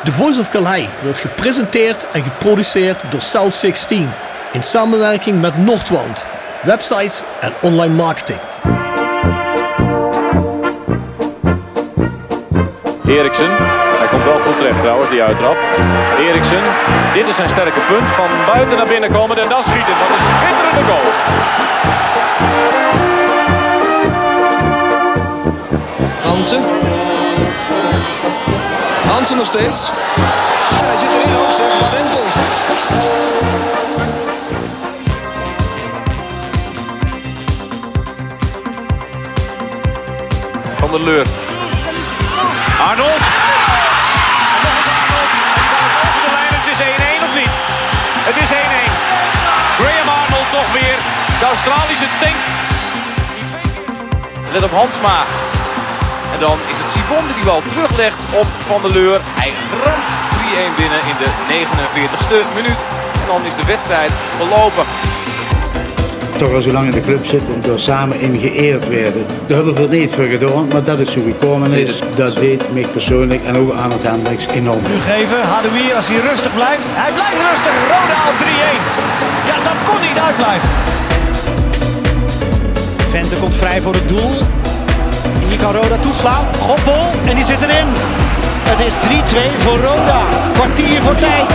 The Voice of Calais wordt gepresenteerd en geproduceerd door South 16 in samenwerking met Noordwand, websites en online marketing. Eriksen, hij komt wel goed terecht trouwens, die uittrap. Eriksen, dit is zijn sterke punt, van buiten naar binnen komen en dan schieten. Dat is een schitterende goal. Hansen nog steeds. En hij zit erin ook, zeg, maar Rempel. Van der Leur. Arnold. Over de lijn, het is 1-1 of niet? Het is 1-1. Graham Arnold toch weer. De Australische tank. Let op Hansma. En dan is het Sibon die bal teruglegt op Van der Leur. Hij ramt 3-1 binnen in de 49ste minuut. En dan is de wedstrijd verlopen. Toch al zo lang in de club zitten, door samen in geëerd werden. Daar hebben we er niet voor gedaan, maar dat is zo gekomen is. Dat deed mij persoonlijk en ook aan het Hendricks enorm. Geven, Hadouier als hij rustig blijft. Hij blijft rustig, Roda op 3-1. Ja, dat kon niet uitblijven. Vente komt vrij voor het doel. Hier kan Roda toeslaan. Goppel en die zit erin. Het is 3-2 voor Roda. Kwartier voor tijd.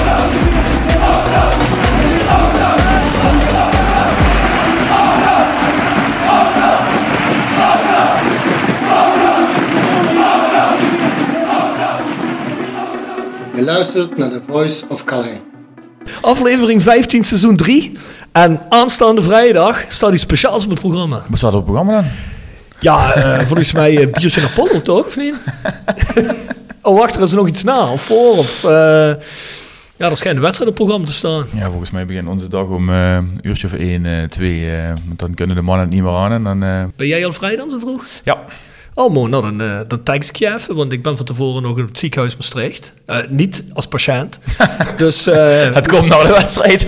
Je luistert naar The Voice of Calais. Aflevering 15 seizoen 3. En aanstaande vrijdag staat iets speciaals op het programma. Wat staat er op het programma dan? Ja, volgens mij biertje naar Apollo, toch? Of niet? Oh, wacht, er is er nog iets na. Of voor, of... Ja, er schijnt een wedstrijd op het programma te staan. Ja, volgens mij begint onze dag om een uurtje of 1, 2. Dan kunnen de mannen het niet meer aan. En dan, Ben jij al vrij dan zo vroeg? Ja. Oh, mooi. Nou, dan tag ik je even, want ik ben van tevoren nog in het ziekenhuis Maastricht. Niet als patiënt. Dus... het komt nou de wedstrijd.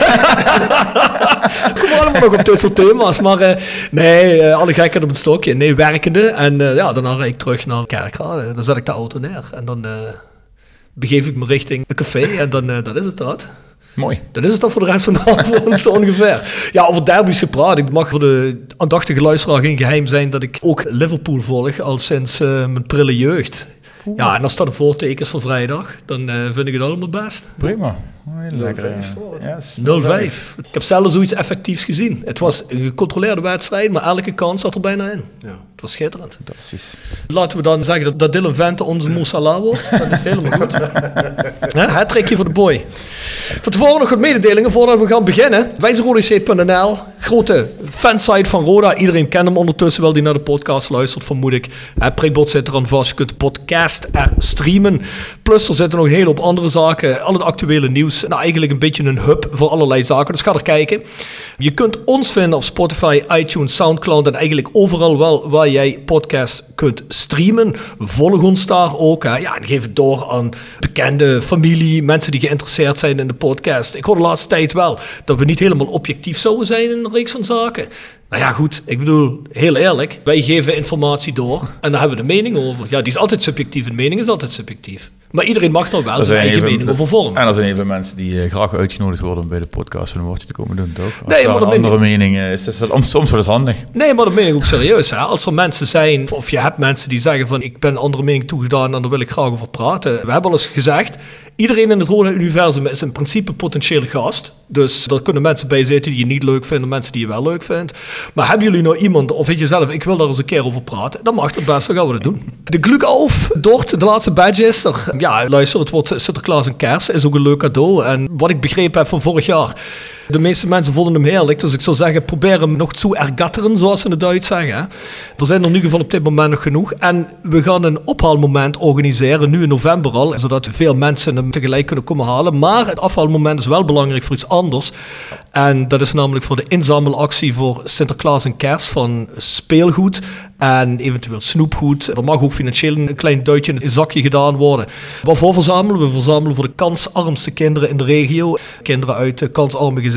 Kom allemaal nog op dit soort thema's. Maar nee, alle gekheid op het stokje. Nee, werkende. En ja, daarna rijd ik terug naar Kerkrade. Dan zet ik de auto neer. En dan begeef ik me richting een café. En dan is het dat. Mooi. Dat is het dan voor de rest van de avond, zo ongeveer. Ja, over derbies gepraat. Ik mag voor de aandachtige luisteraar geen geheim zijn dat ik ook Liverpool volg al sinds mijn prille jeugd. Ja, en als dat een voorteken is voor vrijdag, dan vind ik het allemaal best. Prima. Heel lekker. 0-5. Ik heb zelden zoiets effectiefs gezien. Het was een gecontroleerde wedstrijd, maar elke kans zat er bijna in. Ja. Het was schitterend. Precies. Laten we dan zeggen dat Dylan Vente onze Mo Salah wordt. Dan is het helemaal goed. Hat-trickje voor de boy. Van tevoren nog wat mededelingen voordat we gaan beginnen. wijzerodec.nl, grote fansite van Roda. Iedereen kent hem ondertussen wel die naar de podcast luistert, vermoed ik. Prikbord zit er aan vast. Je kunt de podcast er streamen. Plus er zitten nog een hele hoop andere zaken. Al het actuele nieuws. Nou, eigenlijk een beetje een hub voor allerlei zaken. Dus ga er kijken. Je kunt ons vinden op Spotify, iTunes, Soundcloud en eigenlijk overal wel waar jij podcasts kunt streamen. Volg ons daar ook. Hè. Ja, en geef het door aan bekende familie, mensen die geïnteresseerd zijn in de podcast. Ik hoor de laatste tijd wel dat we niet helemaal objectief zouden zijn in een reeks van zaken. Nou ja, goed, ik bedoel, heel eerlijk, wij geven informatie door en daar hebben we de mening over. Ja, die is altijd subjectief, een mening is altijd subjectief. Maar iedereen mag nog wel zijn eigen mening over vormen. En er zijn even mensen die graag uitgenodigd worden om bij de podcast een woordje te komen doen, toch? Als nee, maar een andere mening is dat soms wel eens handig. Nee, maar dat meen ik ook serieus. Hè? Als er mensen zijn, of je hebt mensen die zeggen van ik ben een andere mening toegedaan en daar wil ik graag over praten. We hebben al eens gezegd, iedereen in het Roda-universum is in principe potentiële gast. Dus er kunnen mensen bij zitten die je niet leuk vindt, mensen die je wel leuk vindt. Maar hebben jullie nou iemand, of weet je zelf, ik wil daar eens een keer over praten, dan mag het best, dan gaan we dat doen. De Glück auf, Dort, de laatste badge is er. Ja, luister, het wordt Sinterklaas en Kerst, is ook een leuk cadeau. En wat ik begrepen heb van vorig jaar, de meeste mensen vonden hem heerlijk. Dus ik zou zeggen, probeer hem nog te ergatteren, zoals ze in het Duits zeggen. Hè. Er zijn er in ieder geval op dit moment nog genoeg. En we gaan een ophaalmoment organiseren, nu in november al, zodat veel mensen hem tegelijk kunnen komen halen. Maar het afhaalmoment is wel belangrijk voor iets anders. En dat is namelijk voor de inzamelactie voor Sinterklaas en Kerst van speelgoed en eventueel snoepgoed. Er mag ook financieel een klein duitje in het zakje gedaan worden. Waarvoor verzamelen we? We verzamelen voor de kansarmste kinderen in de regio. Kinderen uit kansarme gezinnen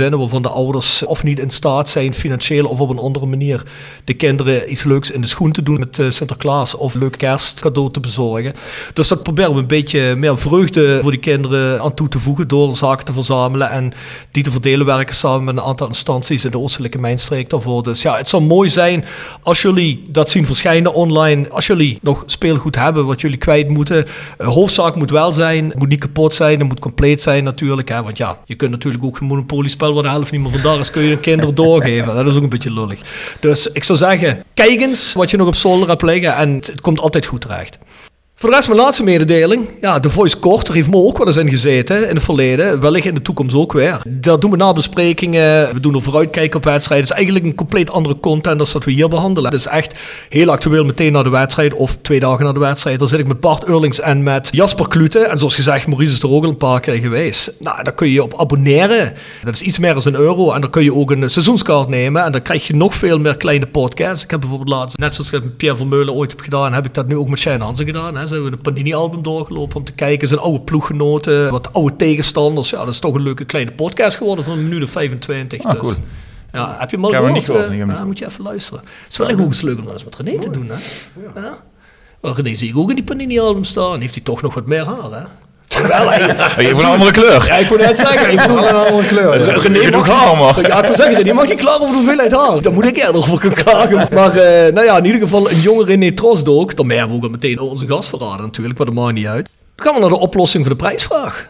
gezinnen waarvan de ouders of niet in staat zijn financieel of op een andere manier de kinderen iets leuks in de schoen te doen met Sinterklaas of een leuk kerstcadeau te bezorgen. Dus dat proberen we een beetje meer vreugde voor die kinderen aan toe te voegen door zaken te verzamelen en die te verdelen, werken samen met een aantal instanties in de Oostelijke Mijnstreek daarvoor. Dus ja, het zou mooi zijn als jullie dat zien verschijnen online, als jullie nog speelgoed hebben wat jullie kwijt moeten. Hoofdzaak moet wel zijn, het moet niet kapot zijn, het moet compleet zijn natuurlijk. Hè? Want ja, je kunt natuurlijk ook een Monopoly-spel waar de helft niet meer vandaag is, kun je een kinderen doorgeven. Dat is ook een beetje lullig. Dus ik zou zeggen, kijk eens wat je nog op zolder hebt liggen en het komt altijd goed terecht. Voor de rest mijn laatste mededeling. Ja, The Voice Kort, er heeft me ook wel eens in gezeten in het verleden. Wellicht in de toekomst ook weer. Daar doen we nabesprekingen. We doen er vooruitkijken op wedstrijden. Het is eigenlijk een compleet andere content dan dat we hier behandelen. Het is echt heel actueel meteen na de wedstrijd of 2 dagen na de wedstrijd. Daar zit ik met Bart Eurlings en met Jasper Klute. En zoals gezegd, Maurice is er ook al een paar keer geweest. Nou, daar kun je je op abonneren. Dat is iets meer dan €1. En dan kun je ook een seizoenskaart nemen. En dan krijg je nog veel meer kleine podcasts. Ik heb bijvoorbeeld laatst, net zoals ik met Pierre Vermeulen ooit heb gedaan, heb ik dat nu ook met Shane Hansen gedaan. Hè. Ze hebben een Panini-album doorgelopen om te kijken. Zijn oude ploeggenoten, wat oude tegenstanders. Ja, dat is toch een leuke kleine podcast geworden van 1 minuut of 25. Ah, dus. Cool. Ja, heb je hem al gehoord? Moet je even luisteren. Het is wel echt ook eens leuk om dat eens met René te doen. Hè? Ja. Wel, René zie ik ook in die Panini-album staan. Heeft hij toch nog wat meer haar, hè? Wel, even een andere kleur. Ja, ik wil net zeggen. Ik wil Allemaal een kleur. Ja. René mag haar, maar. Ja, ik wil zeggen, die mag niet klaar over de hoeveelheid haar. Daar moet ik eerder over kunnen klagen. Maar nou ja, in ieder geval een jonge René Trosdok. Daarmee hebben we ook al meteen onze gast verraden natuurlijk, maar dat maakt niet uit. Dan gaan we naar de oplossing van de prijsvraag.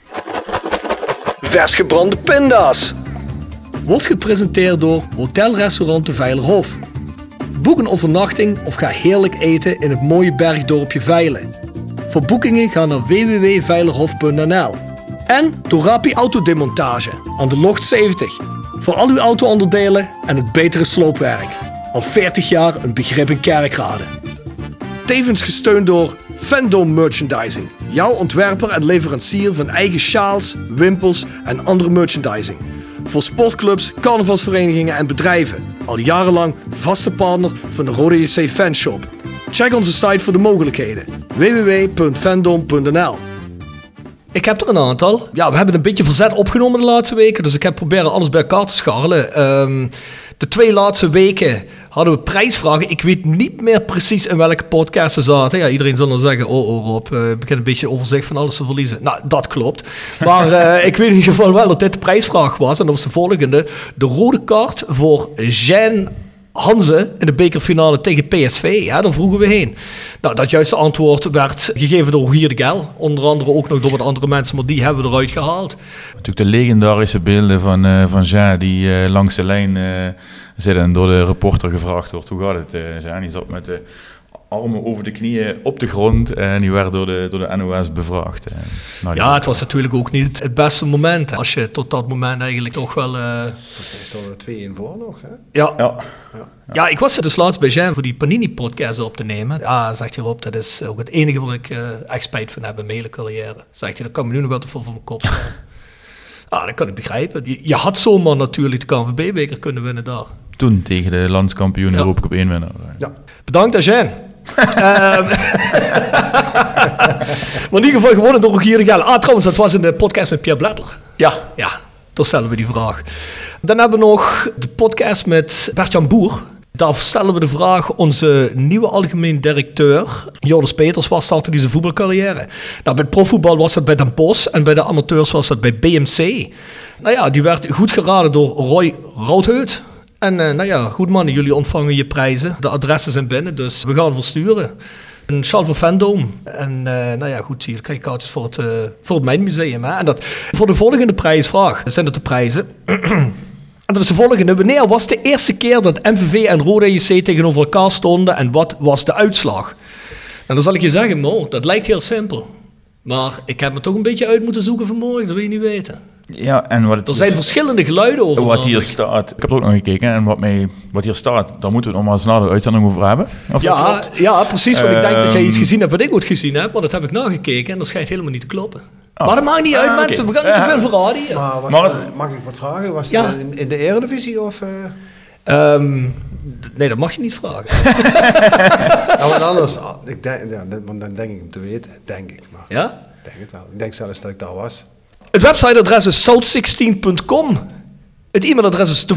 Vers gebrande pinda's. Wordt gepresenteerd door Hotel-Restaurant de Veilerhof. Boek een overnachting of ga heerlijk eten in het mooie bergdorpje Veilen. Voor boekingen ga naar www.veilerhof.nl. En Torapi Autodemontage aan de Locht 70. Voor al uw auto-onderdelen en het betere sloopwerk. Al 40 jaar een begrip in Kerkrade. Tevens gesteund door Fandom Merchandising. Jouw ontwerper en leverancier van eigen sjaals, wimpels en andere merchandising. Voor sportclubs, carnavalsverenigingen en bedrijven. Al jarenlang vaste partner van de Rode JC Fanshop. Check onze site voor de mogelijkheden. www.fandom.nl. Ik heb er een aantal. Ja, we hebben een beetje verzet opgenomen de laatste weken. Dus ik heb proberen alles bij elkaar te scharrelen. De 2 laatste weken hadden we prijsvragen. Ik weet niet meer precies in welke podcast ze zaten. Ja, iedereen zal dan zeggen, Rob, ik begin een beetje overzicht van alles te verliezen. Nou, dat klopt. Maar ik weet in ieder geval wel dat dit de prijsvraag was. En dat was de volgende. De rode kaart voor Jean Hanze in de bekerfinale tegen PSV. Ja, daar vroegen we heen. Nou, dat juiste antwoord werd gegeven door Rogier de Gel. Onder andere ook nog door wat andere mensen, maar die hebben we eruit gehaald. Natuurlijk de legendarische beelden van Jean die langs de lijn zit en door de reporter gevraagd wordt. Hoe gaat het, Jean? Die zat met de armen over de knieën op de grond en die werd door de NOS bevraagd. Nou, ja, het was natuurlijk ook niet het beste moment. Als je tot dat moment eigenlijk toch wel... Volgens mij stond er 2-1 voor nog, hè? Ja, ik was dus laatst bij Jean voor die Panini-podcast op te nemen. Ja, zegt hij Rob, dat is ook het enige waar ik echt spijt van heb in mijn hele carrière. Zegt hij, dat kan me nu nog wel te veel voor mijn kop staan. Ah, dat kan ik begrijpen. Je had zomaar natuurlijk de KNVB-beker kunnen winnen daar. Toen tegen de landskampioen Europa Cup 1 winnaar. Ja. Bedankt aan Jean. Maar in ieder geval gewonnen door Rogier de Gel. Ah, trouwens, dat was in de podcast met Pierre Bledler. Ja, daar stellen we die vraag. Dan hebben we nog de podcast met Bert-Jan Boer. Daar stellen we de vraag, onze nieuwe algemeen directeur, Joris Peters, waar startte hij zijn voetbalcarrière? Nou, bij het profvoetbal was dat bij Den Bosch en bij de amateurs was dat bij BMC. Nou ja, die werd goed geraden door Roy Roodheut. En nou ja, goed mannen, jullie ontvangen je prijzen. De adressen zijn binnen, dus we gaan versturen. Een sjaal van Fandom. En nou ja, goed, hier krijg je kaartjes voor het Mijnmuseum. Hè? En dat voor de volgende prijsvraag zijn dat de prijzen. En dat is de volgende. Wanneer was de eerste keer dat MVV en Roda JC tegenover elkaar stonden en wat was de uitslag? Nou, dan zal ik je zeggen, Mo, dat lijkt heel simpel. Maar ik heb me toch een beetje uit moeten zoeken vanmorgen, dat wil je niet weten. Ja, en er zijn verschillende geluiden over. Wat hier staat, ik heb er ook nog gekeken en wat hier staat, daar moeten we het nog maar eens na de uitzending over hebben. Ja, precies, want ik denk dat jij iets gezien hebt wat ik ooit gezien heb, maar dat heb ik nagekeken en dat schijnt helemaal niet te kloppen. Oh. Maar dat maakt niet uit, mensen, we gaan niet te veel verraden hier. Maar mag ik wat vragen? Was het in de Eredivisie of... Nee, dat mag je niet vragen. Nou, wat anders. Dan denk ik hem te weten, denk ik. Maar ja? Ik denk het wel. Ik denk zelfs dat ik daar was. Het websiteadres is south16.com. Het e-mailadres is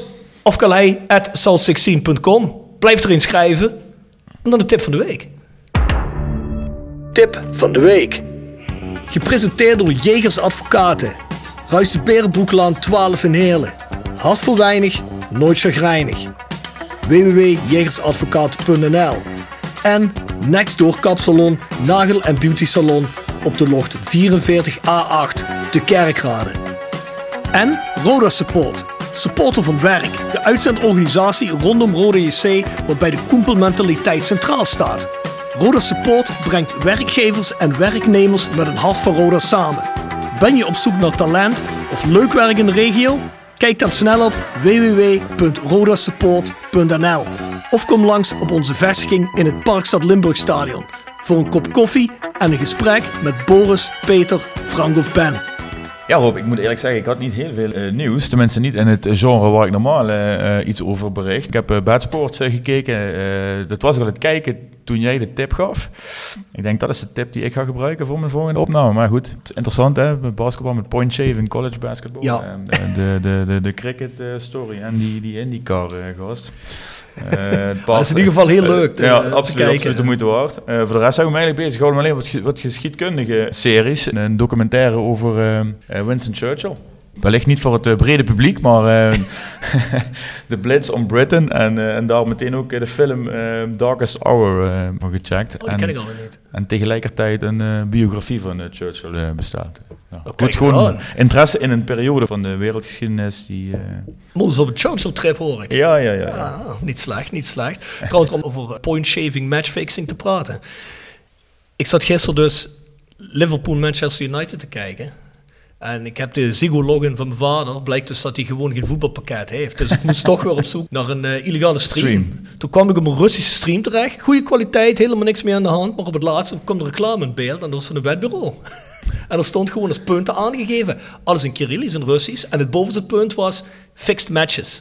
thevoiceofcalais@south16.com. Blijf erin schrijven. En dan de tip van de week. Tip van de week. Gepresenteerd door Jegers Advocaten. Ruis de Berenbroeklaan 12 in Heerlen. Hart voor weinig, nooit chagrijnig. www.jegersadvocaten.nl. En Nextdoor Kapsalon, Nagel en Beauty Salon op de locht 44A8 te Kerkrade. En Roda Support, supporter van werk, de uitzendorganisatie rondom Roda JC waarbij de koempelmentaliteit centraal staat. Roda Support brengt werkgevers en werknemers met een hart voor Roda samen. Ben je op zoek naar talent of leuk werk in de regio? Kijk dan snel op www.rodasupport.nl of kom langs op onze vestiging in het Parkstad Limburgstadion voor een kop koffie en een gesprek met Boris, Peter, Frank of Ben. Ja Rob, ik moet eerlijk zeggen, ik had niet heel veel nieuws. Tenminste niet in het genre waar ik normaal iets over bericht. Ik heb Bad Sports gekeken. Dat was al het kijken toen jij de tip gaf. Ik denk dat is de tip die ik ga gebruiken voor mijn volgende opname. Maar goed, interessant hè, basketbal met point shaving, college basketball. Ja. De cricket story en die IndyCar gast. Dat is in ieder geval heel leuk te absoluut de moeite waard. Voor de rest zijn we eigenlijk bezig gehouden met alleen wat geschiedkundige series. Een documentaire over Winston Churchill. Wellicht niet voor het brede publiek, maar The Blitz on Britain. En daar meteen ook de film Darkest Hour van gecheckt. Die ken ik al niet. En tegelijkertijd een biografie van Churchill bestaat. Goed, gewoon interesse in een periode van de wereldgeschiedenis die... Moeten we op een Churchill-trip hoor ik. Ja. Niet slecht. Trouwens, om over point-shaving matchfixing te praten. Ik zat gisteren dus Liverpool-Manchester United te kijken. En ik heb de Ziggo-login van mijn vader. Blijkt dus dat hij gewoon geen voetbalpakket heeft. Dus ik moest toch weer op zoek naar een illegale stream. Toen kwam ik op een Russische stream terecht. Goede kwaliteit, helemaal niks meer aan de hand. Maar op het laatste kwam de reclame in beeld. En dat was van een wetbureau. En er stond gewoon als punten aangegeven. Alles in Kyrillisch en Russisch. En het bovenste punt was fixed matches.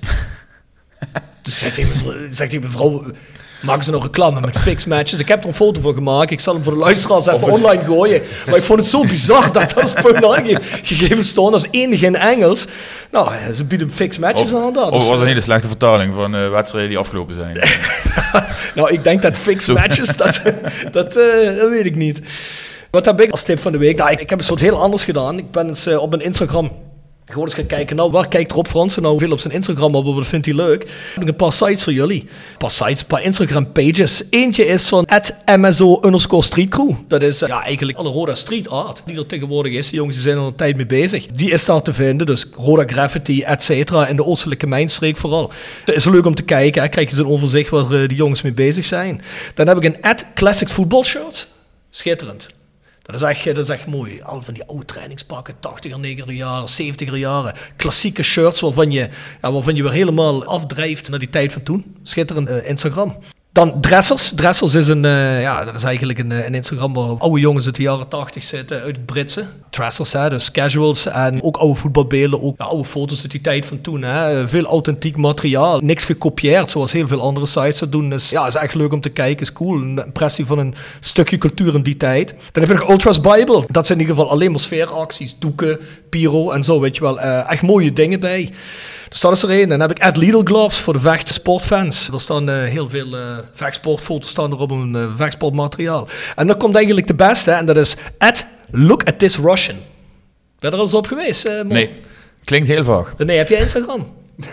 Dus zegt hij mevrouw... Maken ze nog reclame met fixed matches? Ik heb er een foto van gemaakt. Ik zal hem voor de luisteraars even online gooien. Maar ik vond het zo bizar dat als punt aangegeven stond als enige in Engels. Nou, ze bieden fixed matches aan. Of was er niet een slechte vertaling van wedstrijden die afgelopen zijn? Nou, ik denk dat fixed matches, dat weet ik niet. Wat heb ik als tip van de week? Nou, ik heb een soort heel anders gedaan. Ik ben eens op mijn Instagram... gewoon eens gaan kijken, nou waar kijkt Rob Fransen nou veel op zijn Instagram op, wat vindt hij leuk? Heb ik een paar sites voor jullie. Een paar Instagram pages. Eentje is van @mso_streetcrew. Dat is eigenlijk alle Roda street art die er tegenwoordig is. Die jongens die zijn er een tijd mee bezig. Die is daar te vinden, dus Roda graffiti, et cetera, in de oostelijke mijnstreek vooral. Het is leuk om te kijken, krijg je zo'n overzicht waar die jongens mee bezig zijn. Dan heb ik een @classic football shirt. Schitterend. Dat is echt mooi. Al van die oude trainingspakken, 80er, 90er jaren, 70er jaren. Klassieke shirts waarvan je weer helemaal afdrijft naar die tijd van toen. Schitterend Instagram. Dan Dressers. Dressers is dat is eigenlijk een Instagram waar oude jongens uit de jaren 80 zitten, uit het Britse. Dressers, dus casuals en ook oude voetbalbeelden, ook oude foto's uit die tijd van toen. Veel authentiek materiaal, niks gekopieerd zoals heel veel andere sites dat doen. Dus is echt leuk om te kijken, is cool. Een impressie van een stukje cultuur in die tijd. Dan heb je nog Ultras Bible. Dat zijn in ieder geval alleen maar sfeeracties, doeken, pyro en zo, weet je wel. Echt mooie dingen bij. Dus dat is er één. Dan heb ik Lidl Gloves voor de vechtsportfans. Er staan heel veel vechtsportfoto's staan erop een vechtsportmateriaal. En dan komt eigenlijk de beste, en dat is @LookAtThisRussian. Ben je er al eens op geweest? Nee, klinkt heel vaag. Nee, heb jij Instagram?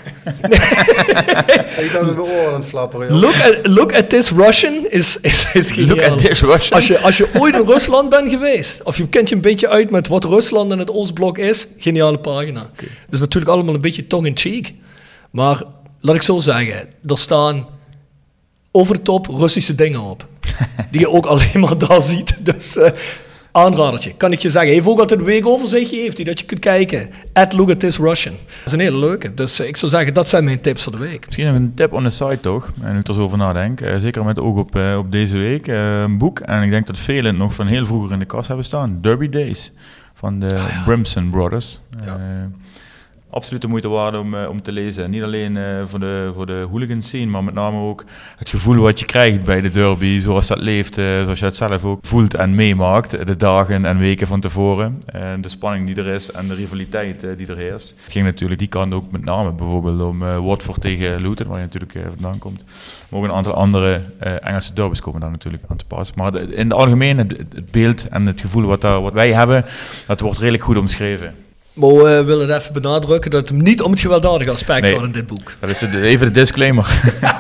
Ik ben met mijn oren aan het flapperen. @LookAtThisRussian is geniaal. @ThisRussian. Als je ooit in Rusland bent geweest, of je kent je een beetje uit met wat Rusland en het Oostblok is, geniale pagina. Okay. Dus natuurlijk allemaal een beetje tongue-in-cheek. Maar laat ik zo zeggen, er staan over de top Russische dingen op. Die je ook alleen maar daar ziet. Dus aanradertje, kan ik je zeggen. Hij heeft ook altijd een weekoverzichtje, heeft hij, dat je kunt kijken. @LookAtThisRussian. Dat is een hele leuke. Dus ik zou zeggen, dat zijn mijn tips voor de week. Misschien nog een tip on the site toch, en nu ik er zo over nadenk. Zeker met oog op deze week. Een boek, en ik denk dat velen het nog van heel vroeger in de kast hebben staan. Derby Days, van de Brimson Brothers. absoluut de moeite waard om te lezen. En niet alleen voor de hooligan scene, maar met name ook het gevoel wat je krijgt bij de derby, zoals dat leeft, zoals je het zelf ook voelt en meemaakt, de dagen en weken van tevoren. De spanning die er is en de rivaliteit die er heerst. Het ging natuurlijk die kant ook met name bijvoorbeeld om Watford tegen Luton, waar je natuurlijk vandaan komt. Maar ook een aantal andere Engelse derbies komen daar natuurlijk aan te pas. Maar in het algemeen, het beeld en het gevoel wat wij hebben, dat wordt redelijk goed omschreven. Maar we willen het even benadrukken dat het hem niet om het gewelddadige aspect gaat in dit boek. Dat is even de disclaimer.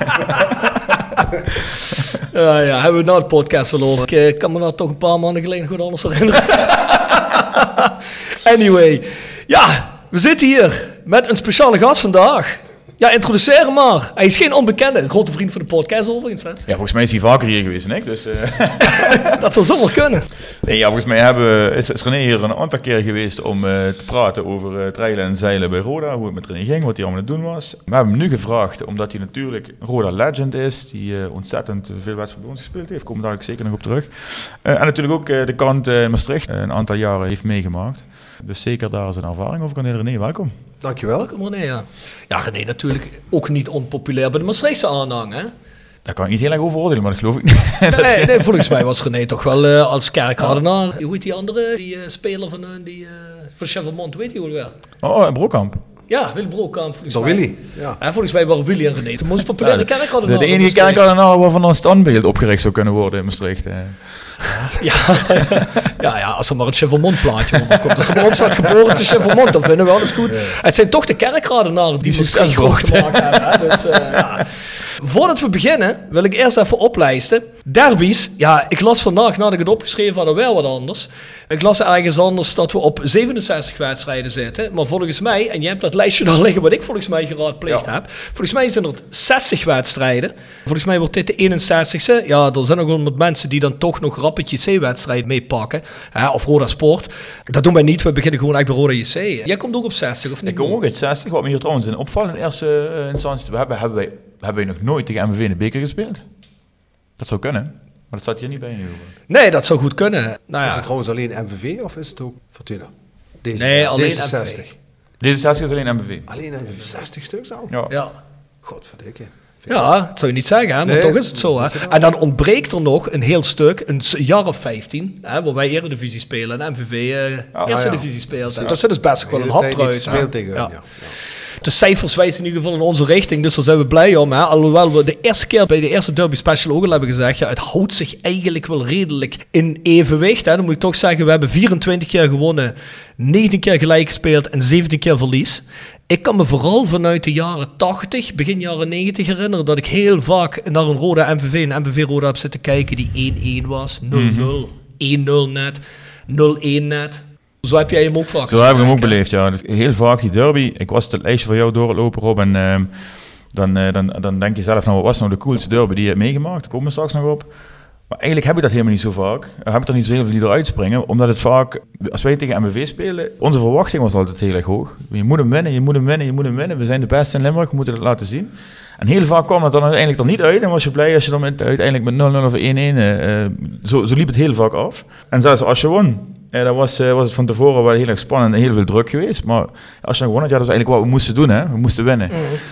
Hebben we nou de podcast verloren. Ik kan me nou toch een paar maanden geleden goed anders herinneren. Anyway, we zitten hier met een speciale gast vandaag. Ja, introduceer hem maar. Hij is geen onbekende. Een grote vriend van de podcast overigens. Hè? Ja, volgens mij is hij vaker hier geweest dan ik. Dus, Dat zou zomaar kunnen. Nee, volgens mij is René hier een aantal keer geweest om te praten over trailen en zeilen bij Roda. Hoe het met René ging, wat hij allemaal aan het doen was. We hebben hem nu gevraagd, omdat hij natuurlijk Roda legend is. Die ontzettend veel wedstrijden bij ons gespeeld heeft. Komen daar ook zeker nog op terug. En natuurlijk ook de kant Maastricht een aantal jaren heeft meegemaakt. Dus zeker daar zijn ervaring over kan delen. René, welkom. Dankjewel. Welkom René, ja. Ja, René natuurlijk ook niet onpopulair bij de Maastrichtse aanhang, hè? Daar kan ik niet heel erg over oordelen, maar dat geloof ik niet. Nee, volgens mij was René toch wel als kerkradenaar. Hoe heet die andere? Die speler van Chevelmont, weet je hoe wel? Oh, Brokamp. Ja, Willy Brokamp. Dat Willy. Ja. Volgens mij waren Willy en René de meest populaire kerkradenaar. De enige kerkradenaar waarvan een standbeeld opgericht zou kunnen worden in Maastricht. Ja, als er maar een Chevelmont plaatje komt. Als er maar op staat geboren te Chevelmont, dan vinden we alles goed. Ja. Het zijn toch de kerkradenaren die Maastricht groot gemaakt hebben. Hè? Dus, Voordat we beginnen, wil ik eerst even oplijsten. Derbies, ik las vandaag, nadat ik het opgeschreven had, wel wat anders. Ik las ergens anders dat we op 67 wedstrijden zitten. Maar volgens mij, en je hebt dat lijstje nog liggen wat ik volgens mij geraadpleegd heb. Volgens mij zijn er 60 wedstrijden. Volgens mij wordt dit de 61ste. Ja, er zijn nog wel wat mensen die dan toch nog Rapid JC-wedstrijden meepakken. Of Roda Sport. Dat doen wij niet, we beginnen gewoon echt bij Roda JC. Jij komt ook op 60, of niet? Ik kom ook uit 60, wat me hier trouwens in opvallen in eerste instantie hebben wij nog nooit tegen MVV in de beker gespeeld. Dat zou kunnen, maar dat staat hier niet bij. Nee, dat zou goed kunnen. Is het trouwens alleen MVV of is het ook Fortuna? Alleen deze MVV. 60. Deze 60 is alleen MVV. Alleen MVV, 60 stuks al? Ja. Godverdikke. Ja, dat zou je niet zeggen, hè? Maar toch is het zo. Hè? En dan ontbreekt er nog een heel stuk, een jaar of 15, hè, waar wij Eredivisie spelen en MVV Eerste Divisie speelt. Ja. Dat is dus best wel een hapdruid. De cijfers wijzen in ieder geval in onze richting, dus daar zijn we blij om. Hè? Alhoewel we de eerste keer bij de eerste Derby Special ook al hebben gezegd, het houdt zich eigenlijk wel redelijk in evenwicht. Hè? Dan moet ik toch zeggen, we hebben 24 keer gewonnen, 19 keer gelijk gespeeld en 17 keer verlies. Ik kan me vooral vanuit de jaren 80, begin jaren 90 herinneren dat ik heel vaak naar een Roda MVV en MVV Roda heb zitten kijken die 1-1 was, 0-0, 1-0 net, 0-1 net. Zo heb jij hem ook vaak Zo heb ik hem ook beleefd, ja. Heel vaak die derby. Ik was het lijstje van jou doorlopen, Rob. En dan denk je zelf, wat was nou de coolste derby die je hebt meegemaakt? Daar komen we straks nog op. Maar eigenlijk heb ik dat helemaal niet zo vaak. We hebben er niet zo heel veel die eruit springen. Omdat het vaak, als wij tegen MVV spelen, onze verwachting was altijd heel erg hoog. Je moet hem winnen, je moet hem winnen, je moet hem winnen. We zijn de beste in Limburg, we moeten het laten zien. En heel vaak kwam het dan uiteindelijk er niet uit. En was je blij als je dan uiteindelijk met 0-0 of 1-1... Zo liep het heel vaak af. En zelfs als je won... dan was het van tevoren wel heel erg spannend en heel veel druk geweest. Maar als je dan gewonnen had, dat was eigenlijk wat we moesten doen. Hè? We moesten winnen.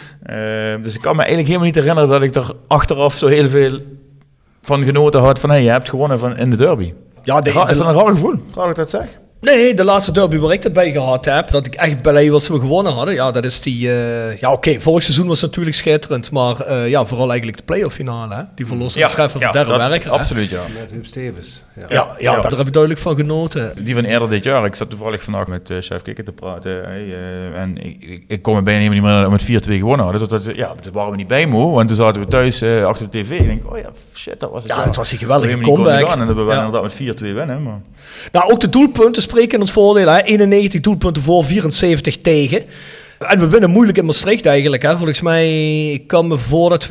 Dus ik kan me eigenlijk helemaal niet herinneren dat ik er achteraf zo heel veel van genoten had. Van je hebt gewonnen in de derby. Ja, is dat een raar gevoel? Raar dat ik dat zeg? Nee, de laatste derby waar ik dat bij gehad heb, dat ik echt blij was dat we gewonnen hadden. Ja, dat is die... vorig seizoen was natuurlijk schitterend, maar vooral eigenlijk de play-off finale. Hè? Die verlossing treffen van derde werker. Absoluut, ja. Met Huub Stevens. Ja, daar heb ik duidelijk van genoten. Die van eerder dit jaar. Ik zat toevallig vandaag met chef Kikker te praten. En ik kon me bijna helemaal niet meer met 4-2 gewonnen hadden. Daar waren we niet bij moe, want toen zaten we thuis achter de tv. Ik denk, shit, dat was het. Ja, het was een geweldige comeback. En dan hebben we inderdaad met 4-2 winnen. Maar... Nou, ook de doelpunten spreken in ons voordeel. Hè? 91 doelpunten voor, 74 tegen. En we winnen moeilijk in Maastricht eigenlijk. Hè? Volgens mij, ik kan me voor dat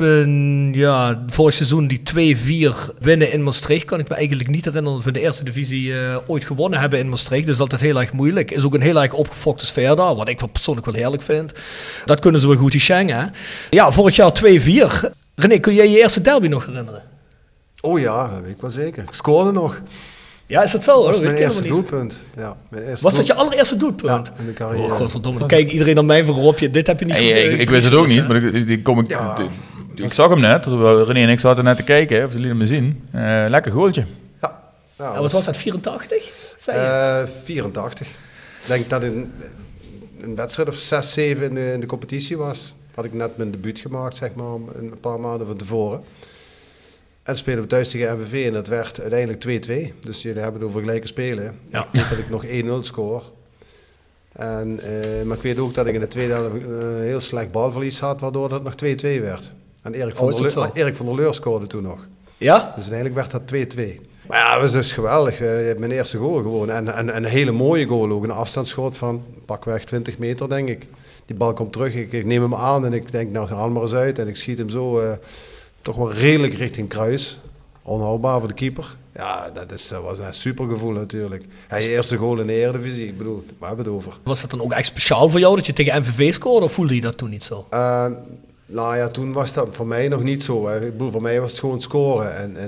we vorig seizoen die 2-4 winnen in Maastricht, kan ik me eigenlijk niet herinneren dat we de eerste divisie ooit gewonnen hebben in Maastricht. Dus dat is altijd heel erg moeilijk. Is ook een heel erg opgefokte sfeer daar, wat ik persoonlijk wel heerlijk vind. Dat kunnen ze wel goed schenken. Hè? Ja, vorig jaar 2-4. René, kun jij je eerste derby nog herinneren? Oh ja, dat weet ik wel zeker. Ik scoorde nog. Ja, is dat zo? Dat was mijn eerste doelpunt. Ja, Was dat je allereerste doelpunt? Ja, in de carrière. Oh, godverdomme. Dan kijkt iedereen naar mij van Robje, dit heb je niet goed. Ik wist het ook niet, maar ik zag hem net. René en ik zaten net te kijken, of ze lieten me zien. Lekker goaltje. Ja, wat was dat, 84? Zei je? 84. Ik denk dat een wedstrijd of 6, 7 in de competitie was. Had ik net mijn debuut gemaakt, zeg maar, een paar maanden van tevoren. En dan spelen we thuis tegen MVV en dat werd uiteindelijk 2-2. Dus jullie hebben het over gelijke spelen. Ja. Ik weet dat ik nog 1-0 scoor. Maar ik weet ook dat ik in de tweede helft een heel slecht balverlies had, waardoor dat nog 2-2 werd. En Erik van der Leur scoorde toen nog. Ja? Dus uiteindelijk werd dat 2-2. Maar ja, dat was dus geweldig. Mijn eerste goal gewoon. En een hele mooie goal ook. Een afstandsschot van pakweg 20 meter, denk ik. Die bal komt terug, ik neem hem aan en ik denk, nou, haal maar eens uit. En ik schiet hem zo toch wel redelijk richting kruis. Onhoudbaar voor de keeper. Ja, dat was een supergevoel natuurlijk. Je eerste goal in de Eredivisie, ik bedoel, waar hebben we het over? Was dat dan ook echt speciaal voor jou dat je tegen MVV scoorde of voelde je dat toen niet zo? Nou ja, toen was dat voor mij nog niet zo. Hè. Ik bedoel, voor mij was het gewoon scoren.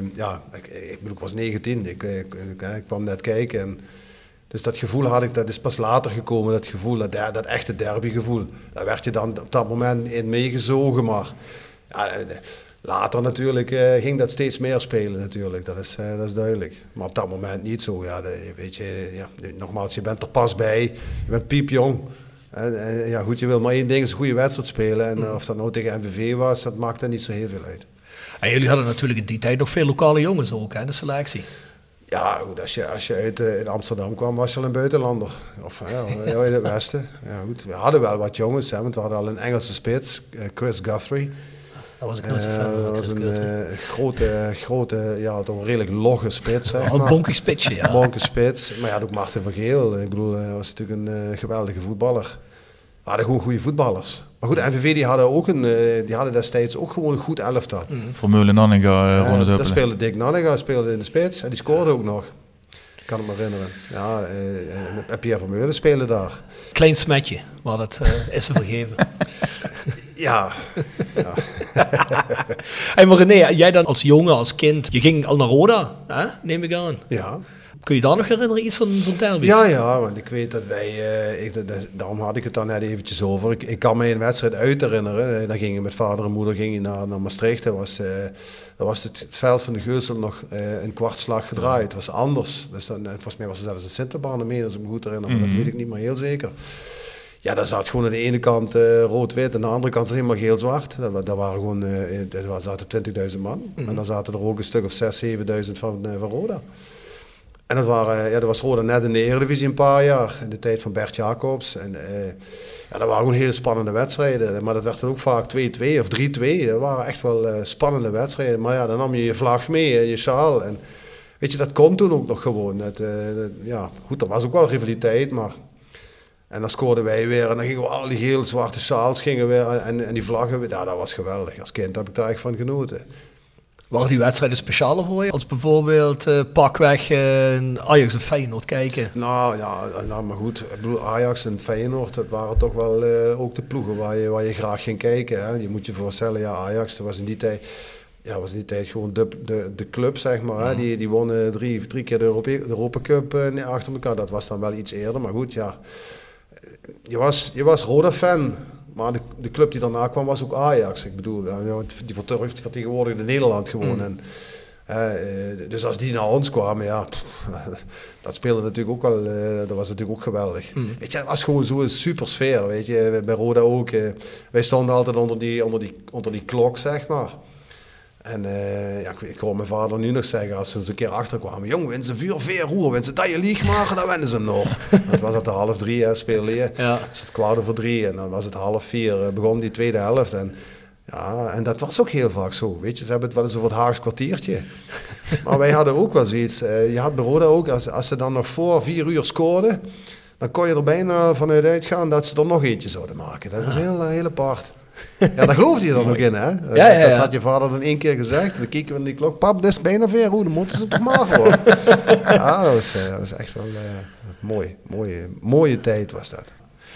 Ik was 19, ik kwam net kijken. En dus dat gevoel had ik, dat is pas later gekomen, dat gevoel, dat echte derbygevoel. Daar werd je dan op dat moment in meegezogen, maar ja, later natuurlijk ging dat steeds meer spelen natuurlijk, dat is duidelijk. Maar op dat moment niet zo, ja, weet je, ja, nogmaals, je bent er pas bij, je bent piepjong. Ja goed, je wil maar één ding, is een goede wedstrijd spelen. En of dat nou tegen MVV was, dat maakt er niet zo heel veel uit. En jullie hadden natuurlijk in die tijd nog veel lokale jongens ook, hè, de selectie. Ja, goed, als je uit Amsterdam kwam, was je al een buitenlander. Of in het westen. Ja, goed. We hadden wel wat jongens, hè, want we hadden al een Engelse spits, Chris Guthrie. Daar was ik nooit zo fan van. Dat was een grote, ja, toch een redelijk logge spits. Zeg maar. Een bonkig spitsje, ja. Bonkig spits. Maar ja, ook Martin van Geel. Ik bedoel, hij was natuurlijk een geweldige voetballer. We hadden gewoon goede voetballers. Maar goed, NVV die hadden destijds ook gewoon een goed elftal. Formule Nanninga rond het Daar speelde Dick Nanninga speelde in de spits en die scoorde ook nog. Ik kan het me herinneren. Ja, en Pierre Vermeulen speelde daar. Klein smetje, maar dat is ze vergeven. Ja. Hey, maar René, jij dan als jongen, als kind, je ging al naar Roda, hè? Neem ik aan. Ja. Kun je daar nog herinneren, iets van derbies? Ja, want ik weet dat wij, daarom had ik het dan net eventjes over. Ik kan me een wedstrijd uit herinneren. Dan gingen met vader en moeder naar Maastricht. Dat was het veld van de Geusel nog een kwartslag gedraaid. Het was anders. Dus dan, volgens mij was het zelfs een Sintelbaan mee, als ik me goed herinner. Maar dat weet ik niet meer heel zeker. Ja, daar zat gewoon aan de ene kant rood-wit en aan de andere kant helemaal geel-zwart. Daar waren gewoon, daar zaten 20.000 man. En dan zaten er ook een stuk of 6.000, 7.000 van Roda. En dat was Roda net in de Eredivisie een paar jaar, in de tijd van Bert Jacobs. En dat waren gewoon hele spannende wedstrijden. Maar dat werd dan ook vaak 2-2 of 3-2. Dat waren echt wel spannende wedstrijden. Maar ja, dan nam je je vlag mee en je sjaal. En weet je, dat kon toen ook nog gewoon. Goed, er was ook wel rivaliteit, maar... En dan scoorden wij weer en dan gingen we al die geel-zwarte sjaals en die vlaggen weer. Ja, dat was geweldig. Als kind heb ik daar echt van genoten. Waren die wedstrijden specialer voor je? Als bijvoorbeeld pakweg Ajax en Feyenoord kijken? Nou ja, maar goed. Ik bedoel, Ajax en Feyenoord, dat waren toch wel ook de ploegen waar je graag ging kijken. Hè? Je moet je voorstellen, ja, Ajax, dat was in die tijd... Ja, was in die tijd gewoon de club, zeg maar. Hè? Die wonnen drie keer de Europa Cup achter elkaar. Dat was dan wel iets eerder, maar goed, ja... Je was Roda-fan, maar de club die daarna kwam was ook Ajax. Ik bedoel, die vertegenwoordigde Nederland gewoon. En, dus als die naar ons kwamen, ja, dat speelde natuurlijk ook wel, dat was natuurlijk ook geweldig. Weet je, het was gewoon zo'n super sfeer, weet je, bij Roda ook. Wij stonden altijd onder die klok, zeg maar. En ik hoor mijn vader nu nog zeggen, als ze eens een keer achterkwamen, jong, win ze 4-4 roer, win ze dat je lieg maken, dan winnen ze hem nog. Dat was het 2:30, speelde je. Ja. Dus het 2:15 en dan was het 3:30, begon die tweede helft. En dat was ook heel vaak zo, weet je. Ze hebben het wel eens over het Haags kwartiertje. Maar wij hadden ook wel zoiets, je had bij Roda ook, als ze dan nog voor 4 uur scoorden, dan kon je er bijna vanuit uitgaan dat ze er nog eentje zouden maken. Dat was heel apart. Ja, daar geloofde je dan ook in, hè? Dat had je vader dan 1 keer gezegd. En dan keken we naar die klok. Pap, dit is bijna ver. Dan moeten ze toch maar worden. Ja, dat was echt wel mooie tijd was dat.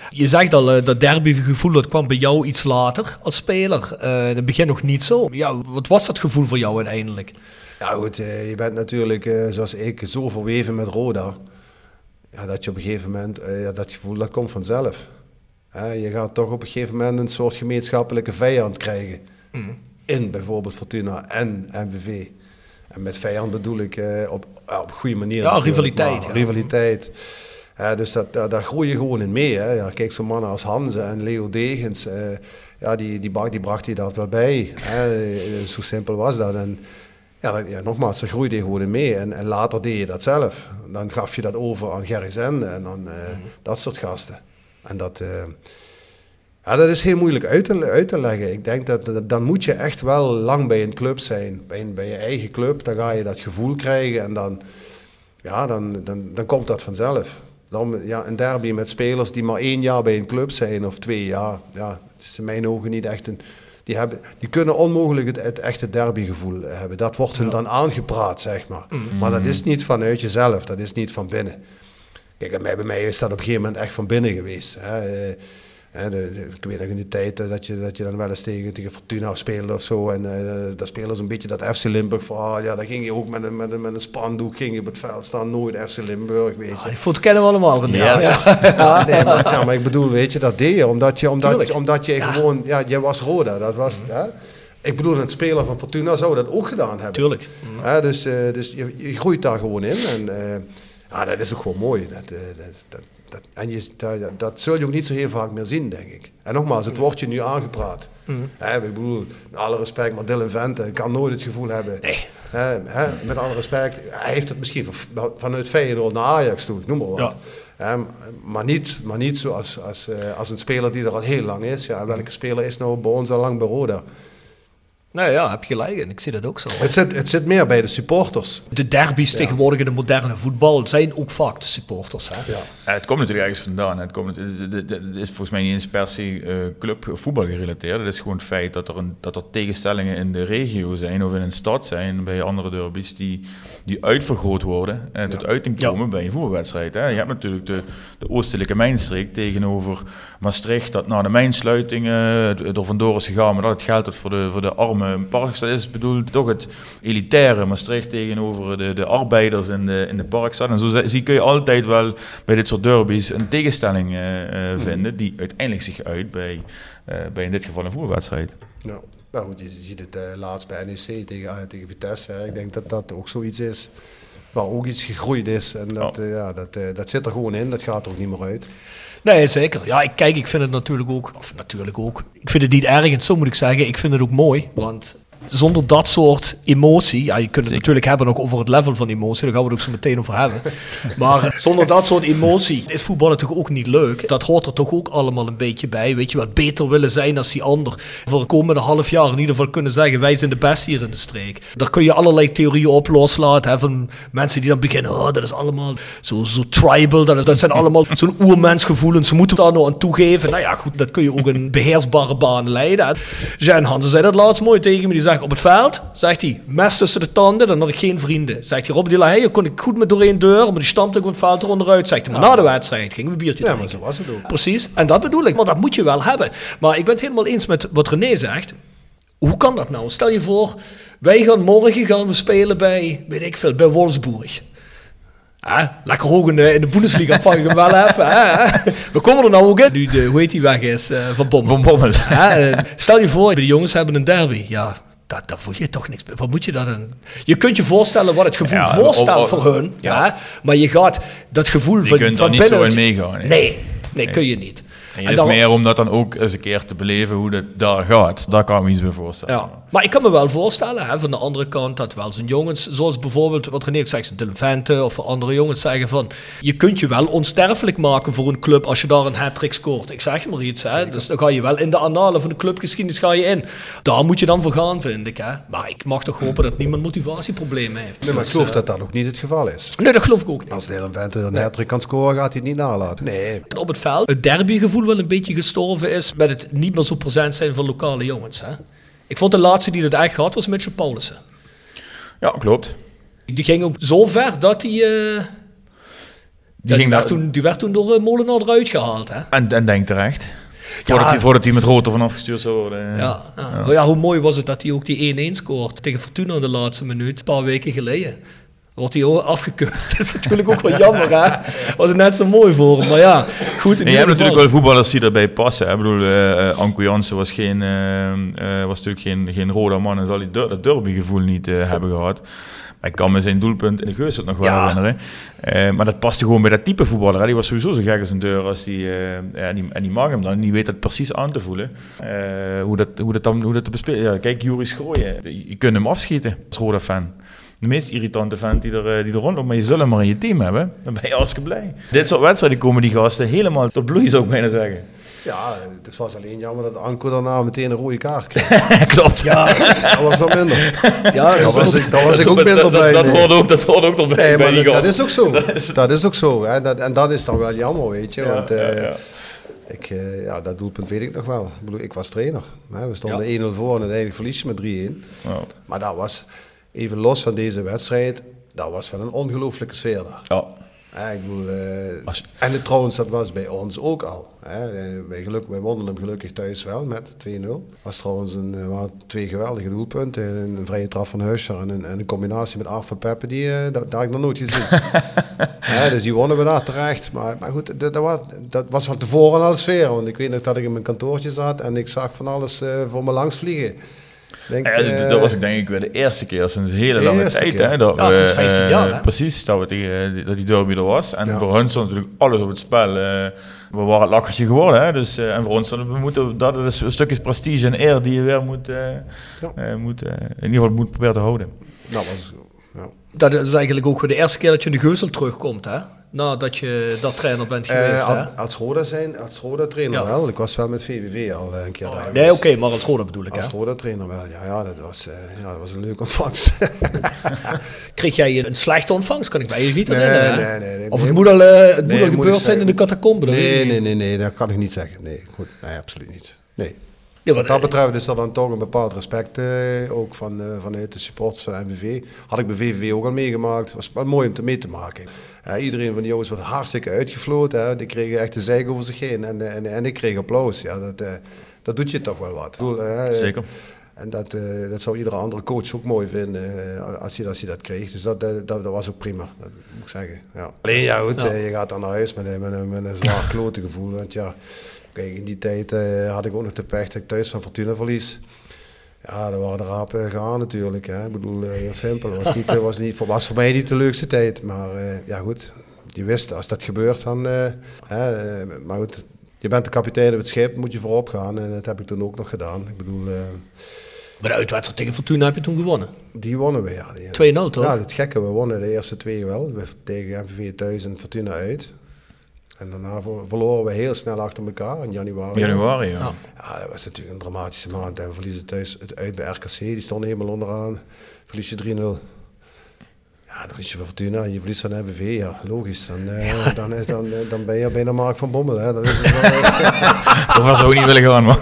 Je zegt al, dat derbygevoel dat kwam bij jou iets later als speler. In het begin nog niet zo. Ja, wat was dat gevoel voor jou uiteindelijk? Ja goed, je bent natuurlijk, zoals ik, zo verweven met Roda. Ja, dat je op een gegeven moment, dat gevoel dat komt vanzelf. Je gaat toch op een gegeven moment een soort gemeenschappelijke vijand krijgen. In bijvoorbeeld Fortuna en MVV. En met vijand bedoel ik op een goede manier. Ja, rivaliteit. Ja. Rivaliteit. Dus daar groei je gewoon in mee. Hè. Ja, kijk, zo'n mannen als Hanze en Leo Degens, die bracht hij daar wel bij. Zo simpel was dat. En nogmaals, daar groeide je gewoon in mee. En later deed je dat zelf. Dan gaf je dat over aan Gerry Zende en dan dat soort gasten. En dat is heel moeilijk uit te leggen. Ik denk dat dan moet je echt wel lang bij een club zijn. Bij je eigen club, dan ga je dat gevoel krijgen en dan komt dat vanzelf. Een derby met spelers die maar 1 jaar bij een club zijn of 2 jaar. Ja, het is in mijn ogen niet echt die kunnen onmogelijk het echte derbygevoel hebben. Dat wordt hun dan aangepraat, zeg maar. Maar dat is niet vanuit jezelf, dat is niet van binnen. Kijk, bij mij is dat op een gegeven moment echt van binnen geweest. Ik weet nog in die tijd dat je dan wel eens tegen Fortuna speelde of zo. En dat speelde zo'n beetje dat FC Limburg verhaal. Ja, dan ging je ook met een spandoek op het veld staan. Nooit FC Limburg, weet je. Die foto kennen we allemaal. Maar ik bedoel, weet je, dat deed je. Omdat je gewoon... Ja, jij was Roda. Dat was... Ik bedoel, een speler van Fortuna zou dat ook gedaan hebben. Tuurlijk. Dus je groeit daar gewoon in. En dat is ook gewoon mooi. Dat zul je ook niet zo heel vaak meer zien, denk ik. En nogmaals, het wordt je nu aangepraat. Ik bedoel, met alle respect, maar Dylan Vente kan nooit het gevoel hebben... Nee. Met alle respect, hij heeft het misschien vanuit Feyenoord naar Ajax toe, noem maar wat. Ja. Maar niet zoals als een speler die er al heel lang is. Ja, welke speler is nou bij ons al lang bij Roda? Nou ja, heb je gelijk en ik zie dat ook zo. Het zit meer bij de supporters. De derbies tegenwoordig in de moderne voetbal zijn ook vaak de supporters. Hè? Ja. Het komt natuurlijk ergens vandaan. Het is volgens mij niet eens per se club voetbal gerelateerd. Het is gewoon het feit dat er tegenstellingen in de regio zijn of in een stad zijn bij andere derbies die uitvergroot worden en tot uiting komen bij een voetbalwedstrijd. Hè. Je hebt natuurlijk de oostelijke mijnstreek tegenover Maastricht, dat na de mijnsluiting er vandoor is gegaan, maar dat het geld dat voor de arme Parkstad is bedoeld, toch het elitaire Maastricht tegenover de arbeiders in de Parkstad. En zo kun je altijd wel bij dit soort derbies een tegenstelling vinden die uiteindelijk zich uit bij in dit geval een voetbalwedstrijd. Ja. Nou goed, je ziet het laatst bij NEC tegen Vitesse. Hè. Ik denk dat dat ook zoiets is waar ook iets gegroeid is. En dat zit er gewoon in, dat gaat er ook niet meer uit. Nee, zeker. Ja, ik vind het natuurlijk ook. Ik vind het niet ergend, zo moet ik zeggen. Ik vind het ook mooi, want zonder dat soort emotie, ja, je kunt het natuurlijk hebben nog over het level van emotie, daar gaan we het ook zo meteen over hebben. Maar zonder dat soort emotie is voetballen toch ook niet leuk. Dat hoort er toch ook allemaal een beetje bij. Weet je, wat beter willen zijn als die ander. Voor het komende half jaar in ieder geval kunnen zeggen, wij zijn de beste hier in de streek. Daar kun je allerlei theorieën op loslaten. Hè, van mensen die dan beginnen, dat is allemaal zo tribal. Dat zijn allemaal zo'n oermensgevoelens. Ze moeten daar nou aan toegeven. Nou ja, goed, dat kun je ook in beheersbare banen leiden. Jean Hansen zei dat laatst mooi tegen me. Die zegt op het veld, zegt hij, mes tussen de tanden, dan had ik geen vrienden. Zegt hij, Rob de La Haye kon ik goed met door één deur, maar die stampte ik op het veld eronderuit. Zegt hij, maar na de wedstrijd gingen we een biertje drinken. Ja, maar zo was het ook. Precies, en dat bedoel ik, maar dat moet je wel hebben. Maar ik ben het helemaal eens met wat René zegt. Hoe kan dat nou? Stel je voor, morgen gaan we spelen bij, weet ik veel, bij Wolfsburg. Lekker hoog in de Bundesliga pak ik hem wel even. We komen er nou ook in. Nu hoe heet die weg is, Van Bommel. Van Bommel. Stel je voor, de jongens hebben een derby. Ja, daar voel je toch niks. Wat moet je dat dan? Je kunt je voorstellen wat het gevoel voorstelt voor hun. Ja. Maar je gaat dat gevoel van binnen... Je kunt er niet zo in meegaan. Nee, kun je niet. En het is meer om dat dan ook eens een keer te beleven hoe dat daar gaat. Daar kan ik me iets bij voorstellen. Ja. Maar ik kan me wel voorstellen, van de andere kant, dat wel zo'n jongens, zoals bijvoorbeeld wat René ook zegt, Dylan Vente of andere jongens zeggen van, je kunt je wel onsterfelijk maken voor een club als je daar een hat-trick scoort. Ik zeg maar iets, hè. Dus dan ga je wel in de annalen van de clubgeschiedenis ga je in. Daar moet je dan voor gaan, vind ik. Hè. Maar ik mag toch hopen dat niemand motivatieproblemen heeft. Nee, maar ik geloof dat dat ook niet het geval is. Nee, dat geloof ik ook niet. Als Dylan Vente een hat-trick kan scoren, gaat hij het niet nalaten. Nee. Op het veld, het derbygevoel wel een beetje gestorven is met het niet meer zo present zijn van lokale jongens. Hè. Ik vond de laatste die dat echt had, was Mitchell Paulussen. Ja, klopt. Die ging ook zo ver dat hij Die werd toen door Molenaar eruit gehaald. Hè? En denk terecht. Ja. Voordat hij met rood ervan afgestuurd zou worden. Ja, hoe mooi was het dat hij ook die 1-1 scoort tegen Fortuna in de laatste minuut, een paar weken geleden. Wordt hij ook afgekeurd. Dat is natuurlijk ook wel jammer, hè? Was het net zo mooi voor hem. Maar ja, goed. Je hebt natuurlijk wel voetballers die erbij passen. Hè? Ik bedoel, Anko Jansen was natuurlijk geen rode man en zal hij dat derbygevoel niet hebben gehad. Maar ik kan me zijn doelpunt in de Geus nog wel herinneren. Maar dat paste gewoon bij dat type voetballer. Hè? Die was sowieso zo gek als een deur. Als die mag hem dan. Die weet dat precies aan te voelen. Hoe dat te bespelen. Ja, kijk, Joris Schrooien. Je kunt hem afschieten als rode fan. De meest irritante vent die er rondloopt, maar je zult hem maar in je team hebben. Dan ben je hartstikke blij. Dit soort wedstrijden komen die gasten helemaal tot bloei, zou ik bijna zeggen. Ja, het was alleen jammer dat Anko daarna meteen een rode kaart kreeg. Klopt. Ja, dat was wel minder. Ja, daar was ik ook minder blij. Dat hoort ook erbij. Nee, maar dat is ook zo. Dat is ook zo. Hè. En dat is dan wel jammer, weet je. Want dat doelpunt weet ik nog wel. Ik bedoel, ik was trainer. Hè. We stonden 1-0 voor en uiteindelijk verlies je met 3-1. Ja. Maar dat was... Even los van deze wedstrijd, dat was wel een ongelooflijke sfeer daar. Ja. Ik bedoel, en trouwens, dat was bij ons ook al. Wij wonnen hem gelukkig thuis wel met 2-0. Was trouwens waren 2 geweldige doelpunten. Een vrije trap van Huscher en een combinatie met Arf van Peppe, dat had ik nog nooit gezien. Dus die wonnen we daar terecht. Maar goed, dat was van tevoren al een sfeer. Want ik weet nog dat ik in mijn kantoortje zat en ik zag van alles voor me langs vliegen. Dat was ik denk ik weer de eerste keer sinds een hele lange tijd. Hè, sinds 15 jaar. Hè? Precies, dat die derby er was. En voor hun stond natuurlijk alles op het spel. We waren het lakkertje geworden. Hè, dus, en voor ons dat is een stukje prestige en eer die je weer moet in ieder geval moet proberen te houden. Dat is eigenlijk ook weer de eerste keer dat je in de Geuzel terugkomt, hè? Nadat je dat trainer bent geweest, hè? Als Roda trainer wel. Ik was wel met VVV al een keer daar. Nee, oké, maar als Roda bedoel ik, hè? Als Roda trainer wel, ja. Dat was een leuke ontvangst. Kreeg jij een slechte ontvangst? Kan ik mij niet herinneren, Nee. Of het moet al gebeurd zijn in de catacomben? Nee, dat kan ik niet zeggen. Nee, goed, nee, absoluut niet. Nee. Ja, wat dat betreft is er dan toch een bepaald respect, ook vanuit de supporters van MVV. Had ik bij VVV ook al meegemaakt. Het was wel mooi om mee te maken. Iedereen van die jongens werd hartstikke uitgefloten. Die kregen echt de zeik over zich heen en ik kreeg applaus. Ja, dat doet je toch wel wat. Zeker. En dat zou iedere andere coach ook mooi vinden als hij dat kreeg. Dus dat was ook prima, dat moet ik zeggen. Ja. Alleen je gaat dan naar huis met een zwaar klote gevoel. Want ja, kijk, in die tijd had ik ook nog de pech dat ik thuis van Fortuna verlies. Ja, dan waren de rapen gaan natuurlijk. Hè. Ik bedoel, heel simpel. Was voor mij niet de leukste tijd. Maar ja goed, je wist als dat gebeurt dan... maar goed, je bent de kapitein op het schip, moet je voorop gaan. En dat heb ik toen ook nog gedaan. Ik bedoel... Maar de uitwedstrijd tegen Fortuna heb je toen gewonnen? Die wonnen we, ja. 2-0 toch? Ja, het gekke, we wonnen de eerste 2 wel. We tegen MVV thuis en Fortuna uit. En daarna verloren we heel snel achter elkaar in januari. Ja. Ja, dat was natuurlijk een dramatische maand. En we verliezen thuis uit bij RKC, die stonden helemaal onderaan. Verlies je 3-0. Ja, dan verlies je van Fortuna en je verliest van MVV. Ja, logisch. Dan ben je bijna Mark van Bommel. Hè. Dan is het wel... Zo ver zou ik niet willen gaan, man.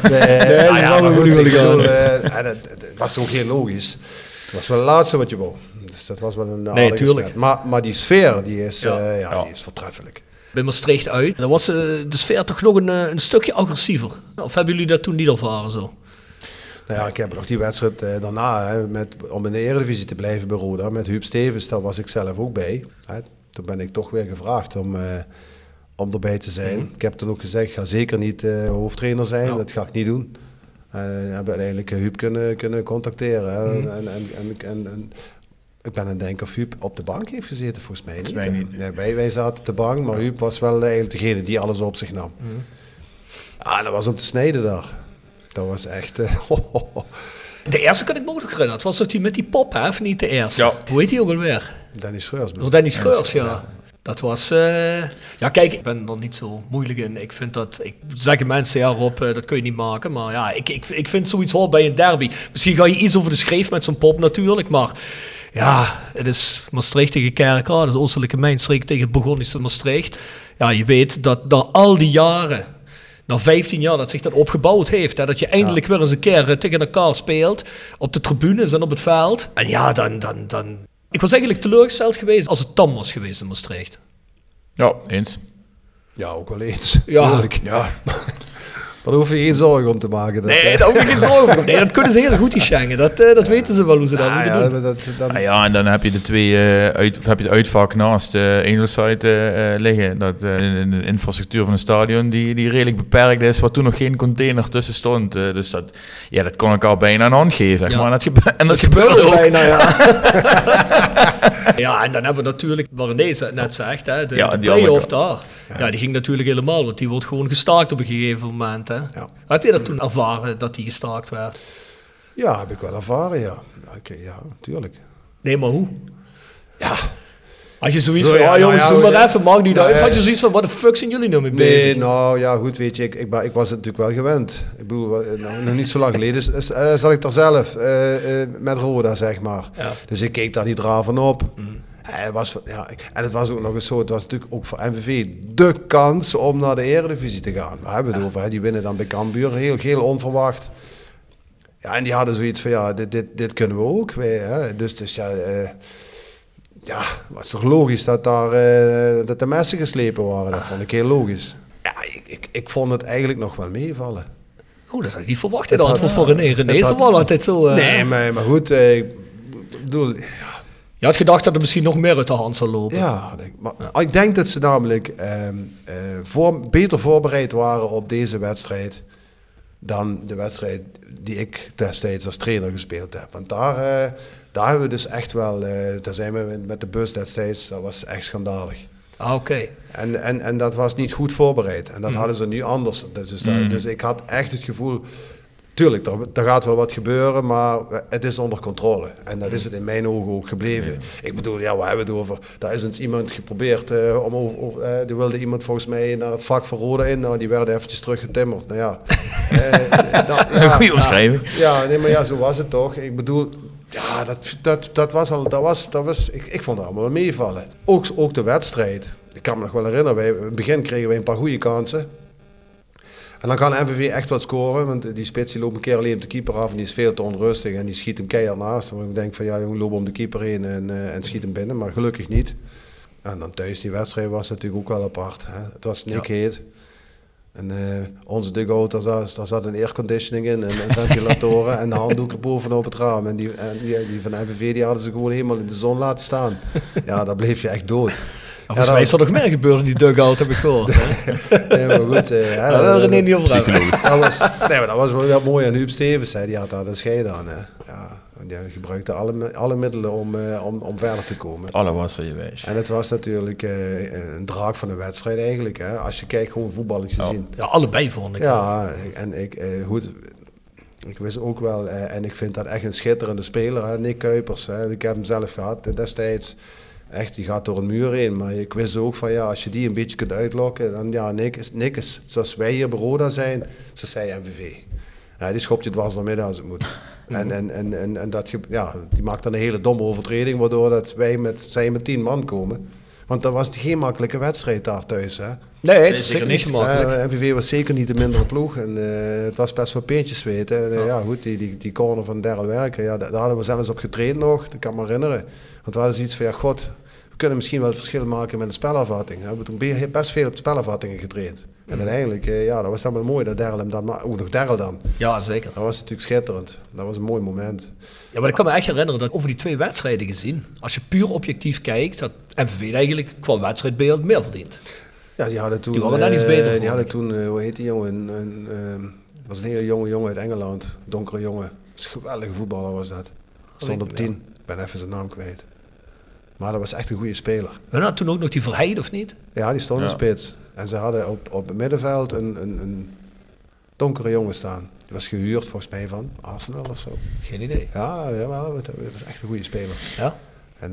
Het was ook heel logisch. Het was wel het laatste wat je wou. Dus dat was wel een aardige smet. Maar die sfeer, die is voortreffelijk. Bij Maastricht uit, dan was de sfeer toch nog een stukje agressiever. Of hebben jullie dat toen niet ervaren zo? Nou ja, ik heb nog die wedstrijd daarna, om in de Eredivisie te blijven bij Roda, met Huub Stevens, daar was ik zelf ook bij. Toen ben ik toch weer gevraagd om erbij te zijn. Mm-hmm. Ik heb toen ook gezegd, ik ga zeker niet hoofdtrainer zijn, dat ga ik niet doen. We hebben uiteindelijk Huub kunnen contacteren. Hè. En ik ben aan het denken of Huub op de bank heeft gezeten, volgens mij niet. Nee, wij zaten op de bank, maar Huub was wel eigenlijk degene die alles op zich nam. Mm. Dat was om te snijden daar. Dat was echt... De eerste kan ik me ook nog herinneren. Het was dat hij met die pop, hè, of niet de eerste? Ja. Hoe heet hij ook alweer? Dennis Schreurs. Dennis Schreurs, ja. Dat was... Ja, kijk, ik ben er niet zo moeilijk in. Ik vind dat... Zeggen mensen, ja Rob, dat kun je niet maken. Maar ja, ik vind zoiets hoort bij een derby. Misschien ga je iets over de schreef met zo'n pop natuurlijk, maar... Ja, het is Maastricht tegen Kerkrade, het is Oostelijke Mijnstreek tegen het Bourgondische Maastricht. Ja, je weet dat na al die jaren, na 15 jaar dat zich dat opgebouwd heeft, hè, dat je eindelijk weer eens een keer tegen elkaar speelt, op de tribunes en op het veld. En ja, dan... Ik was eigenlijk teleurgesteld geweest als het tam was geweest in Maastricht. Ja, eens. Ja, ook wel eens. Ja. Tuurlijk. Ja. Maar daar hoef je geen zorgen om te maken. Nee, daar hoef ik geen zorgen om. Nee, dat kunnen ze heel goed, die Schengen. Dat weten ze wel hoe ze dat moeten doen. Ja, en dan heb je de twee heb je het uitvak naast Angelside liggen. Dat in de infrastructuur van een stadion die redelijk beperkt is, waar toen nog geen container tussen stond. Dus dat kon ik al bijna een hand geven. Zeg maar. En dat gebeurde ook. Bijna, ja. Ja, en dan hebben we natuurlijk, waar René net zegt, hè, de play-off daar. Ja, die ging natuurlijk helemaal, want die wordt gewoon gestaakt op een gegeven moment. Hè. Ja. Heb je dat toen ervaren, dat die gestaakt werd? Ja, heb ik wel ervaren, ja. Ja, tuurlijk. Nee, maar hoe? Ja. Als je zoiets van, jongens, doe maar even, mag niet uit. Had je zoiets van, wat de fuck zijn jullie nou mee bezig? Nee, nou ja, goed, weet je, ik was het natuurlijk wel gewend. Ik bedoel, nog niet zo lang geleden zat ik daar zelf met Roda, zeg maar. Ja. Dus ik keek daar niet raar van op. En het was ook nog eens zo, het was natuurlijk ook voor MVV de kans om naar de Eredivisie te gaan. We hebben het over, die winnen dan bij Cambuur, heel onverwacht. Ja, en die hadden zoiets van, dit kunnen we ook. Dus ja... het is toch logisch dat de messen geslepen waren. Dat vond ik heel logisch. Ja, ik vond het eigenlijk nog wel meevallen. Oh, dat had ik niet verwacht. Dat antwoord voor René. René is wel altijd zo... Nee, maar goed, ik bedoel... Je had gedacht dat het misschien nog meer uit de hand zou lopen. Ja, maar ik denk dat ze namelijk beter voorbereid waren op deze wedstrijd dan de wedstrijd die ik destijds als trainer gespeeld heb. Want daar hebben we dus echt wel... daar zijn we met de bus destijds, dat was echt schandalig. Ah, oké. En dat was niet goed voorbereid. En dat hadden ze nu anders. Dus ik had echt het gevoel... Tuurlijk, er gaat wel wat gebeuren, maar het is onder controle. En dat is het in mijn ogen ook gebleven. Ik bedoel, we hebben het over... Daar is eens iemand geprobeerd die wilde iemand volgens mij naar het vak van Roda in. Nou, die werden eventjes teruggetimmerd. Nou ja... Goeie omschrijving. Maar zo was het toch. Ik bedoel... Ja, ik vond het allemaal wel meevallen. Ook de wedstrijd. Ik kan me nog wel herinneren, in het begin kregen wij een paar goede kansen. En dan kan MVV echt wat scoren, want die spits die loopt een keer alleen op de keeper af en die is veel te onrustig en die schiet hem keihard naast. Dan denk ik van, jongen, loop om de keeper heen en schiet hem binnen, maar gelukkig niet. En dan thuis, die wedstrijd was natuurlijk ook wel apart. Hè. Het was nikheet. En onze dugout, daar zat een airconditioning in en ventilatoren en de handdoeken bovenop het raam. En die van MVV die hadden ze gewoon helemaal in de zon laten staan. Ja, daar bleef je echt dood. Volgens mij is er nog meer gebeurd in die dugout, heb ik gehoord. Nee, maar goed. René niet over psychologisch. Dat was wel mooi aan Huub Stevens. Die had daar de scheid aan. Hè. Ja, die gebruikte alle middelen om verder te komen. Alle was er je wijs. En het was natuurlijk een draak van de wedstrijd eigenlijk. Hè. Als je kijkt, gewoon voetballers gezien. Ja, allebei vond ik. Ja, en ik wist ook wel, en ik vind dat echt een schitterende speler, hè, Nick Kuipers. Hè. Ik heb hem zelf gehad destijds. Echt, die gaat door een muur heen. Maar ik wist ook van, als je die een beetje kunt uitlokken, dan Nick is zoals wij hier bij Roda zijn, zoals zij MVV. Ja, die schopt je dwars door midden als het moet. En die maakt dan een hele domme overtreding, waardoor dat zij met 10 man komen. Want dat was geen makkelijke wedstrijd daar thuis. Hè? Nee, het is zeker niet gemakkelijk. MVV was zeker niet de mindere ploeg. En het was best wel peentjes zweten. En, ja, goed, die corner van Darryl Werker, daar hadden we zelfs op getraind nog. Dat kan me herinneren. Want we hadden zoiets van, we kunnen misschien wel het verschil maken met de spelervatting. We hebben toen best veel op spelervattingen getraind. En uiteindelijk, dat was dan wel mooi dat Darryl hem dan... Ook nog Darryl dan. Ja, zeker. Dat was natuurlijk schitterend. Dat was een mooi moment. Ja, maar ik kan me echt herinneren dat over die 2 wedstrijden gezien, als je puur objectief kijkt, dat MVV eigenlijk qua wedstrijdbeeld meer verdient. Ja, die hadden toen... Die waren daar iets beter voor. Die hadden toen, hoe heet die jongen? Was een hele jonge jongen uit Engeland. Donkere jongen. Een geweldige voetballer was dat. Stond op 10. Ik ben even zijn naam kwijt. Maar dat was echt een goede speler. We hadden toen ook nog die Verheid, of niet? Ja, die stond in spits. En ze hadden op het middenveld een donkere jongen staan. Die was gehuurd volgens mij van Arsenal of zo. Geen idee. Ja, dat was echt een goede speler. Ja? En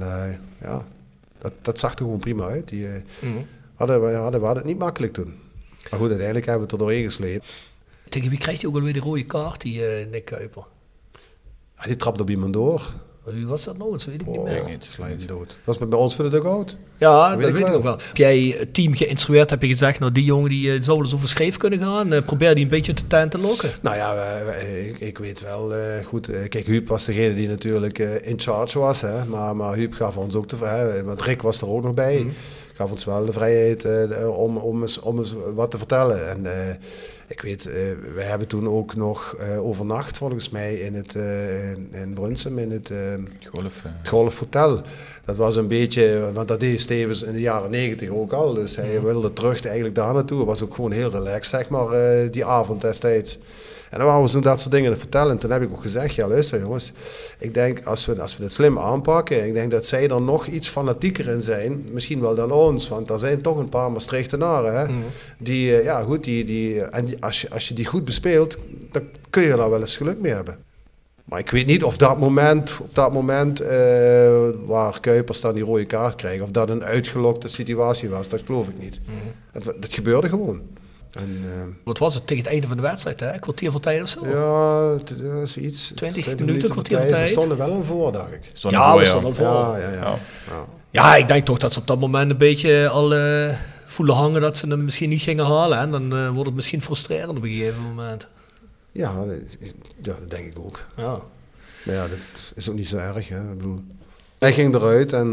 dat zag er gewoon prima uit. Die we hadden het niet makkelijk toen. Maar goed, uiteindelijk hebben we het er doorheen gesleept. Tegen wie krijgt hij ook alweer die rode kaart, die Nick Kuiper? Ja, die trapte op iemand door. Wie was dat nou? Dat weet ik niet meer. Sla je niet dood. Dat was bij ons voor de dugout. Ja, dat weet ik nog wel. Heb jij het team geïnstrueerd? Heb je gezegd, nou die jongen die zou dus over scheef kunnen gaan? Probeer die een beetje te tent te lokken? Nou ja, ik weet wel goed. Kijk, Huub was degene die natuurlijk in charge was. Hè, maar Huub gaf ons ook te... want Rick was er ook nog bij. gaf ons wel de vrijheid om eens wat te vertellen. En ik weet, wij hebben toen ook nog overnacht volgens mij in Brunsum in het Golf Hotel. Dat was een beetje, want dat deed Stevens in de jaren 90 ook al. Dus hij wilde terug eigenlijk daar naartoe. Het was ook gewoon heel relaxed, zeg maar, die avond destijds. En dan waren we zo dat soort dingen te vertellen. En toen heb ik ook gezegd, ja luister jongens, ik denk als we dit slim aanpakken, ik denk dat zij er nog iets fanatieker in zijn, misschien wel dan ons. Want er zijn toch een paar Maastrichtenaren, hè, die, en als je die goed bespeelt, dan kun je daar wel eens geluk mee hebben. Maar ik weet niet of op dat moment waar Kuipers dan die rode kaart kreeg, of dat een uitgelokte situatie was, dat geloof ik niet. Dat gebeurde gewoon. En, wat was het tegen het einde van de wedstrijd, hè? Een kwartier voor tijd of zo? Ja, dat is iets. 20 minuten, kwartier voor tijd. We stonden wel al voor, dacht ik. We stonden al voor. Ja, ik denk toch dat ze op dat moment een beetje al voelen hangen dat ze hem misschien niet gingen halen. En dan wordt het misschien frustrerend op een gegeven moment. Ja, dat denk ik ook. Ja. Maar ja, dat is ook niet zo erg. Hè? Ik bedoel, hij ging eruit en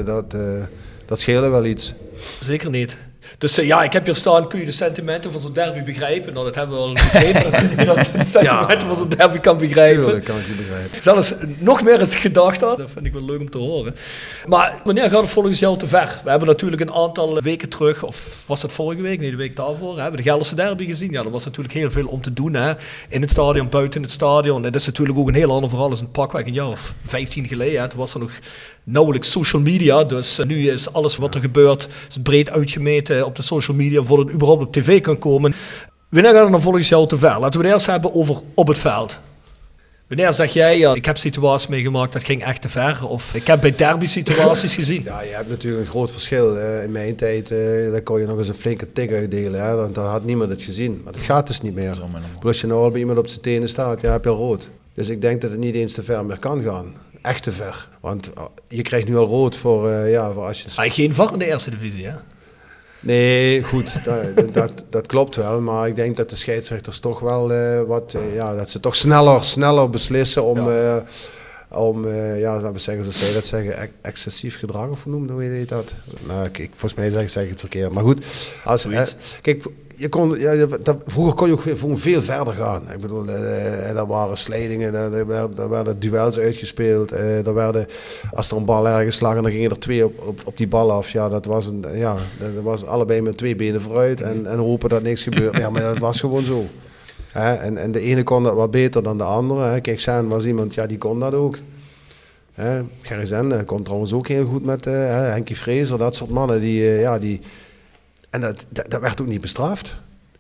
dat scheelde wel iets. Zeker niet. Dus ik heb hier staan, kun je de sentimenten van zo'n derby begrijpen? Nou, dat hebben we al begrepen, dat je de sentimenten van zo'n derby kan begrijpen. Tuurlijk kan ik die begrijpen. Zelfs nog meer als ik gedacht had, dat vind ik wel leuk om te horen. Maar wanneer gaat het volgens jou te ver? We hebben natuurlijk een aantal weken terug, of was het vorige week? Nee, de week daarvoor. We hebben de Gelderse derby gezien. Ja, er was natuurlijk heel veel om te doen. Hè? In het stadion, buiten het stadion. Dat is natuurlijk ook een heel ander verhaal als een pakweg een jaar of 15 geleden. Hè? Toen was er nog nauwelijks social media. Dus nu is alles wat er gebeurt is breed uitgemeten op de social media voordat het überhaupt op tv kan komen. Wanneer gaat het dan volgens jou te ver? Laten we het eerst hebben over op het veld. Wanneer zeg jij, ik heb situaties meegemaakt dat ging echt te ver? Of ik heb bij derby situaties gezien? Ja, je hebt natuurlijk een groot verschil. In mijn tijd daar kon je nog eens een flinke tik uitdelen. Hè, want dan had niemand het gezien. Maar dat gaat dus niet meer. Als je nou al bij iemand op zijn tenen staat, heb je al rood. Dus ik denk dat het niet eens te ver meer kan gaan. Echt te ver. Want je krijgt nu al rood voor als je... Geen VAR in de eerste divisie, hè? Nee, goed, dat klopt wel. Maar ik denk dat de scheidsrechters toch wel dat ze toch sneller beslissen om laten we zeggen, zoals zij dat zeggen, excessief gedrag of hoe heet dat? Nou, volgens mij zeg ik het verkeerd. Maar goed, kijk, vroeger kon je ook veel verder gaan. Ik bedoel, er waren slijdingen, er werden duels uitgespeeld. Als er een bal ergens lag en dan gingen er 2 op die bal af. Ja, dat was allebei met 2 benen vooruit en hopen dat niks gebeurt. Ja, maar dat was gewoon zo. En de ene kon dat wat beter dan de andere. Kijk, Sen was iemand, die kon dat ook. Gerry Zen kon trouwens ook heel goed met Henkie Vrezer, dat soort mannen. En dat werd ook niet bestraft.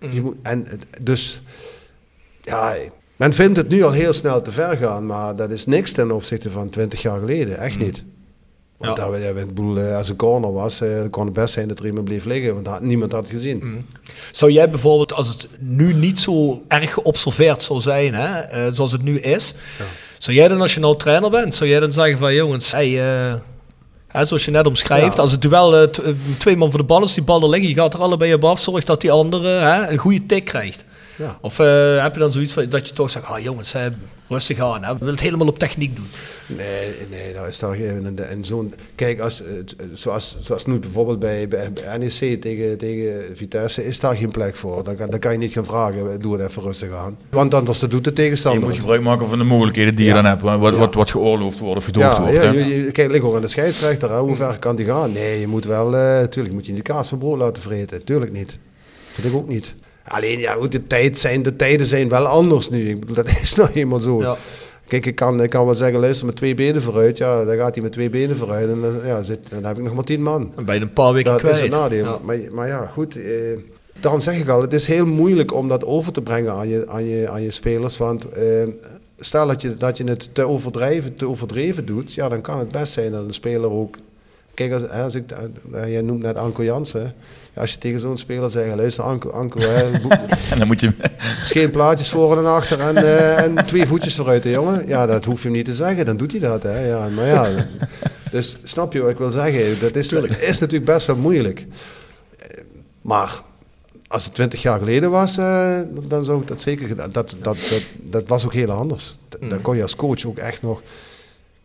Men vindt het nu al heel snel te ver gaan, maar dat is niks ten opzichte van 20 jaar geleden. Echt niet. Want als een corner was, kon het best zijn dat er iemand bleef liggen, want niemand had het gezien. Zou jij bijvoorbeeld, als het nu niet zo erg geobserveerd zou zijn, zoals het nu is, zou jij dan als je nou trainer bent, zou jij dan zeggen van jongens, zoals je net omschrijft, als het duel 2 man voor de bal is, die bal er liggen, je gaat er allebei op af, zorg dat die andere een goede tik krijgt. Ja. Of heb je dan zoiets van dat je toch zegt, jongens, rustig aan, we willen het helemaal op techniek doen. Nee, daar is daar in zo'n... Kijk, zoals nu bijvoorbeeld bij NEC tegen Vitesse, is daar geen plek voor. Dan kan je niet gaan vragen, doe het even rustig aan. Want anders doet de tegenstander. Je moet gebruik maken van de mogelijkheden die je dan hebt, wat geoorloofd wordt of gedoogd wordt. Kijk, ligt ook aan de scheidsrechter, hoe ver kan die gaan? Nee, je moet wel, tuurlijk moet je niet de kaas van brood laten vreten. Tuurlijk niet. Vind ik ook niet. Alleen, de tijden zijn wel anders nu. Ik bedoel, dat is nou eenmaal zo. Ja. Kijk, ik kan wel zeggen, luister, met 2 benen vooruit. Ja, dan gaat hij met 2 benen vooruit. En dan heb ik nog maar 10 man. En bij een paar weken dat kwijt. Dat is het nadeel. Ja. Maar ja, goed. Daarom zeg ik al, het is heel moeilijk om dat over te brengen aan je spelers. Want stel dat je het te overdreven doet, dan kan het best zijn dat een speler ook... Kijk, jij noemt net Anko Jansen. Als je tegen zo'n speler zegt, luister Anko, en dan moet je... geen plaatjes voor en achter en 2 voetjes vooruit, hè, jongen. Ja, dat hoef je hem niet te zeggen, dan doet hij dat. Hè. Ja, maar ja, dus snap je wat ik wil zeggen? Dat is natuurlijk best wel moeilijk. Maar als het 20 jaar geleden was, dan zou ik dat zeker... Dat was ook heel anders. Dan kon je als coach ook echt nog...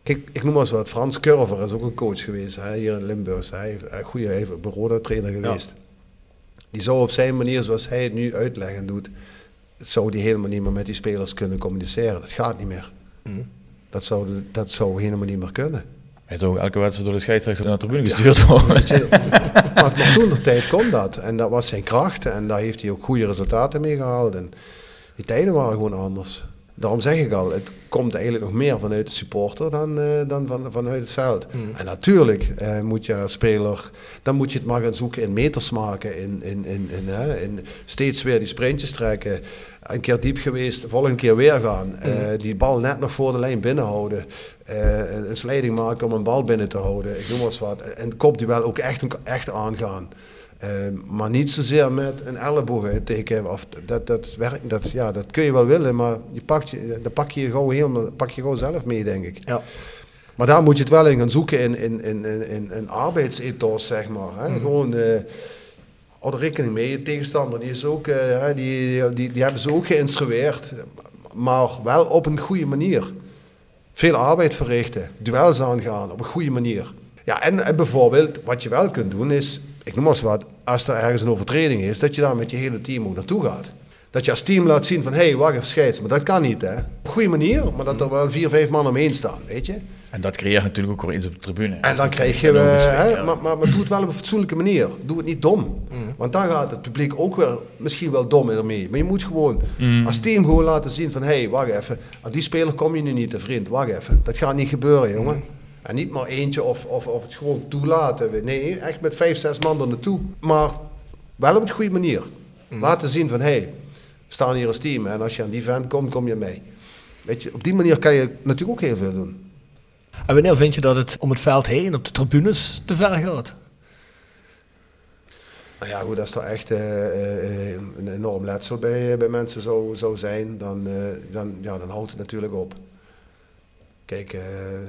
Kijk, ik noem maar eens wat. Frans Curver is ook een coach geweest hier in Limburg. Hij heeft een Roda-trainer geweest. Ja. Die zou op zijn manier, zoals hij het nu uitleggen doet, zou die helemaal niet meer met die spelers kunnen communiceren. Dat gaat niet meer. Dat zou helemaal niet meer kunnen. Hij zou elke wedstrijd door de scheidsrechter naar de tribune gestuurd worden. Maar toen de tijd kon dat. En dat was zijn kracht. En daar heeft hij ook goede resultaten mee gehaald. En die tijden waren gewoon anders. Daarom zeg ik al, het komt eigenlijk nog meer vanuit de supporter dan vanuit het veld. En natuurlijk moet je als speler, dan moet je het maar gaan zoeken in meters maken, in steeds weer die sprintjes trekken. Een keer diep geweest, volgende keer weer gaan. Die bal net nog voor de lijn binnenhouden. Een slijding maken om een bal binnen te houden. Ik noem maar eens wat. En kopduel ook echt aangaan. Maar niet zozeer met een ellebogen teken. Dat kun je wel willen, maar dat pak je gewoon zelf mee, denk ik. Ja. Maar daar moet je het wel in gaan zoeken in arbeidsethos, zeg maar. Hè? Gewoon, hou er rekening mee, je tegenstander die is ook, die hebben ze ook geïnstrueerd, maar wel op een goede manier. Veel arbeid verrichten, duels aangaan op een goede manier. Ja, en bijvoorbeeld, wat je wel kunt doen is, ik noem maar eens wat, als er ergens een overtreding is, dat je daar met je hele team ook naartoe gaat. Dat je als team laat zien van, hé, wacht even, scheids, maar dat kan niet, hè. Op een goede manier, maar dat er wel 4-5 man omheen staan, weet je. En dat creëert natuurlijk ook weer eens op de tribune. En dan krijg je, maar doe het wel op een fatsoenlijke manier. Doe het niet dom. Want dan gaat het publiek ook weer, misschien wel dom ermee. Maar je moet gewoon als team gewoon laten zien van, hé, wacht even, aan die speler kom je nu niet, vriend, wacht even. Dat gaat niet gebeuren, jongen. En niet maar eentje of het gewoon toelaten. Nee, echt met 5-6 man er naartoe. Maar wel op een goede manier. Laten zien van, hé, we staan hier als team. En als je aan die vent komt, kom je mee. Weet je, op die manier kan je natuurlijk ook heel veel doen. En wanneer vind je dat het om het veld heen, op de tribunes, te ver gaat? Nou ja, goed, als er echt een enorm letsel bij mensen zou zijn, dan houdt het natuurlijk op. Kijk,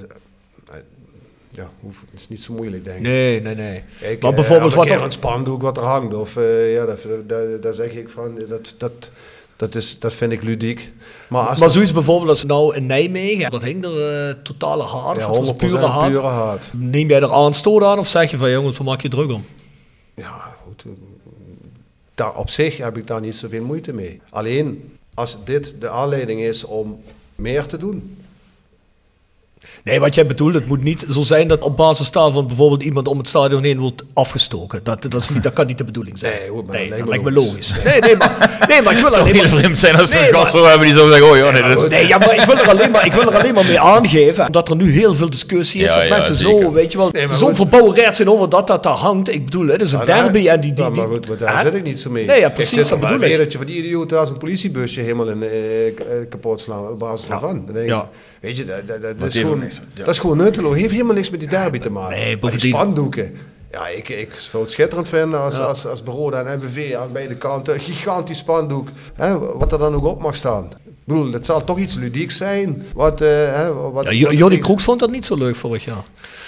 het is niet zo moeilijk, denk ik. Nee. Kijk, maar bijvoorbeeld wat er een spandoek wat er hangt, of daar zeg ik van, dat vind ik ludiek. Maar zoiets bijvoorbeeld als nou in Nijmegen, dat hing er totale haat, ja, 100% pure haat. Neem jij er aanstoot aan of zeg je van, jongens, waar maak je druk om? Ja, goed. Daar op zich heb ik daar niet zoveel moeite mee. Alleen, als dit de aanleiding is om meer te doen. Nee, wat jij bedoelt, het moet niet zo zijn dat op basis daarvan bijvoorbeeld iemand om het stadion heen wordt afgestoken. Dat kan niet de bedoeling zijn. Nee, dat lijkt me logisch. Nee, maar ik wil het zou heel vreemd zijn als we een gast zo hebben die zo zeggen, maar ik wil er alleen maar mee aangeven dat er nu heel veel discussie is. Dat mensen zeker. Zo, weet je wel, zo'n verbouwereerd zijn over dat daar hangt. Ik bedoel, het is een derby en die... Maar goed, maar daar zit ik niet zo mee. Nee, ja, precies, dat bedoel ik. Dat je van die idioten als een politiebusje helemaal kapot slaan op basis daarvan. Dan denk ik, weet je, dat is gewoon nutteloos. Heeft helemaal niks met die derby te maken. Nee, die spandoeken. Ja, ik zou het schitterend vinden als Roda en MVV aan beide kanten. Een gigantisch spandoek. Hè, wat er dan ook op mag staan. Ik bedoel, het zal toch iets ludieks zijn. Jordi Kroeks vond dat niet zo leuk vorig jaar.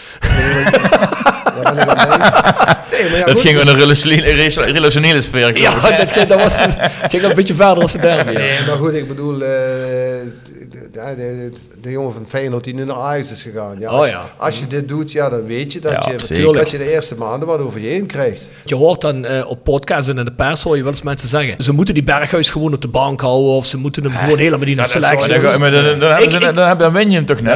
Dat ging in een relationele sfeer. Ja, dat ging een beetje verder als de derby. Nee, maar goed, ik bedoel... de jongen van Feyenoord die nu naar Ajax is gegaan. Ja, als je dit doet, dan weet je dat je de eerste maanden wat over je heen krijgt. Je hoort dan op podcasts en in de pers hoor je wel eens mensen zeggen, ze moeten die Berghuis gewoon op de bank houden of ze moeten hem gewoon helemaal niet in de selectie. Dan win je hem toch net.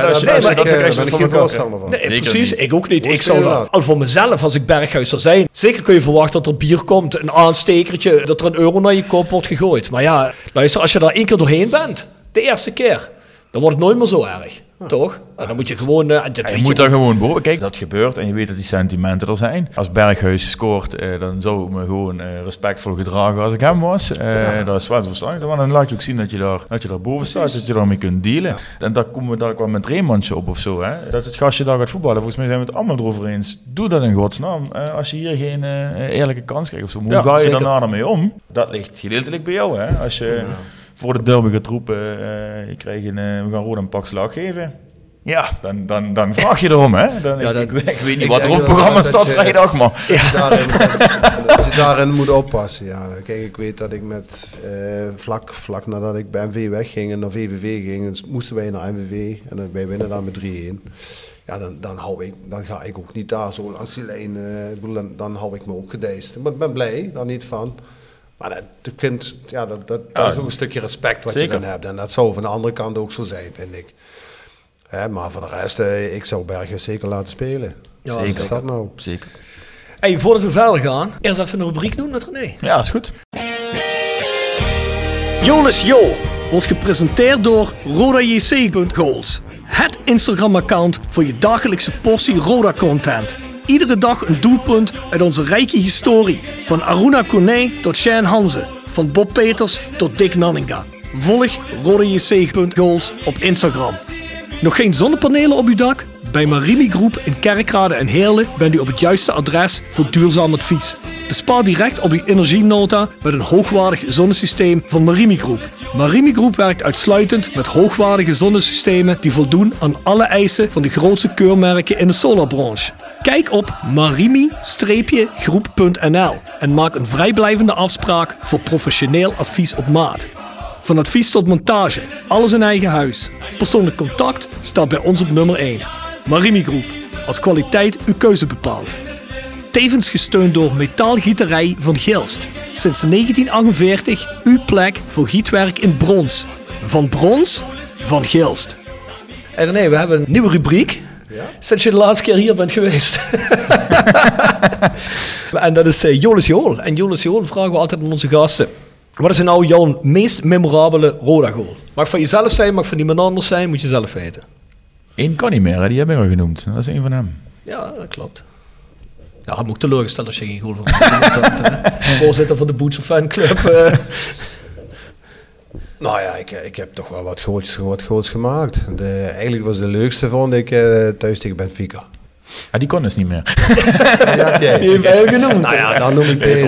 Nee, precies, ik ook niet. Ik zou al voor mezelf, als ik Berghuis zou zijn, zeker kun je verwachten dat er bier komt, een aanstekertje, dat er €1 naar je kop wordt gegooid. Maar ja, luister, als je daar 1 keer doorheen bent, de eerste keer, dan wordt het nooit meer zo erg. Toch? En dan moet je gewoon... je moet daar gewoon boven. Kijk, dat gebeurt en je weet dat die sentimenten er zijn. Als Berghuis scoort, dan zou ik me gewoon respectvol gedragen als ik hem was. Dat is wel verstandig. Maar dan laat je ook zien dat je daar boven staat, dat je daarmee kunt dealen. Ja. En daar komen we dadelijk wel met Reemantje op of zo. Hè? Dat het gastje daar gaat voetballen. Volgens mij zijn we het allemaal erover eens. Doe dat in godsnaam. Als je hier geen eerlijke kans krijgt of zo. Hoe ga je daarna ermee om? Dat ligt gedeeltelijk bij jou. Hè? Als je... voor de derby gaat roepen, we gaan Roda een pak slag geven. Ja, dan vraag je erom, hè. Ik weet niet wat er op het programma staat vrijdag, maar... Als je daarin moet oppassen. Ja. Kijk, ik weet dat ik met vlak nadat ik bij MV wegging en naar VVV ging, dus moesten wij naar MVV en wij winnen daar met 3-1. Ja, dan ga ik ook niet daar zo langs die lijn. Dan hou ik me ook gedijst. Maar ik ben blij daar niet van. Maar dat is ook een stukje respect wat zeker. Je dan hebt. En dat zou van de andere kant ook zo zijn, vind ik. Maar voor de rest, ik zou Berghuis zeker laten spelen. Ja, zeker. Is dat nou? Zeker. Hey, voordat we verder gaan, eerst even een rubriek doen met René. Ja, is goed. Jolis Jo wordt gepresenteerd door RodaJC.goals. Het Instagram-account voor je dagelijkse portie Roda-content. Iedere dag een doelpunt uit onze rijke historie. Van Aruna Kone tot Shane Hanze. Van Bob Peters tot Dick Nanninga. Volg RodaJC.goals op Instagram. Nog geen zonnepanelen op uw dak? Bij Marimi Groep in Kerkrade en Heerlen bent u op het juiste adres voor duurzaam advies. Bespaar direct op uw energienota met een hoogwaardig zonnesysteem van Marimi Groep. Marimi Groep werkt uitsluitend met hoogwaardige zonnesystemen die voldoen aan alle eisen van de grootste keurmerken in de solarbranche. Kijk op marimi-groep.nl en maak een vrijblijvende afspraak voor professioneel advies op maat. Van advies tot montage, alles in eigen huis. Persoonlijk contact staat bij ons op nummer 1. Marimi Groep, als kwaliteit uw keuze bepaalt. Tevens gesteund door Metaalgieterij van Gilst. Sinds 1948 uw plek voor gietwerk in brons. Van brons, van Gilst. En René, we hebben een nieuwe rubriek. Ja? Sinds je de laatste keer hier bent geweest. En dat is Jolis Jool. En Jolis Jool vragen we altijd aan onze gasten. Wat is nou jouw meest memorabele Roda-goal? Mag van jezelf zijn, mag van iemand anders zijn, moet je zelf weten. Eén kan niet meer, hè? Die heb ik al genoemd. Dat is één van hem. Ja, dat klopt. Ja, had me ook teleurgesteld als je geen goal van had. Voorzitter van de Boetse fanclub. Nou ja, ik heb toch wel wat goals gemaakt. Eigenlijk was de leukste, vond ik, thuis tegen Benfica. Ah, die kon dus niet meer. Ja, die heeft hij genoemd. Nou ja, dan noem ik tegen...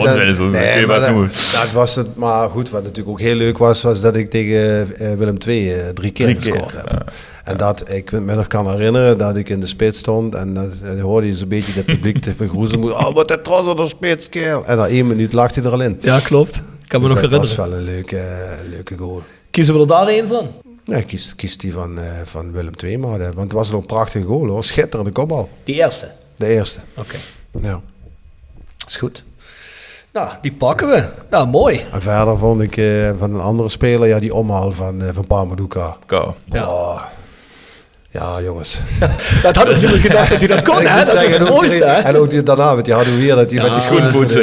Dat was het, maar goed, wat natuurlijk ook heel leuk was dat ik tegen Willem II 3 keer gescoord heb. Ja. En dat ik me nog kan herinneren dat ik in de spits stond en dat hoorde je zo'n beetje het publiek te vergroezen. Oh, wat een trots op de spits, kerel. En na 1 minuut lag hij er al in. Ja, klopt. Ik kan me nog herinneren. Dat was wel een leuke goal. Kiezen we er daar een van? Ja, kies die van Willem II maar. Want het was een prachtige goal hoor. Schitterende kopbal. Die eerste? De eerste. Oké. Ja. Is goed. Nou, die pakken we. Nou, mooi. En verder vond ik van een andere speler, ja, die omhaal van Parmaduka. Ja. Oh. Ja, jongens. Dat had ik niet gedacht dat hij dat kon, hè? Dat was het mooiste, hè? En ook daarna met die Hadouier, dat hij met die schoenen poetsen.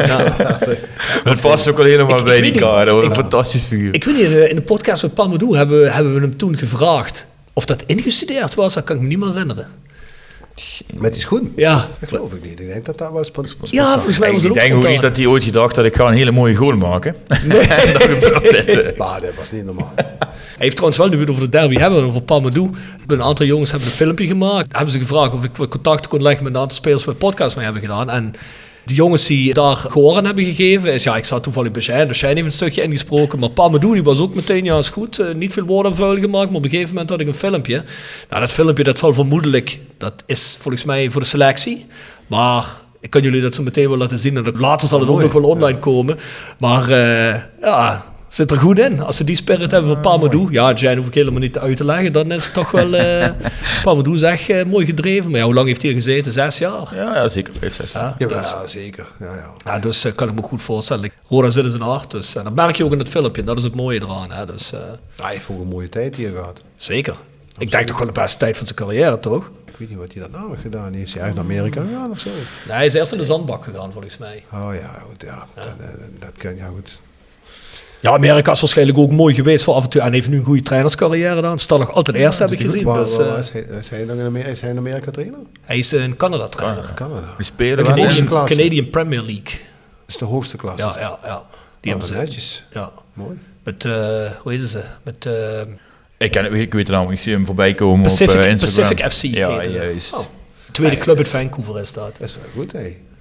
Dat past ook al helemaal bij die kaart. Dat was een fantastisch figuur. Ik weet niet, in de podcast met Parmadou hebben we hem toen gevraagd of dat ingestudeerd was. Dat kan ik me niet meer herinneren. Met die schoen? Ja. Dat geloof ik niet. Ik denk dat dat wel spontaan. Ja, volgens mij was het ook spontaan. Ik denk ook niet dat hij ooit gedacht had, ik ga een hele mooie goal maken. Nee. En dan gebeurt dit. Maar dat was niet normaal. Hij heeft trouwens wel, nu we het over de derby hebben, over Parmadou. Een aantal jongens hebben een filmpje gemaakt. Hebben ze gevraagd of ik contact kon leggen met een aantal spelers waar we podcast mee hebben gedaan. En de jongens die daar gehoor aan hebben gegeven, is ja, ik zat toevallig bij Shane. Dus Shane heeft een stukje ingesproken. Maar Parmadou, die was ook meteen, ja, is goed. Niet veel woorden aan vuil gemaakt, maar op een gegeven moment had ik een filmpje. Nou, dat filmpje, dat zal vermoedelijk, dat is volgens mij voor de selectie. Maar ik kan jullie dat zo meteen wel laten zien. En later zal het ook nog wel online komen. Maar ja, zit er goed in. Als ze die spirit hebben van Parmadou, ja, Jane hoef ik helemaal niet uit te leggen, dan is het toch wel... Parmadou is echt mooi gedreven. Maar ja, hoe lang heeft hij gezeten? 6 jaar? Ja, zeker. 5, 6 jaar. Ja, dus, zeker. Ja, dus kan ik me goed voorstellen. Roda zit in zijn hart. Dus, dat merk je ook in het filmpje. Dat is het mooie eraan. Hè. Dus, hij heeft ook een mooie tijd hier gehad. Zeker. Ik denk toch wel de beste tijd van zijn carrière, toch? Ik weet niet wat hij daarna nog gedaan heeft. Is hij eigenlijk naar Amerika gegaan of zo? Nee, hij is eerst in de zandbak gegaan, volgens mij. Oh ja, goed. Ja. Dat kan, ja goed. Ja, Amerika is waarschijnlijk ook mooi geweest voor af en toe. En heeft nu een goede trainerscarrière gedaan. Stel nog altijd eerst, heb ik gezien. Dus, is hij in Amerika trainer? Hij is in Canada trainer. Canada. We spelen Canadian Premier League. Dat is de hoogste klasse. Ja. Die hebben ze. Netjes. Ja. Mooi. Met, hoe heet ze? Met... Ik weet het nou, ik zie hem voorbij komen Pacific, op Instagram. Pacific FC ja, heette ze. Juist. Tweede club uit Vancouver is dat. Dat is wel goed, hé.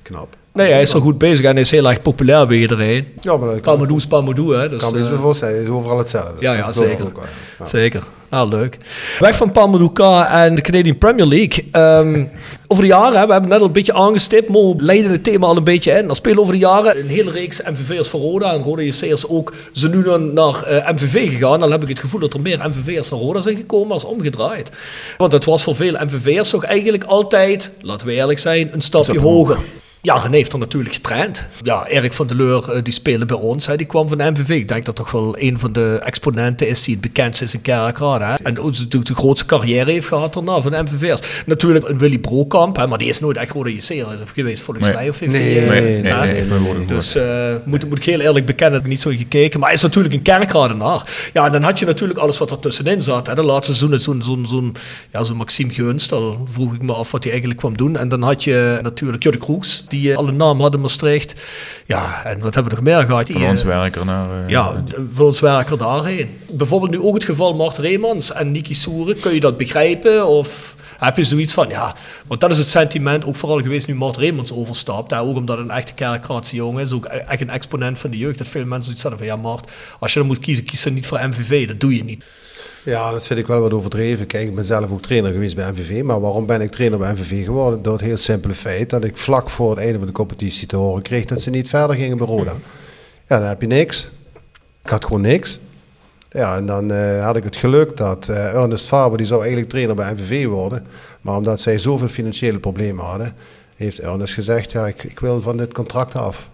knap. Nee, hij is al goed bezig en hij is heel erg populair bij iedereen. Ja, maar Pamadou is Pamadou, hè. Dus, kan me niet zo voorstellen, het is overal hetzelfde. Ja, zeker. Ook wel. Ja. Zeker. Ah, leuk. Weg van Pamadou K en de Canadian Premier League. Over de jaren, we hebben net al een beetje aangestipt, Mo leidde het thema al een beetje in. Dan spelen over de jaren een hele reeks MVV'ers van Roda. En Roda JC'ers ook. Ze nu dan naar MVV gegaan. Dan heb ik het gevoel dat er meer MVV'ers van Roda zijn gekomen als omgedraaid. Want het was voor veel MVV'ers toch eigenlijk altijd, laten we eerlijk zijn, een stapje hoger. Ja, René heeft er natuurlijk getraind. Ja, Erik van der Leur, die speelde bij ons. Hè. Die kwam van de MVV. Ik denk dat toch wel een van de exponenten is die het bekendst is in Kerkrade. Hè. En ook natuurlijk de grootste carrière heeft gehad daarna van de MVV'ers. Natuurlijk een Willy Brokamp, hè, maar die is nooit echt Roda JC'er geweest volgens mij. Of heeft Nee. Dus moet ik heel eerlijk bekennen, heb ik niet zo gekeken. Maar hij is natuurlijk een Kerkradenaar. Ja, en dan had je natuurlijk alles wat er tussenin zat. Hè. De laatste seizoen zo'n Maxime Gunst. Dan vroeg ik me af wat hij eigenlijk kwam doen. En dan had je natuurlijk Jodde Kroeks, die al een naam hadden in Maastricht. Ja, en wat hebben we nog meer gehad? Van ons werker naar... van ons werker daarheen. Bijvoorbeeld nu ook het geval Mart Reemans en Niki Soeren. Kun je dat begrijpen? Of heb je zoiets van, ja... Want dat is het sentiment ook vooral geweest nu Mart Reemans overstapt. Hè? Ook omdat een echte Kerkraadse jongen is. Ook echt een exponent van de jeugd. Dat veel mensen zoiets zeggen van, ja Mart, als je dan moet kiezen, kies dan niet voor MVV. Dat doe je niet. Ja, dat vind ik wel wat overdreven. Kijk, ik ben zelf ook trainer geweest bij MVV. Maar waarom ben ik trainer bij MVV geworden? Door het heel simpele feit dat ik vlak voor het einde van de competitie te horen kreeg dat ze niet verder gingen bij Roda. Ja, dan heb je niks. Ik had gewoon niks. Ja, en dan had ik het geluk dat Ernest Faber, die zou eigenlijk trainer bij MVV worden. Maar omdat zij zoveel financiële problemen hadden, heeft Ernest gezegd, ja, ik wil van dit contract af.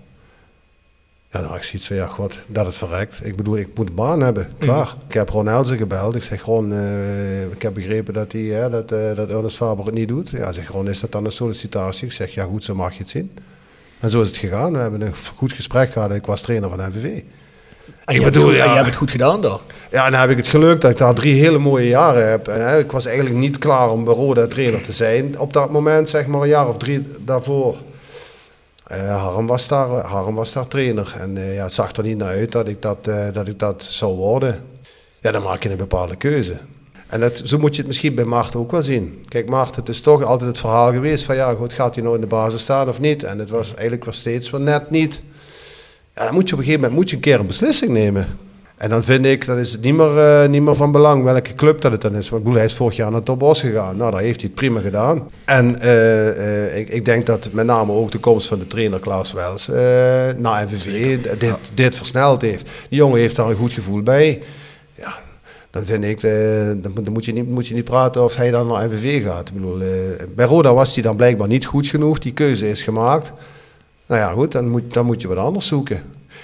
Ja, dan had ik zoiets van, ja, god, dat het verrekt. Ik bedoel, ik moet een baan hebben, klaar. Ik heb Ron Elze gebeld. Ik zeg, Ron, ik heb begrepen dat Ernest Faber het niet doet. Ja, zeg, Ron, is dat dan een sollicitatie? Ik zeg, ja goed, zo mag je het zien. En zo is het gegaan. We hebben een goed gesprek gehad en ik was trainer van MVV. En je hebt het goed gedaan daar. Ja, en dan heb ik het geluk dat ik daar 3 hele mooie jaren heb. En, ik was eigenlijk niet klaar om bij Roda trainer te zijn. Op dat moment, zeg maar een jaar of 3 daarvoor. Harm was daar trainer. En het zag er niet naar uit dat ik dat zou worden. Ja, dan maak je een bepaalde keuze. En zo moet je het misschien bij Maarten ook wel zien. Kijk, Maarten, het is toch altijd het verhaal geweest van, ja goed, gaat hij nou in de basis staan of niet? En het was eigenlijk wel steeds wel net niet. Ja, dan moet je op een gegeven moment een keer een beslissing nemen. En dan vind ik, dat is het niet meer van belang welke club dat het dan is. Want ik bedoel, hij is vorig jaar naar Top Os gegaan. Nou, daar heeft hij het prima gedaan. En ik denk dat met name ook de komst van de trainer Klaas Wels naar MVV dit versneld heeft. Die jongen heeft daar een goed gevoel bij. Ja, dan vind ik, dan moet je niet praten of hij dan naar MVV gaat. Ik bedoel, bij Roda was hij dan blijkbaar niet goed genoeg. Die keuze is gemaakt. Nou ja, goed, dan moet je wat anders zoeken.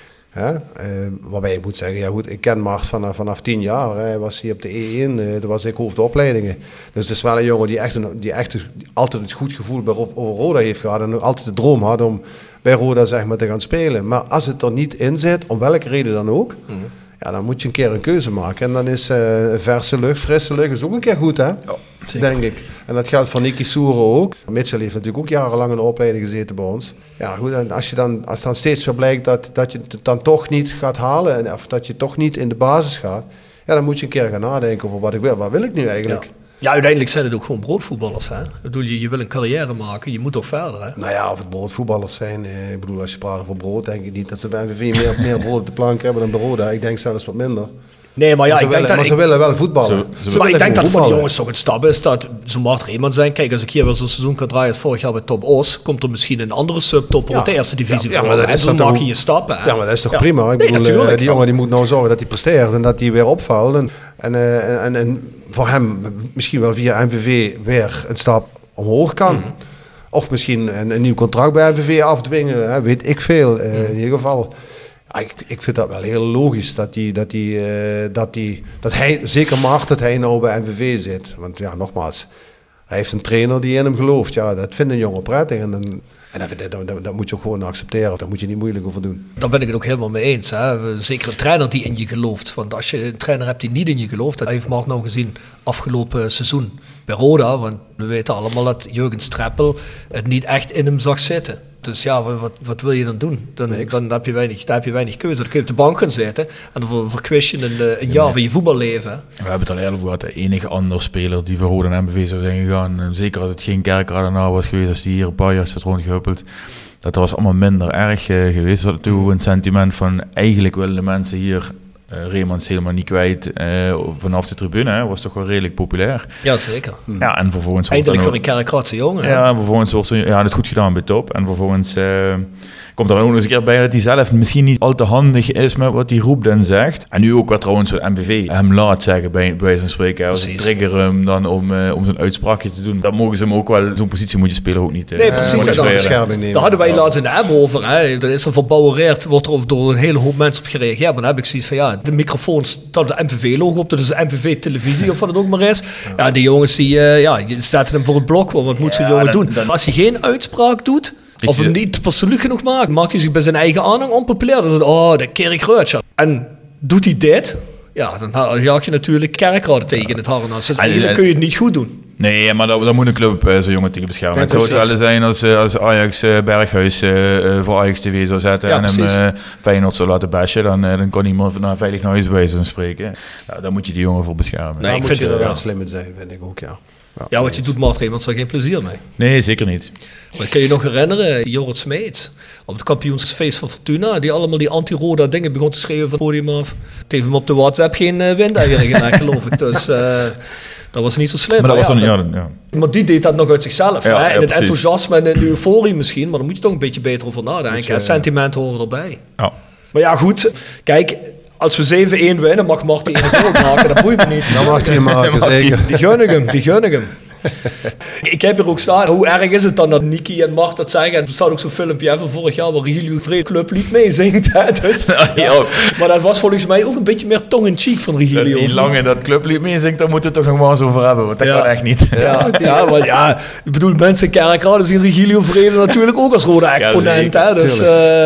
Waarbij je moet zeggen, ja goed, ik ken Mart vanaf 10 jaar. Hij was hier op de E1, daar was ik hoofdopleidingen. Dus het is wel een jongen die echt altijd het goed gevoel over Roda heeft gehad. En ook altijd de droom had om bij Roda zeg maar te gaan spelen. Maar als het er niet in zit, om welke reden dan ook, ja, dan moet je een keer een keuze maken. En dan is verse lucht, frisse lucht, is ook een keer goed, hè? Ja, denk ik. En dat geldt voor Niki Soeren ook. Mitchell heeft natuurlijk ook jarenlang in de opleiding gezeten bij ons. Ja, goed, en als dan steeds weer blijkt dat je het dan toch niet gaat halen, of dat je toch niet in de basis gaat, ja, dan moet je een keer gaan nadenken over wat ik wil. Wat wil ik nu eigenlijk? Ja. Ja, uiteindelijk zijn het ook gewoon broodvoetballers. Hè? Ik bedoel, je wil een carrière maken, je moet toch verder. Hè? Nou ja, of het broodvoetballers zijn. Ik bedoel, als je praat over brood, denk ik niet dat ze bij MVV meer brood op de plank hebben dan bij Roda. Ik denk zelfs wat minder. Nee, maar ja, ze willen wel voetballen. Maar ik denk dat voor de jongens toch het stap is dat zo Mart Reemans zijn. Kijk, als ik hier wel zo'n seizoen kan draaien als vorig jaar bij Top Os, komt er misschien een andere subtopper op de eerste divisie voor. En zo maak je stappen. Ja, maar dat is toch prima? Ik bedoel, die jongen die moet nou zorgen dat hij presteert en dat hij weer opvalt. En voor hem misschien wel via MVV weer een stap omhoog kan. Of misschien een nieuw contract bij MVV afdwingen, weet ik veel. In ieder geval... Ik vind dat wel heel logisch dat hij, zeker Mart, dat hij nou bij MVV zit. Want ja, nogmaals, hij heeft een trainer die in hem gelooft. Ja, dat vindt een jongen prettig. En dat moet je ook gewoon accepteren. Daar moet je niet moeilijk over doen. Daar ben ik het ook helemaal mee eens. Hè. Zeker een trainer die in je gelooft. Want als je een trainer hebt die niet in je gelooft, dat heeft Mart nou gezien afgelopen seizoen bij Roda. Want we weten allemaal dat Jurgen Streppel het niet echt in hem zag zitten. Dus ja, wat wil je dan doen? Dan heb je weinig keuze. Dan kun je op de bank gaan zitten en dan verkwist je een jaar van je voetballeven. Hè. We hebben het al eerder over gehad. De enige andere speler die voor Roda en MVV zou zijn gegaan, en zeker als het geen Kerkradenaar was geweest, als die hier een paar jaar zat rondgehuppeld, dat was allemaal minder erg geweest. Dat toen een sentiment van eigenlijk willen de mensen hier Reemans helemaal niet kwijt vanaf de tribune. Hè, was toch wel redelijk populair. Ja, zeker. Ja, en vervolgens eindelijk weer een kerkratse jongen. Ja, en vervolgens wordt het goed gedaan bij Top. En vervolgens komt er ook nog eens een keer bij dat hij zelf misschien niet al te handig is met wat hij roept en zegt. En nu ook wat trouwens wat MVV hem laat zeggen bij wijze van spreken. Als ik trigger hem dan om zo'n uitspraakje te doen. Dan mogen ze hem ook wel, zo'n positie moet je spelen ook niet. Nee, precies. Daar hadden wij laatst in de app over. Hè. Dan is er verbouwereerd, wordt er door een hele hoop mensen op gereageerd. Maar dan heb ik zoiets van, de microfoon staat de MVV-logo op. Dat is MVV-televisie of wat het ook maar is. Ja, die jongens die staat hem voor het blok. Wat moet zo'n jongen doen? Als hij geen uitspraak doet, of hem niet persoonlijk genoeg maakt hij zich bij zijn eigen aanhang onpopulair. Dan is het, dat keer ik Reutje. En doet hij dit, dan jaag je natuurlijk kerkraden tegen in het harnas. Dus eigenlijk kun je het niet goed doen. Nee, maar daar moet een club zo'n jongen tegen beschermen. Het zou hetzelfde zijn als Ajax Berghuis voor Ajax TV zou zetten en hem Feyenoord zou laten bashen. Dan kan iemand veilig naar huis bij wijze van spreken. Nou, daar moet je die jongen voor beschermen. Nee, ik vind het wel slim zijn, vind ik ook, Ja, wat je doet, maakt er iemand zo geen plezier mee. Nee, zeker niet. Maar kan je nog herinneren, Jorrit Smeets, op het kampioensfeest van Fortuna, die allemaal die anti-Roda dingen begon te schreeuwen van het podium af. Het heeft hem op de WhatsApp geen windeieren gemaakt, geloof ik. Dus dat was niet zo slim. Maar, dat was dan, maar die deed dat nog uit zichzelf. Ja, hè? ja, in het enthousiasme en in de euforie misschien, maar dan moet je toch een beetje beter over nadenken. En sentimenten horen erbij. Ja. Maar ja, goed. Kijk, als we 7-1 winnen, mag Martin een goal maken. Dat boeit me niet. Dan mag hij hem maken, zeker. Die gun ik hem. Ik heb hier ook staan, hoe erg is het dan dat Niki en Mart dat zeggen? En er staat ook zo'n filmpje van vorig jaar waar Regilio Vrede Club lied meezingt. Hè? Dus, maar dat was volgens mij ook een beetje meer tong-in-cheek van Regilio. Dat die lang in dat clublied meezingt, daar moeten we het toch nog maar eens over hebben. Want dat kan echt niet. Maar ik bedoel, mensen in Kerkrade zien Regilio Vrede natuurlijk ook als rode exponent. Hè? Dus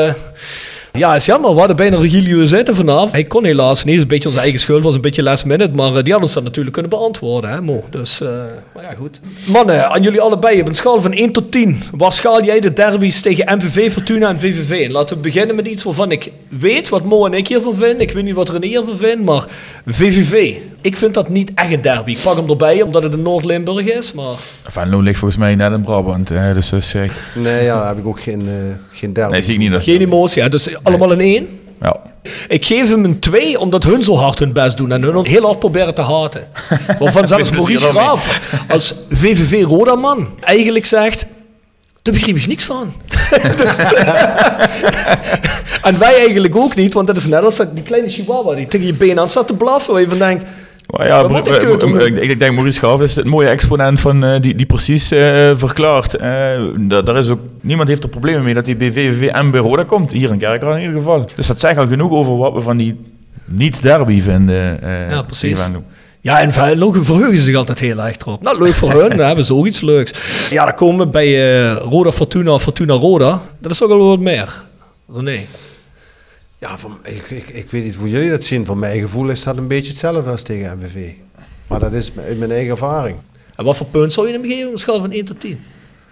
ja, is jammer. We hadden bijna Regilio zitten vanavond. Hij kon helaas niet. Het is een beetje onze eigen schuld. Was een beetje last minute. Maar die hadden ons dat natuurlijk kunnen beantwoorden. Hè, Mo. Dus, maar ja, goed. Mannen, aan jullie allebei. Op een schaal van 1 tot 10. Waar schaal jij de derbies tegen MVV, Fortuna en VVV in? Laten we beginnen met iets waarvan ik weet wat Mo en ik hiervan vinden. Ik weet niet wat René hiervan vindt. Maar VVV. Ik vind dat niet echt een derby. Ik pak hem erbij omdat het in Noord-Limburg is. Maar Venlo ligt volgens mij net in Brabant. Dus dat is... Nee, daar heb ik ook geen derby. Nee, zie ik niet. Geen emotie. Hè? Dus allemaal een 1? Ja. Ik geef hem een 2, omdat hun zo hard hun best doen en hun heel hard proberen te haten. Waarvan zelfs Maurice Graaf als VVV Roda-man eigenlijk zegt, daar begreep ik niks van. Dus, en wij eigenlijk ook niet, want dat is net als die kleine chihuahua die tegen je been aan staat te blaffen, waar je van denkt... Ja, ik denk Maurice Graaf is het mooie exponent van die precies verklaart. Daar is ook, niemand heeft er problemen mee dat hij bij VVV en bij Roda komt. Hier in Kerkrade in ieder geval. Dus dat zegt al genoeg over wat we van die niet-derby vinden. Ja, precies. Ja, en Venlo verheugen ze zich altijd heel erg erop. Nou, leuk voor hun, dan hebben ze ook iets leuks. Ja, dan komen we bij Roda Fortuna, Fortuna Roda. Dat is toch al wat meer. Nee. Ja, ik weet niet hoe jullie dat zien. Van mijn gevoel is dat een beetje hetzelfde als tegen MVV. Maar dat is mijn eigen ervaring. En wat voor punt zou je hem geven op een schaal van 1 tot 10?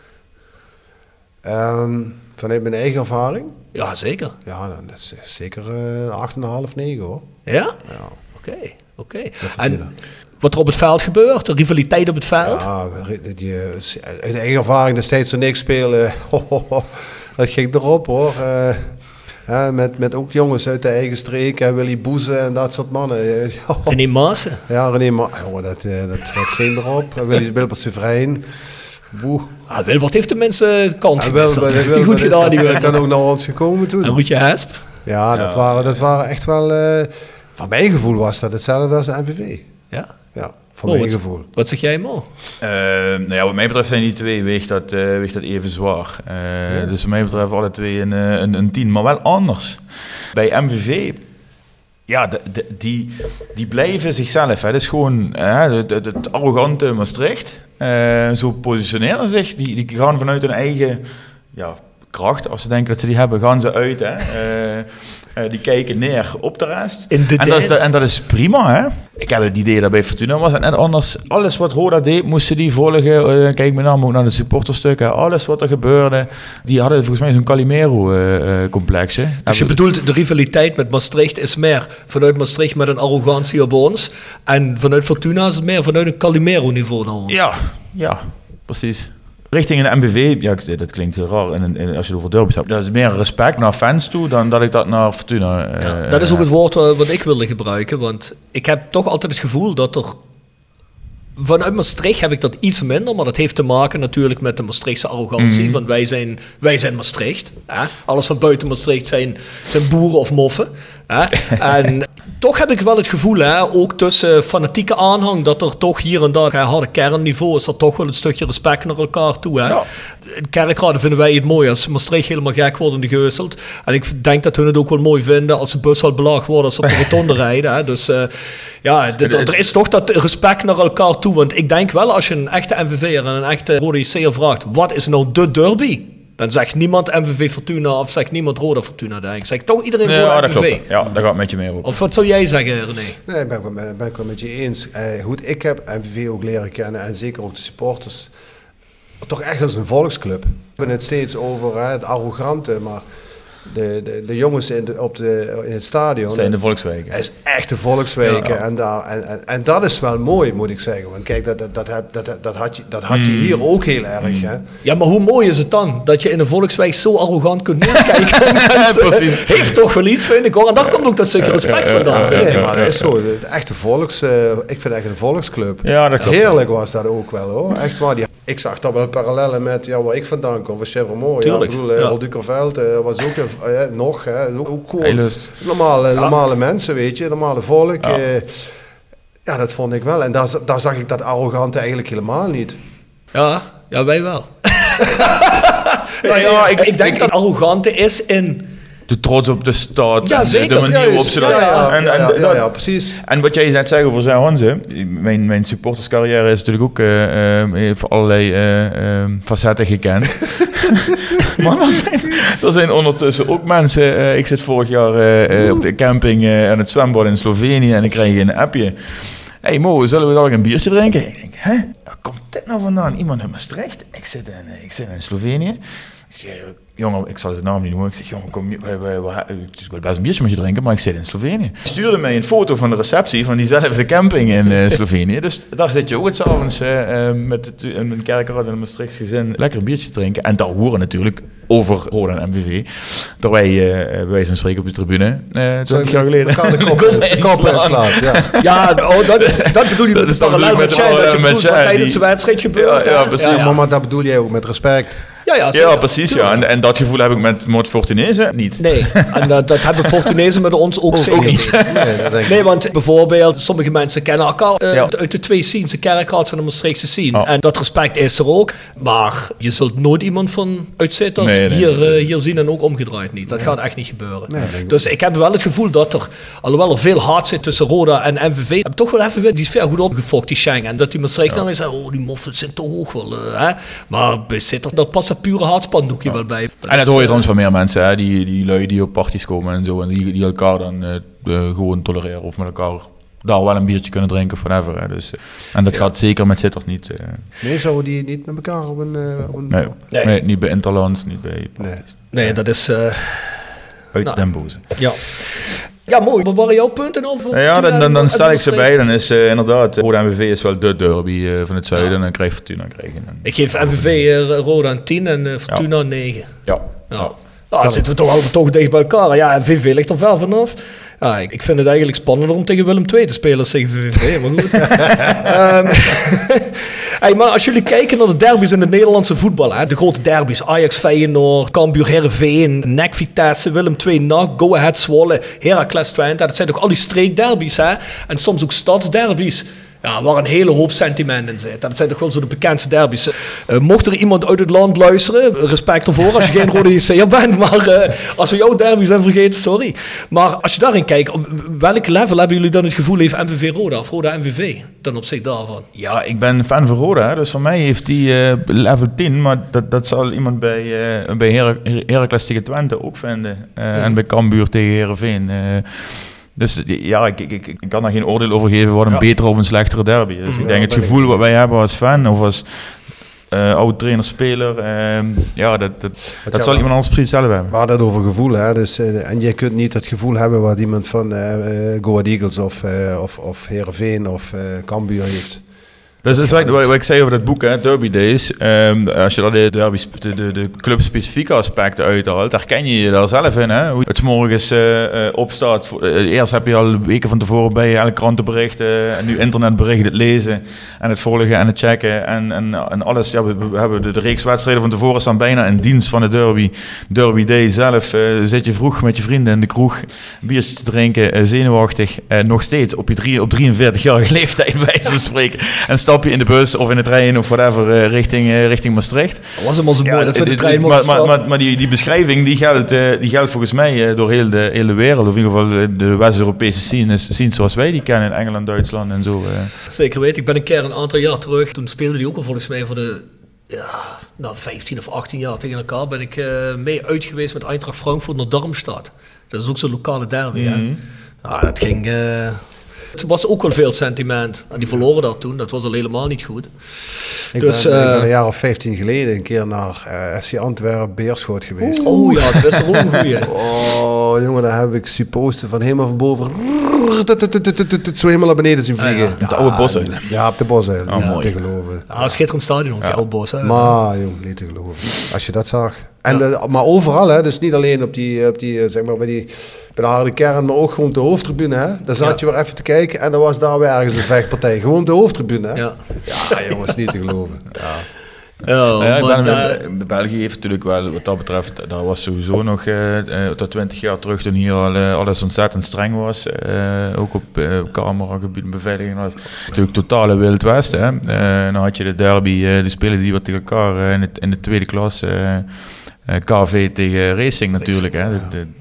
Vanuit mijn eigen ervaring? Ja, zeker. Ja, dat is zeker 8,5, 9 hoor. Ja? Ja. Oké. En wat er op het veld gebeurt, de rivaliteit op het veld? Ja, uit eigen ervaring destijds zo niks spelen. Dat ging erop hoor. Met ook jongens uit de eigen streek, Willy Boeze en dat soort mannen. René Maassen. Ja, René Maassen. Dat ging erop. Wilbert Suvrijn. Wilbert heeft de mensen kant gemist. Dat heeft hij goed gedaan. Die ben dan ook naar ons gekomen toen. En Roetje Hesp. Ja, dat waren echt wel... van mijn gevoel was dat hetzelfde als de MVV. Ja? Ja, van mijn gevoel. Wat zeg jij, Mo? Wat mij betreft zijn die twee, weegt dat even zwaar. Dus wat mij betreft alle twee een 10, maar wel anders. Bij MVV, ja, die blijven zichzelf. Hè. Dat is gewoon het arrogante Maastricht. Zo positioneren zich. Die gaan vanuit hun eigen kracht. Als ze denken dat ze die hebben, gaan ze uit. Hè. Die kijken neer op de rest. En dat is prima, hè? Ik heb het idee dat bij Fortuna was het net anders. Alles wat Roda deed, moesten die volgen. Kijk met name ook naar de supporterstukken. Alles wat er gebeurde. Die hadden volgens mij zo'n Calimero-complex. Dus je bedoelt, de rivaliteit met Maastricht is meer vanuit Maastricht met een arrogantie op ons. En vanuit Fortuna is het meer vanuit een Calimero-niveau naar ons. Ja, precies. richting een MVV, ja, dat klinkt heel raar als je het over derby's hebt. Dat is meer respect naar fans toe dan dat ik dat naar Fortuna dat is ook het woord wat ik wilde gebruiken. Want ik heb toch altijd het gevoel dat er... Vanuit Maastricht heb ik dat iets minder, maar dat heeft te maken natuurlijk met de Maastrichtse arrogantie. Van wij zijn Maastricht. Hè? Alles van buiten Maastricht zijn boeren of moffen. Hè? En toch heb ik wel het gevoel, ook tussen fanatieke aanhang, dat er toch hier en daar, harde kernniveau, is er toch wel een stukje respect naar elkaar toe. Hè? Ja. In Kerkrade vinden wij het mooi als Maastricht helemaal gek wordt in de Geuselt. En ik denk dat hun het ook wel mooi vinden als de bus al belaagd wordt als ze op de rotonde rijden. Hè? Dus er is toch dat respect naar elkaar toe. Want ik denk wel, als je een echte MVV'er en een echte Rode JC'er vraagt, wat is nou de derby? Dan zegt niemand MVV Fortuna of zegt niemand Roda Fortuna. Ik zeg toch iedereen Roda MVV. Klopt. Ja, daar gaat met je mee op. Of wat zou jij zeggen, René? Nee, ben ik wel met je eens. Goed, ik heb MVV ook leren kennen en zeker ook de supporters. Toch echt als een volksclub. We hebben het steeds over het arrogante, maar de jongens in het stadion... zijn de volkswijken. Het is echt de volkswijken. Ja. En dat is wel mooi, moet ik zeggen. Want kijk, dat had je hier ook heel erg. Hè? Ja, maar hoe mooi is het dan? Dat je in een volkswijk zo arrogant kunt neerkijken. Precies. Heeft toch wel iets, vind ik hoor. En daar komt ook dat stukje respect vandaan. Nee, maar dat is zo. Het echte ik vind het echt een volksclub. Ja, dat klopt. Heerlijk was dat ook wel hoor. Echt waar. Ik zag daar wel parallellen met waar ik vandaan kom. Van Chevrolet. Ja, ik bedoel, Roldukerveld was ook nog. Ook gewoon normale mensen, weet je. Normale volk. Ja, dat vond ik wel. En daar zag ik dat arrogante eigenlijk helemaal niet. Ja, wij wel. Ik denk dat arrogante is in... De trots op de stad. Ja, zeker. De manier waarop ze dat... Ja, precies. En wat jij net zei over zijn Hanze, mijn supporterscarrière is natuurlijk ook voor allerlei facetten gekend. Maar er zijn ondertussen ook mensen... ik zit vorig jaar op de camping aan het zwembad in Slovenië en ik krijg een appje. Hey Mo, zullen we dadelijk een biertje drinken? Ik denk, hè? Waar komt dit nou vandaan? Iemand uit Maastricht? Ik zit in Slovenië. Jongen, ik zal zijn naam niet noemen. Ik zeg, jongen, kom, ik wil best een biertje met je drinken, maar ik zit in Slovenië. Hij stuurde mij een foto van de receptie van diezelfde camping in Slovenië. Dus daar zit je ook het avonds met een Kerkrade en een Maastrichts gezin lekker een biertje te drinken. En daar horen natuurlijk over Roda en MVV. Terwijl wij bij wijze van spreken op de tribune 20 jaar geleden de kop inslaat. Ja, dat bedoel je met de parallel met Shai, dat je bedoelt wat tijdens de wedstrijd gebeurt. Ja, precies. Ja, maar dat bedoel jij ook met respect. Ja, precies. Ja. En dat gevoel heb ik met Fortunese niet. Nee, en dat hebben Fortunese met ons ook zeker niet. Nee, want bijvoorbeeld, sommige mensen kennen elkaar uit de twee scenes, de Kerkrade en de Maastrichtse scene. En dat respect is er ook. Maar je zult nooit iemand van uit Sittard hier zien en ook omgedraaid niet. Dat gaat echt niet gebeuren. Nee, dus ik heb wel het gevoel dat er, alhoewel er veel haat zit tussen Roda en MVV, heb toch wel even weer, die is ver goed opgefokt, die Schengen. En dat die Maastricht dan weer zeggen, die moffen zijn toch hoog wel. Hè? Maar bij Sittard, dat past pure haatspandoekje wel bij. En dat hoor je trouwens van meer mensen, hè? Die lui die op parties komen en zo, en die elkaar dan gewoon tolereren of met elkaar daar wel een biertje kunnen drinken of whatever. Hè? Dus, en dat gaat zeker met Sittard niet. Nee, zouden die niet met elkaar op een nee, niet bij Interlands, niet bij parties. Nee, dat is... uit Den Boze. Ja. Ja, mooi. Wat waren jouw punten over? Ja, dan stel ik ze bij. Dan is inderdaad, Roda MVV is wel de derby van het zuiden. En dan krijgt Fortuna Ik geef MVV Roda een 10 en Fortuna een 9. Ja. Nou, dan zitten we toch dicht bij elkaar. Ja, MVV ligt er ver vanaf. Ja, ik vind het eigenlijk spannender om tegen Willem II te spelen als tegen VVV, maar goed. Maar als jullie kijken naar de derbies in het Nederlandse voetbal, de grote derbies, Ajax, Feyenoord, Cambuur, Heerenveen, NEC, Vitesse, Willem II, NAC, Go Ahead, Zwolle, Heracles Twente, dat zijn toch al die streekderbies, hè? En soms ook stadsderbies. Ja, waar een hele hoop sentiment in zit. Dat zijn toch wel zo de bekendste derbies. Mocht er iemand uit het land luisteren, respect ervoor als je geen Rode JC'er bent. Maar als we jouw derbies zijn vergeten, sorry. Maar als je daarin kijkt, op welk level hebben jullie dan het gevoel heeft MVV Roda of Roda MVV ten opzichte daarvan? Ja, ik ben fan van Roda, dus voor mij heeft die level 10. Maar dat zal iemand bij Heracles tegen Twente ook vinden. En bij Cambuur tegen Heerenveen. Dus ja, ik kan daar geen oordeel over geven wat een betere of een slechtere derby is. Ik denk het gevoel wat wij hebben als fan of als oud trainer-speler, dat zal iemand anders precies zelf hebben. We hadden het over gevoel, hè? Dus, en je kunt niet het gevoel hebben wat iemand van Go Ahead Eagles of Heerenveen of Cambuur heeft. Dat is wat ik zei over dat boek, hè, Derby Days. Als je daar de clubspecifieke aspecten uithaalt, herken je je daar zelf in. Hè? Hoe het 's morgens opstaat. Eerst heb je al weken van tevoren bij elk krantenbericht en nu internetbericht, het lezen en het volgen en het checken en alles. Ja, we hebben de reeks wedstrijden van tevoren staan bijna in dienst van de derby. Derby Day zelf zit je vroeg met je vrienden in de kroeg, biertjes te drinken, zenuwachtig. Nog steeds op 43-jarige leeftijd bij wijze van spreken. En stap je in de bus of in de trein of whatever richting Maastricht. Dat was helemaal zo mooi dat we de trein mochten maar die beschrijving die geldt volgens mij door heel de hele wereld. Of in ieder geval de West-Europese scene zoals wij die kennen in Engeland, Duitsland en zo. Zeker weten. Ik ben een keer een aantal jaar terug. Toen speelde die ook al volgens mij voor de 15 of 18 jaar tegen elkaar. Ben ik mee uit geweest met Eintracht Frankfurt naar Darmstadt. Dat is ook zo'n lokale derby. Hè? Ja, dat ging... Het was ook wel veel sentiment. En die verloren dat toen. Dat was al helemaal niet goed. Ik ben een jaar of 15 geleden een keer naar FC Antwerpen Beerschot geweest. Oh ja, dat is wel een goeie. Oh jongen, daar heb ik supposten van helemaal van boven zo helemaal naar beneden zien vliegen. Op de oude bossen. Ja, op de bossen. Oh, niet te geloven. Ja, schitterend stadion op de oude bossen. Maar jongen, niet te geloven. Als je dat zag. En maar overal, hè, dus niet alleen op die zeg maar bij de harde kern, maar ook gewoon de hoofdtribune. Hè. Daar zat je weer even te kijken en dan was daar weer ergens een vechtpartij. Gewoon de hoofdtribune. Hè. Ja, jongens, niet te geloven. België heeft natuurlijk wel, wat dat betreft, dat was sowieso nog tot 20 jaar terug toen hier alles ontzettend streng was. Ook op cameragebied en beveiliging. Dat was natuurlijk totale Wild West. Hè. Dan had je de derby, die spelen die wat tegen elkaar in de tweede klas. KV tegen Racing natuurlijk. Hè.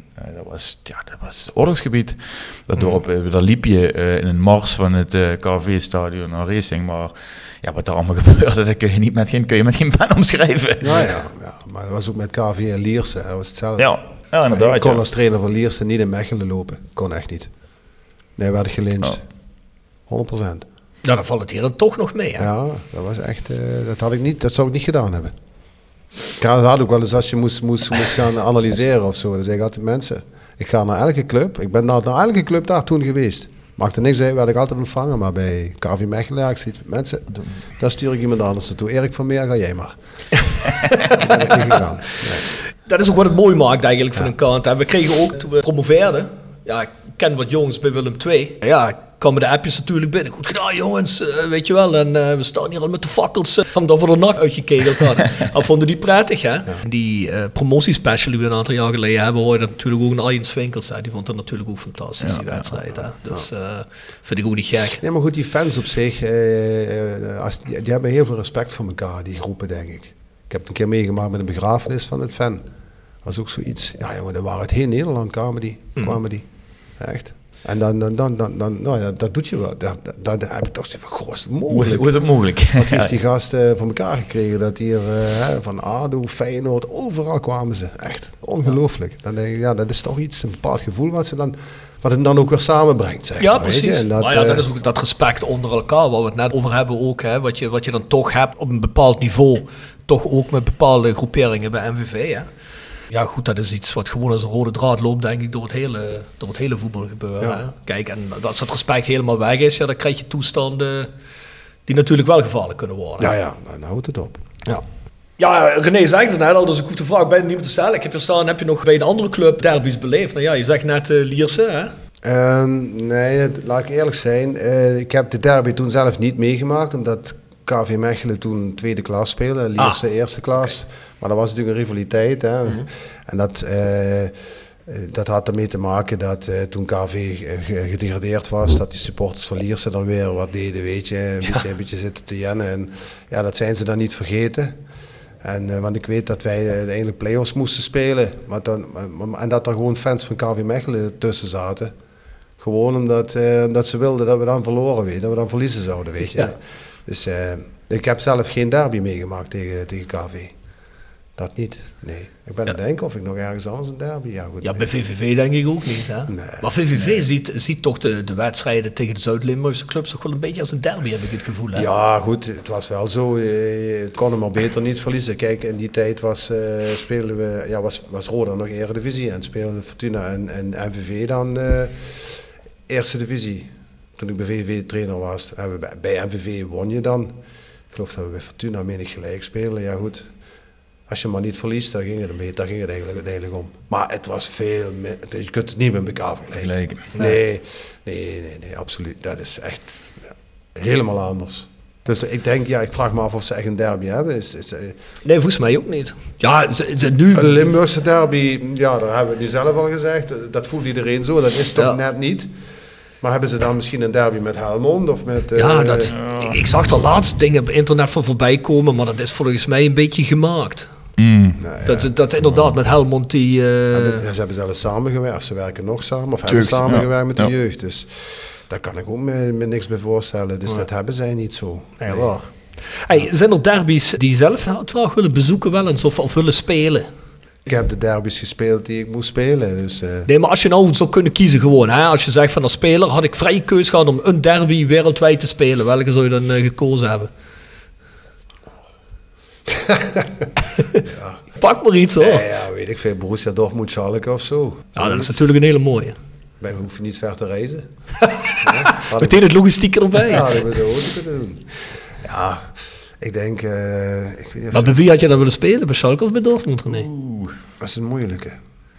Dat was oorlogsgebied. Dat dorp, daar liep je in een mars van het KV-stadion naar Racing, maar ja, wat er allemaal gebeurde, dat kun je met geen pen omschrijven. Ja, maar dat was ook met KV en Lierse, dat was hetzelfde. Ja, inderdaad. Ik kon als trainer van Lierse niet in Mechelen lopen. Kon echt niet. Nee, werd gelyncht. 100%. Ja, dan valt het hier dan toch nog mee. Hè? Ja, dat was echt, dat zou ik niet gedaan hebben. Ik had ook wel eens als je moest gaan analyseren of zo. Dan zeg ik altijd mensen, ik ga naar elke club. Ik ben naar elke club daar toen geweest. Maakte niks uit, werd ik altijd ontvangen. Maar bij KV Mechelen, ik zoiets met mensen, daar stuur ik iemand anders naartoe. Erik van Meer, ga jij maar. Daar ben ik niet gegaan. Nee. Dat is ook wat het mooi maakt eigenlijk van een kant. En we kregen ook, toen we promoveerden, ik ken wat jongens bij Willem II. Ja, kwamen de appjes natuurlijk binnen. Goed gedaan jongens, weet je wel. En we staan hier al met de fakkels, omdat we er nacht uitgekegeld hadden. Dat vonden die prettig, hè. Ja. Die promotiespecial die we een aantal jaar geleden hebben, hoor je dat natuurlijk ook een Arjen Swinkels. Die vond dat natuurlijk ook fantastisch, die wedstrijd. Hè. Dus vind ik ook niet gek. Nee, maar goed, die fans op zich, die hebben heel veel respect voor elkaar, die groepen, denk ik. Ik heb het een keer meegemaakt met een begrafenis van een fan. Dat was ook zoiets. Ja jongen, daar waren het heel Nederland, kwamen die. Echt. En dan nou ja, dat doet je wel. Dan heb ik toch zoiets van, goh, is het mogelijk? Hoe is het mogelijk? Wat heeft die gasten voor elkaar gekregen? Dat hier van ADO, Feyenoord, overal kwamen ze. Echt, ongelooflijk. Dan denk ik, ja, dat is toch iets, een bepaald gevoel wat het dan ook weer samenbrengt. Zeg ja, maar, precies. Weet je? En dat is ook dat respect onder elkaar, waar we het net over hebben ook. Hè, wat je dan toch hebt op een bepaald niveau. Toch ook met bepaalde groeperingen bij MVV, hè. Ja goed, dat is iets wat gewoon als een rode draad loopt, denk ik, door het hele voetbalgebeuren. Ja. Hè? Kijk, en als dat respect helemaal weg is, dan krijg je toestanden die natuurlijk wel gevaarlijk kunnen worden. Ja, dan houdt het op. Ja, René zei het net al, dus ik hoef de vraag bijna niet meer te stellen. Ik heb hier staan, heb je nog bij een andere club derbies beleefd? Nou ja, je zegt net Lierse, hè? Nee, laat ik eerlijk zijn. Ik heb de derby toen zelf niet meegemaakt, omdat KV Mechelen toen tweede klas speelde, Lierse eerste klas. Okay. Maar dat was natuurlijk een rivaliteit. Hè. Mm-hmm. En dat had ermee te maken dat toen KV gedegradeerd was, dat die supporters van Lierse dan weer wat deden, weet je. Een beetje zitten te jennen. En ja, dat zijn ze dan niet vergeten. En, want ik weet dat wij uiteindelijk play-offs moesten spelen. En dat er gewoon fans van KV Mechelen tussen zaten. Gewoon omdat ze wilden dat we dan verloren, weet je, dat we dan verliezen zouden, weet je. Ja. Dus ik heb zelf geen derby meegemaakt tegen KV. Dat niet, nee. Ik ben aan het denken of ik nog ergens anders een derby... Ja, goed, bij VVV denk ik ook niet, hè? Nee, maar VVV ziet toch de wedstrijden tegen de Zuid-Limburgse clubs toch wel een beetje als een derby, heb ik het gevoel, hè? Ja, goed, het was wel zo. Het kon hem maar beter niet verliezen. Kijk, in die tijd was Roda nog Eredivisie en speelden Fortuna en MVV dan Eerste Divisie. toen ik bij VVV trainer was, bij MVV won je dan. Ik geloof dat we bij Fortuna menig gelijk spelen. Ja goed, als je maar niet verliest, daar ging het eigenlijk om. Maar het was veel meer, je kunt het niet met elkaar vergelijken. Nee, absoluut. Dat is echt helemaal anders. Dus ik denk, ik vraag me af of ze echt een derby hebben. Nee, volgens mij ook niet. Ja, ze nu... Een Limburgse derby, ja, daar hebben we het nu zelf al gezegd. Dat voelt iedereen zo, dat is toch net niet. Maar hebben ze dan misschien een derby met Helmond of met... Ik zag er laatst dingen op internet van voorbij komen, maar dat is volgens mij een beetje gemaakt. Dat inderdaad met Helmond die... Ze hebben zelfs samengewerkt, of ze werken nog samen, of hebben samengewerkt met de jeugd. Dus daar kan ik ook me niks bij voorstellen. Dus dat hebben zij niet zo. Ja, waar. Hey, zijn er derbies die zelf graag willen bezoeken wel eens of willen spelen? Ik heb de derbies gespeeld die ik moest spelen. Dus, Nee, maar als je nou zou kunnen kiezen gewoon. Hè? Als je zegt van als speler had ik vrije keus gehad om een derby wereldwijd te spelen. Welke zou je dan gekozen hebben? Ja. Pak maar iets hoor. Ja, weet ik veel. Borussia Dortmund, Schalke of zo. Ja, dat is natuurlijk een hele mooie. Wij hoeven niet ver te reizen. Meteen het logistieke erbij. Ja, dat moeten we ook kunnen doen. Ja, ik denk... ik weet niet maar bij wie had je dan willen spelen? Bij Schalke of bij Dortmund? Nee. Dat is een moeilijke.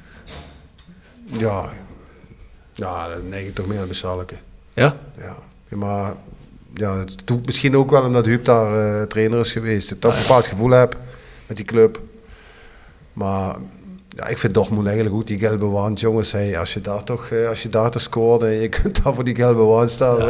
Ja, dan neig ik toch meer aan de Schalke. Ja? Ja, maar dat doet misschien ook wel omdat Huub daar trainer is geweest. Dat ik een bepaald gevoel heb met die club. Maar ik vind Dortmund eigenlijk goed, die gelbe wand. Jongens, als je daar toch scoort en je kunt daar voor die gelbe wand staan...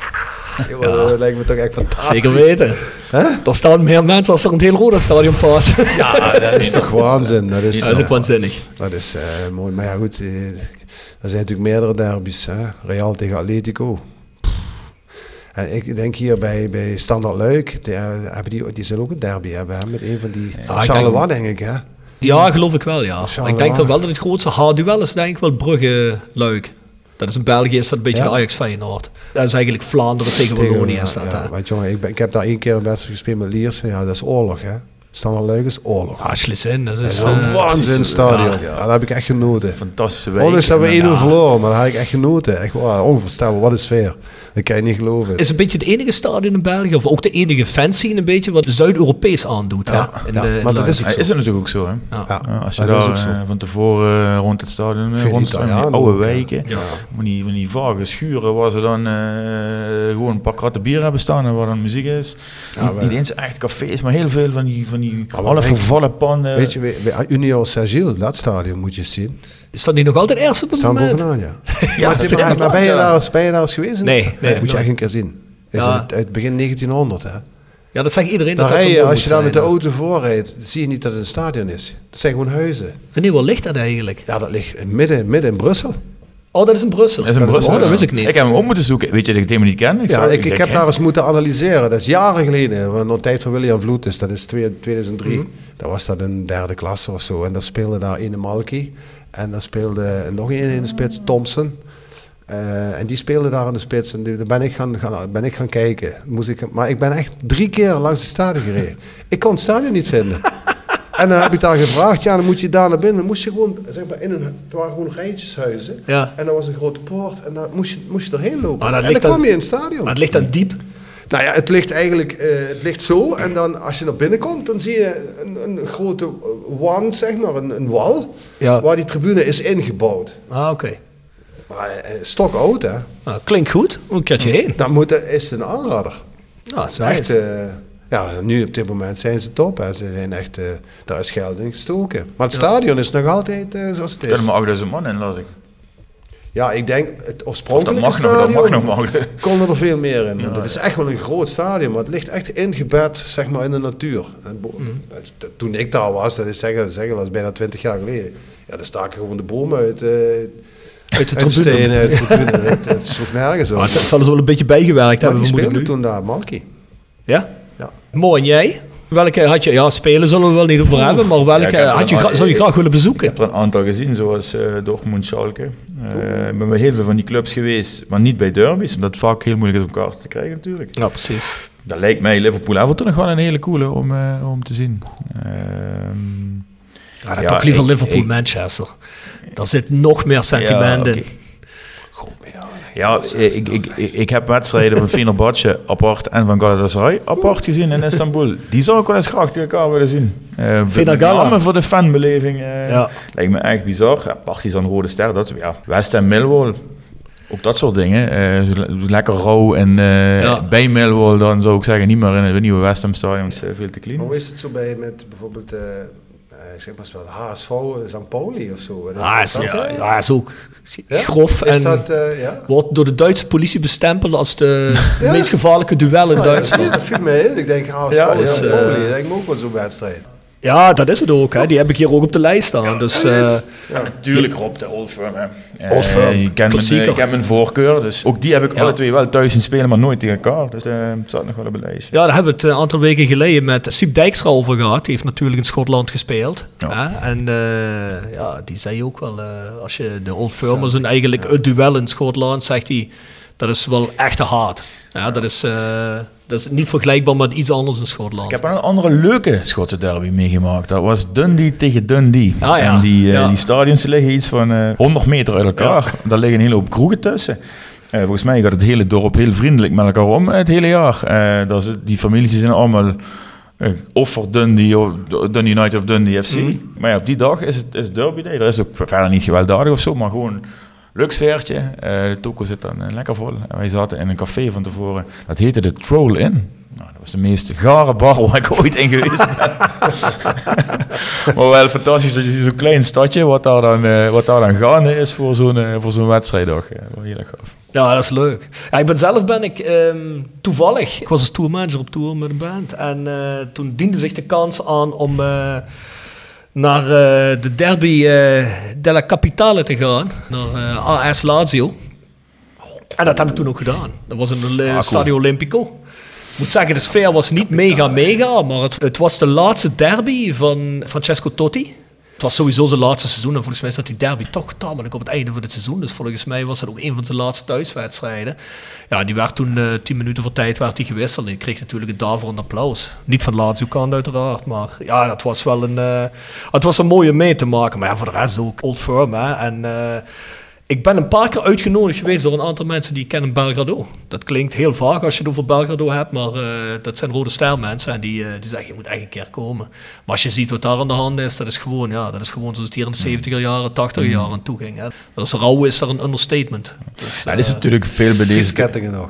Dat lijkt me toch echt fantastisch. Zeker weten. Er staan meer mensen als er een heel rode stadion past. Ja, dat is toch waanzin. Dat is ook waanzinnig. Dat is mooi. Maar ja goed, er zijn natuurlijk meerdere derbies. Hè? Real tegen Atletico. En ik denk hier bij Standard Luik, die zullen ook een derby hebben. Hè? Met een van die Charleroi, denk ik. Hè? Ja, geloof ik wel, ja. Maar ik denk dan wel dat het grootste haarduel is, denk ik wel Brugge-Luik. Dat is in België is dat een beetje de Ajax Feyenoord. Dat is eigenlijk Vlaanderen tegen Wallonië. Want jongen, ik heb daar 1 keer een wedstrijd gespeeld met Lierse. Ja, dat is oorlog, hè. Standard Luik is oorlog. Ah, Schleswig, dat is een waanzinnig stadion. Ja, daar heb ik echt genoten. Fantastische week. Ondanks hebben we 1-0 verloren, maar daar heb ik echt genoten. Echt onvoorstelbaar, wat een sfeer. Dat kan je niet geloven. Is een beetje het enige stadion in België, of ook de enige fanscene een beetje, wat Zuid-Europees aandoet. Ja, maar dat is ook zo. Is het natuurlijk ook zo, hè. Ja. Als je daar van tevoren rond het stadion rondstroomt, die oude wijken, van die vage schuren waar ze dan gewoon een paar kratten bier hebben staan en waar dan muziek is. Niet eens echt cafés, maar heel veel van die alle vervallen panden. Weet je, Union Saint-Gilles, dat stadion moet je zien. Is dat niet nog altijd eerst op het moment? Bovenaan, maar ben je daar eens geweest? Nee. Moet je echt een keer zien. Is uit begin 1900, hè? Ja, dat zegt iedereen. Als je daar met de auto voorrijdt, zie je niet dat het een stadion is. Dat zijn gewoon huizen. En waar ligt dat eigenlijk? Ja, dat ligt midden in Brussel. Oh, dat is in Brussel. Dat wist ik niet. Ik heb hem op moeten zoeken. Weet je dat ik het helemaal niet ken? Ik heb daar eens moeten analyseren. Dat is jaren geleden. Want de tijd van William Vloed is. Dat is 2003. Mm-hmm. Dat was dat een 3e klasse of zo. En daar speelde daar Ene Malky. En daar speelde nog een in de spits, Thompson. En die speelde daar in de spits. En daar ben ik gaan kijken. Maar ik ben echt 3 keer langs het stadion gereden. Ik kon het stadion niet vinden. En dan heb ik daar gevraagd, dan moet je daar naar binnen. Dan moest je gewoon, zeg maar, het waren gewoon rijtjeshuizen. Ja. En er was een grote poort en dan moest je erheen lopen. En dan kwam je in het stadion. Maar het ligt dan diep? Nou ja, het ligt eigenlijk, het ligt zo. En dan als je naar binnen komt, dan zie je een grote wand, zeg maar, een wal. Ja. Waar die tribune is ingebouwd. Ah, oké. Maar stok oud, hè. Nou, klinkt goed. Hoe kan je heen? Dan is het een aanrader. Ja, dat is echt. Ja, nu op dit moment zijn ze top. Hè. Ze zijn echt, daar is geld in gestoken. Maar het stadion is nog altijd zoals het is. Er kunnen maar 8000 man in, las ik. Ja, ik denk het oorspronkelijke stadion dat mag nog. Kon er veel meer in. Ja, het is echt wel een groot stadion, maar het ligt echt ingebed, zeg maar, in de natuur. En toen ik daar was, dat is zeggen, dat is bijna 20 jaar geleden. Ja, dan staken gewoon de bomen uit de tribune. Het sloeg nergens op. Het zal er wel een beetje bijgewerkt hebben. Die speelde toen daar, Malky. Ja? Ja. Mooi, en jij? Welke had je, spelen zullen we wel niet over hebben, maar welke zou je graag willen bezoeken? Ik heb er een aantal gezien, zoals Dortmund, Schalke. Ik ben bij heel veel van die clubs geweest, maar niet bij derbies, omdat het vaak heel moeilijk is om kaarten te krijgen natuurlijk. Ja, precies. Dat lijkt mij Liverpool-Everton nog wel een hele coole om te zien. Toch liever Liverpool-Manchester. Daar zit nog meer sentiment in. Ja, ik heb wedstrijden van Fenerbahce apart en van Galatasaray apart gezien in Istanbul. Die zou ik wel eens graag tegen elkaar willen zien. Met name voor de fanbeleving. Lijkt me echt bizar. Ja, Partizan Rode Ster, dat West Ham Millwall. Ook dat soort dingen. Lekker rauw en bij Millwall dan zou ik zeggen niet meer in het nieuwe West Ham Stadion. Is veel te clean. Hoe is het zo bij met bijvoorbeeld zeg maar wel HSV, St. Pauli of zo? Is ook grof is en dat, wordt door de Duitse politie bestempeld als de meest gevaarlijke duel in Duitsland. Dat viel mij in. Ik denk HSV, St. Pauli, dat lijkt me ook wel zo'n wedstrijd. Ja, dat is het ook. Hè. Die heb ik hier ook op de lijst staan. Dus, natuurlijk Rob, de Old Firm. Old Firm, ik ken mijn voorkeur. Dus ook die heb ik alle twee wel thuis zien spelen, maar nooit tegen elkaar. Dus het zat nog wel op het lijstje. Ja, daar hebben we het een aantal weken geleden met Siep Dijkstra over gehad. Die heeft natuurlijk in Schotland gespeeld. Ja. Hè? En die zei ook wel, als je de Old Firmers en eigenlijk het duel in Schotland, zegt hij, dat is wel echt haat. Ja, dat is niet vergelijkbaar met iets anders in Schotland. Ik heb een andere leuke Schotse derby meegemaakt. Dat was Dundee tegen Dundee. En die stadions liggen iets van 100 meter uit elkaar. Ja. Daar liggen een hele hoop kroegen tussen. Volgens mij gaat het hele dorp heel vriendelijk met elkaar om het hele jaar. Die families zijn allemaal of voor Dundee of Dundee United of Dundee FC. Maar op die dag is het derby day. Dat is ook verder niet gewelddadig of zo, maar gewoon leuk sfeertje. De toko zit dan lekker vol. En wij zaten in een café van tevoren. Dat heette de Troll Inn. Nou, dat was de meest gare bar waar ik ooit in geweest ben. Maar wel fantastisch dat je ziet zo'n klein stadje wat daar dan gaande is voor zo'n wedstrijddag. Wel heel erg gaaf. Ja, dat is leuk. Ja, ben ik toevallig... Ik was als tourmanager op tour met een band. En toen diende zich de kans aan om naar de derby della Capitale te gaan. Naar AS Lazio. En dat heb ik toen ook gedaan. Dat was in het Stadio Olimpico. Ik moet zeggen, de sfeer was niet mega, maar het was de laatste derby van Francesco Totti. Het was sowieso zijn laatste seizoen en volgens mij zat die derby toch tamelijk op het einde van het seizoen. Dus volgens mij was dat ook een van zijn laatste thuiswedstrijden. Ja, die werd toen 10 minuten voor tijd werd die gewisseld. En die kreeg natuurlijk een daverend applaus. Niet van Lazio-kant uiteraard, maar ja, dat was wel het was een mooie mee te maken. Maar ja, voor de rest ook Old Firm, hè. En ik ben een paar keer uitgenodigd geweest door een aantal mensen die ik ken in Belgrado. Dat klinkt heel vaag als je het over Belgrado hebt, maar dat zijn Rode Ster mensen en die zeggen je moet echt een keer komen. Maar als je ziet wat daar aan de hand is, dat is gewoon zoals het hier in de 70er jaren, 80er jaren toe ging. Hè. Dat is rauw, is er een understatement. Dus, dat is natuurlijk veel bij deze kettingen nog.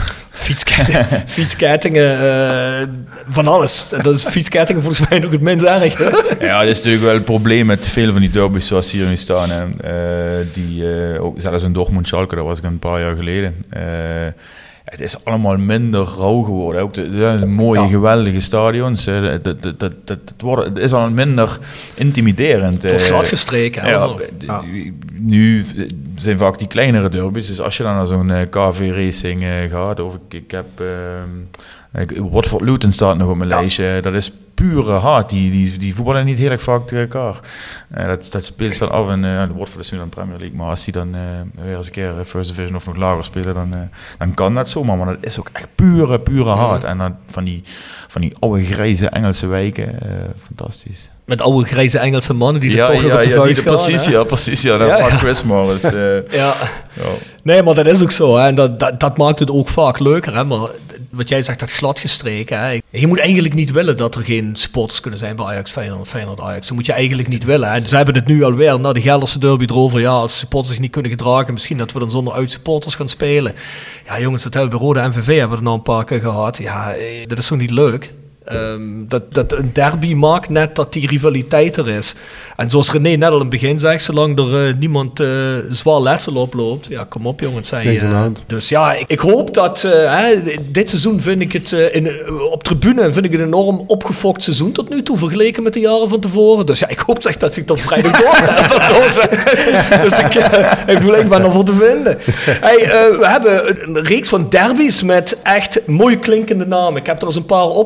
Fietskettingen, van alles. Dat is fietskettingen volgens mij nog het minst erg. Ja, dat is natuurlijk wel het probleem met veel van die derbies zoals hier nu staan. Ook zelfs in Dortmund-Schalke, dat was ik een paar jaar geleden. Het is allemaal minder rauw geworden. Ook de mooie, geweldige stadions. Het is al minder intimiderend. Het wordt gladgestreken. Nu zijn vaak die kleinere derbies. Dus als je dan naar zo'n KV Racing gaat, of ik heb Watford Luton staat nog op mijn lijstje. Dat is pure haat. Die voetballen niet heel erg vaak tegen elkaar. Dat speelt dan af in de Watford is nu dan Premier League. Maar als die dan weer eens een keer First Division of nog lager spelen, dan kan dat zomaar. Maar dat is ook echt pure haat. En dan van die oude grijze Engelse wijken. Fantastisch. Met oude grijze Engelse mannen die er toch op de vuist gaan. Precies. Dat maakt Chris maar. Dus, Nee, maar dat is ook zo. Hè. En dat maakt het ook vaak leuker. Hè. Maar wat jij zegt, dat gladgestreken. Hè. Je moet eigenlijk niet willen dat er geen supporters kunnen zijn bij Ajax, Feyenoord, Ajax. Dat moet je eigenlijk niet willen. Hè. Ze hebben het nu alweer, na de Gelderse derby erover. Ja, als supporters zich niet kunnen gedragen, misschien dat we dan zonder uitsupporters gaan spelen. Ja, jongens, dat hebben we bij Rode MVV hebben we er nou een paar keer gehad. Ja, dat is toch niet leuk? Dat een derby maakt net dat die rivaliteit er is. En zoals René net al in het begin zegt, zolang er niemand zwaar letsel oploopt, ja, kom op jongens. Dus ja, ik hoop dat dit seizoen vind ik het op tribune vind ik het een enorm opgefokt seizoen tot nu toe, vergeleken met de jaren van tevoren. Dus ja, ik hoop echt dat zich tot vrijdag doorzet. Dus ik ben ervoor te vinden. We hebben een reeks van derbies met echt mooi klinkende namen. Ik heb er eens een paar opgezocht.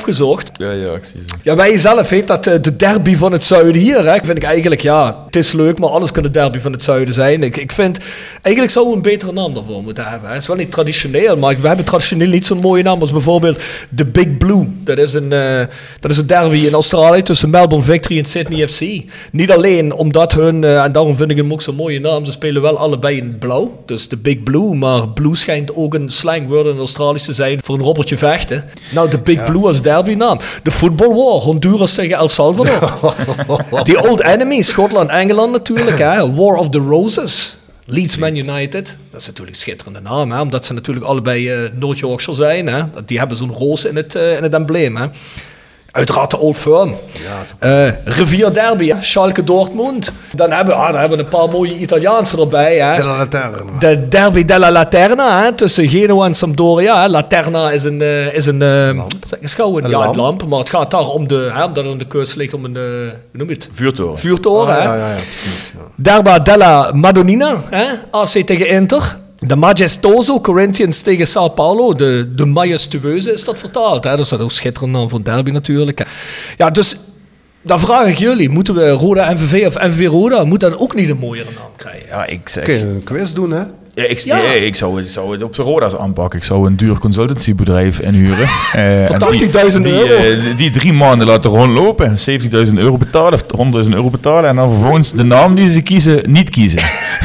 Ja, ik zie ze. Ja, wij zelf heet dat de derby van het zuiden hier. Hè? Vind ik eigenlijk, het is leuk, maar alles kan de derby van het zuiden zijn. Ik vind, eigenlijk zouden we een betere naam daarvoor moeten hebben. Het is wel niet traditioneel, maar we hebben traditioneel niet zo'n mooie naam als bijvoorbeeld de Big Blue. Dat is een derby in Australië tussen Melbourne Victory en Sydney FC. Niet alleen omdat en daarom vind ik hem ook zo'n mooie naam, ze spelen wel allebei in blauw. Dus de Big Blue, maar blue schijnt ook een slangwoord in Australië te zijn voor een robbertje vechten. Nou, de Big Blue als derbynaam. De Football War, Honduras tegen El Salvador. Die Old Enemy, Schotland, Engeland natuurlijk. Hè? War of the Roses. Leeds Man United. Dat is natuurlijk een schitterende naam, hè? Omdat ze natuurlijk allebei North Yorkshire zijn. Hè? Die hebben zo'n roos in het embleem. Hè? Uiteraard de Old Firm. Rivier Derby, Schalke Dortmund. Dan hebben we een paar mooie Italiaanse erbij. Hè? Della Laterna. De Derby della Laterna, hè? Tussen Genoa en Sampdoria. Hè? Laterna is een lamp. Maar het gaat daar omdat er in de keus ligt om een, hoe noem je het? Vuurtoren. Hè? Ja, precies. Ja. Derby della Madonnina, hè? AC tegen Inter. De Majestoso, Corinthians tegen Sao Paulo. De majestueuze is dat vertaald. Hè? Dat is ook schitterend naam voor derby natuurlijk. Ja, dus dan vraag ik jullie. Moeten we Roda MVV of MVV Roda? Moet dat ook niet een mooiere naam krijgen? Ja, ik zeg... Kun je een quiz doen, hè? Ja, ik zou het op zijn Roda's aanpakken. Ik zou een duur consultancybedrijf inhuren. Voor €80.000. Die 3 maanden laten rondlopen. €70.000 betalen of €100.000 betalen. En dan vervolgens de naam die ze kiezen, niet kiezen.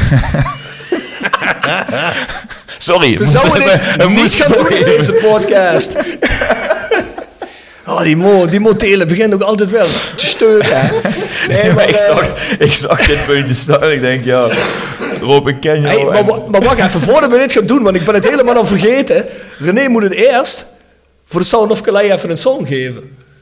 Sorry. We zouden dit niet gaan doen in deze podcast. Die motelen beginnen ook altijd wel te steuken. Nee, maar ik zag dit puntje staan. Ik denk, Rob, ik ken jou. Maar wacht even, voordat we dit gaan doen, want ik ben het helemaal al vergeten. René moet het eerst voor de Sound of Calais even een song geven.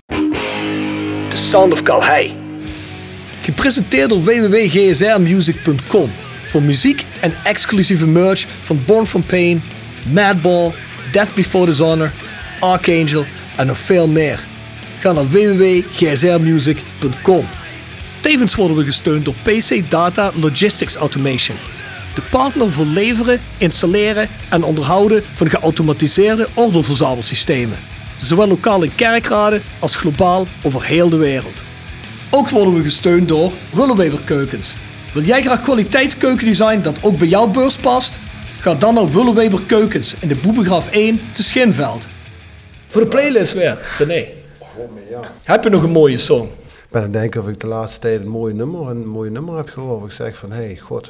The Sound of Calais. Gepresenteerd door www.gsrmusic.com. Voor muziek en exclusieve merch van Born From Pain, Madball, Death Before Dishonor, Archangel en nog veel meer. Ga naar www.gsrmusic.com. Tevens worden we gesteund door PC Data Logistics Automation. De partner voor leveren, installeren en onderhouden van geautomatiseerde ordeelverzamelsystemen. Zowel lokaal in Kerkrade als globaal over heel de wereld. Ook worden we gesteund door Willeweber Keukens. Wil jij graag kwaliteitskeukendesign dat ook bij jouw beurs past? Ga dan naar Willeweber Keukens in de Boebegraaf 1 te Schinveld. Voor de playlist weer, René. Heb je nog een mooie song? Ik ben aan het denken of ik de laatste tijd een mooi nummer heb gehoord. Ik zeg van, god,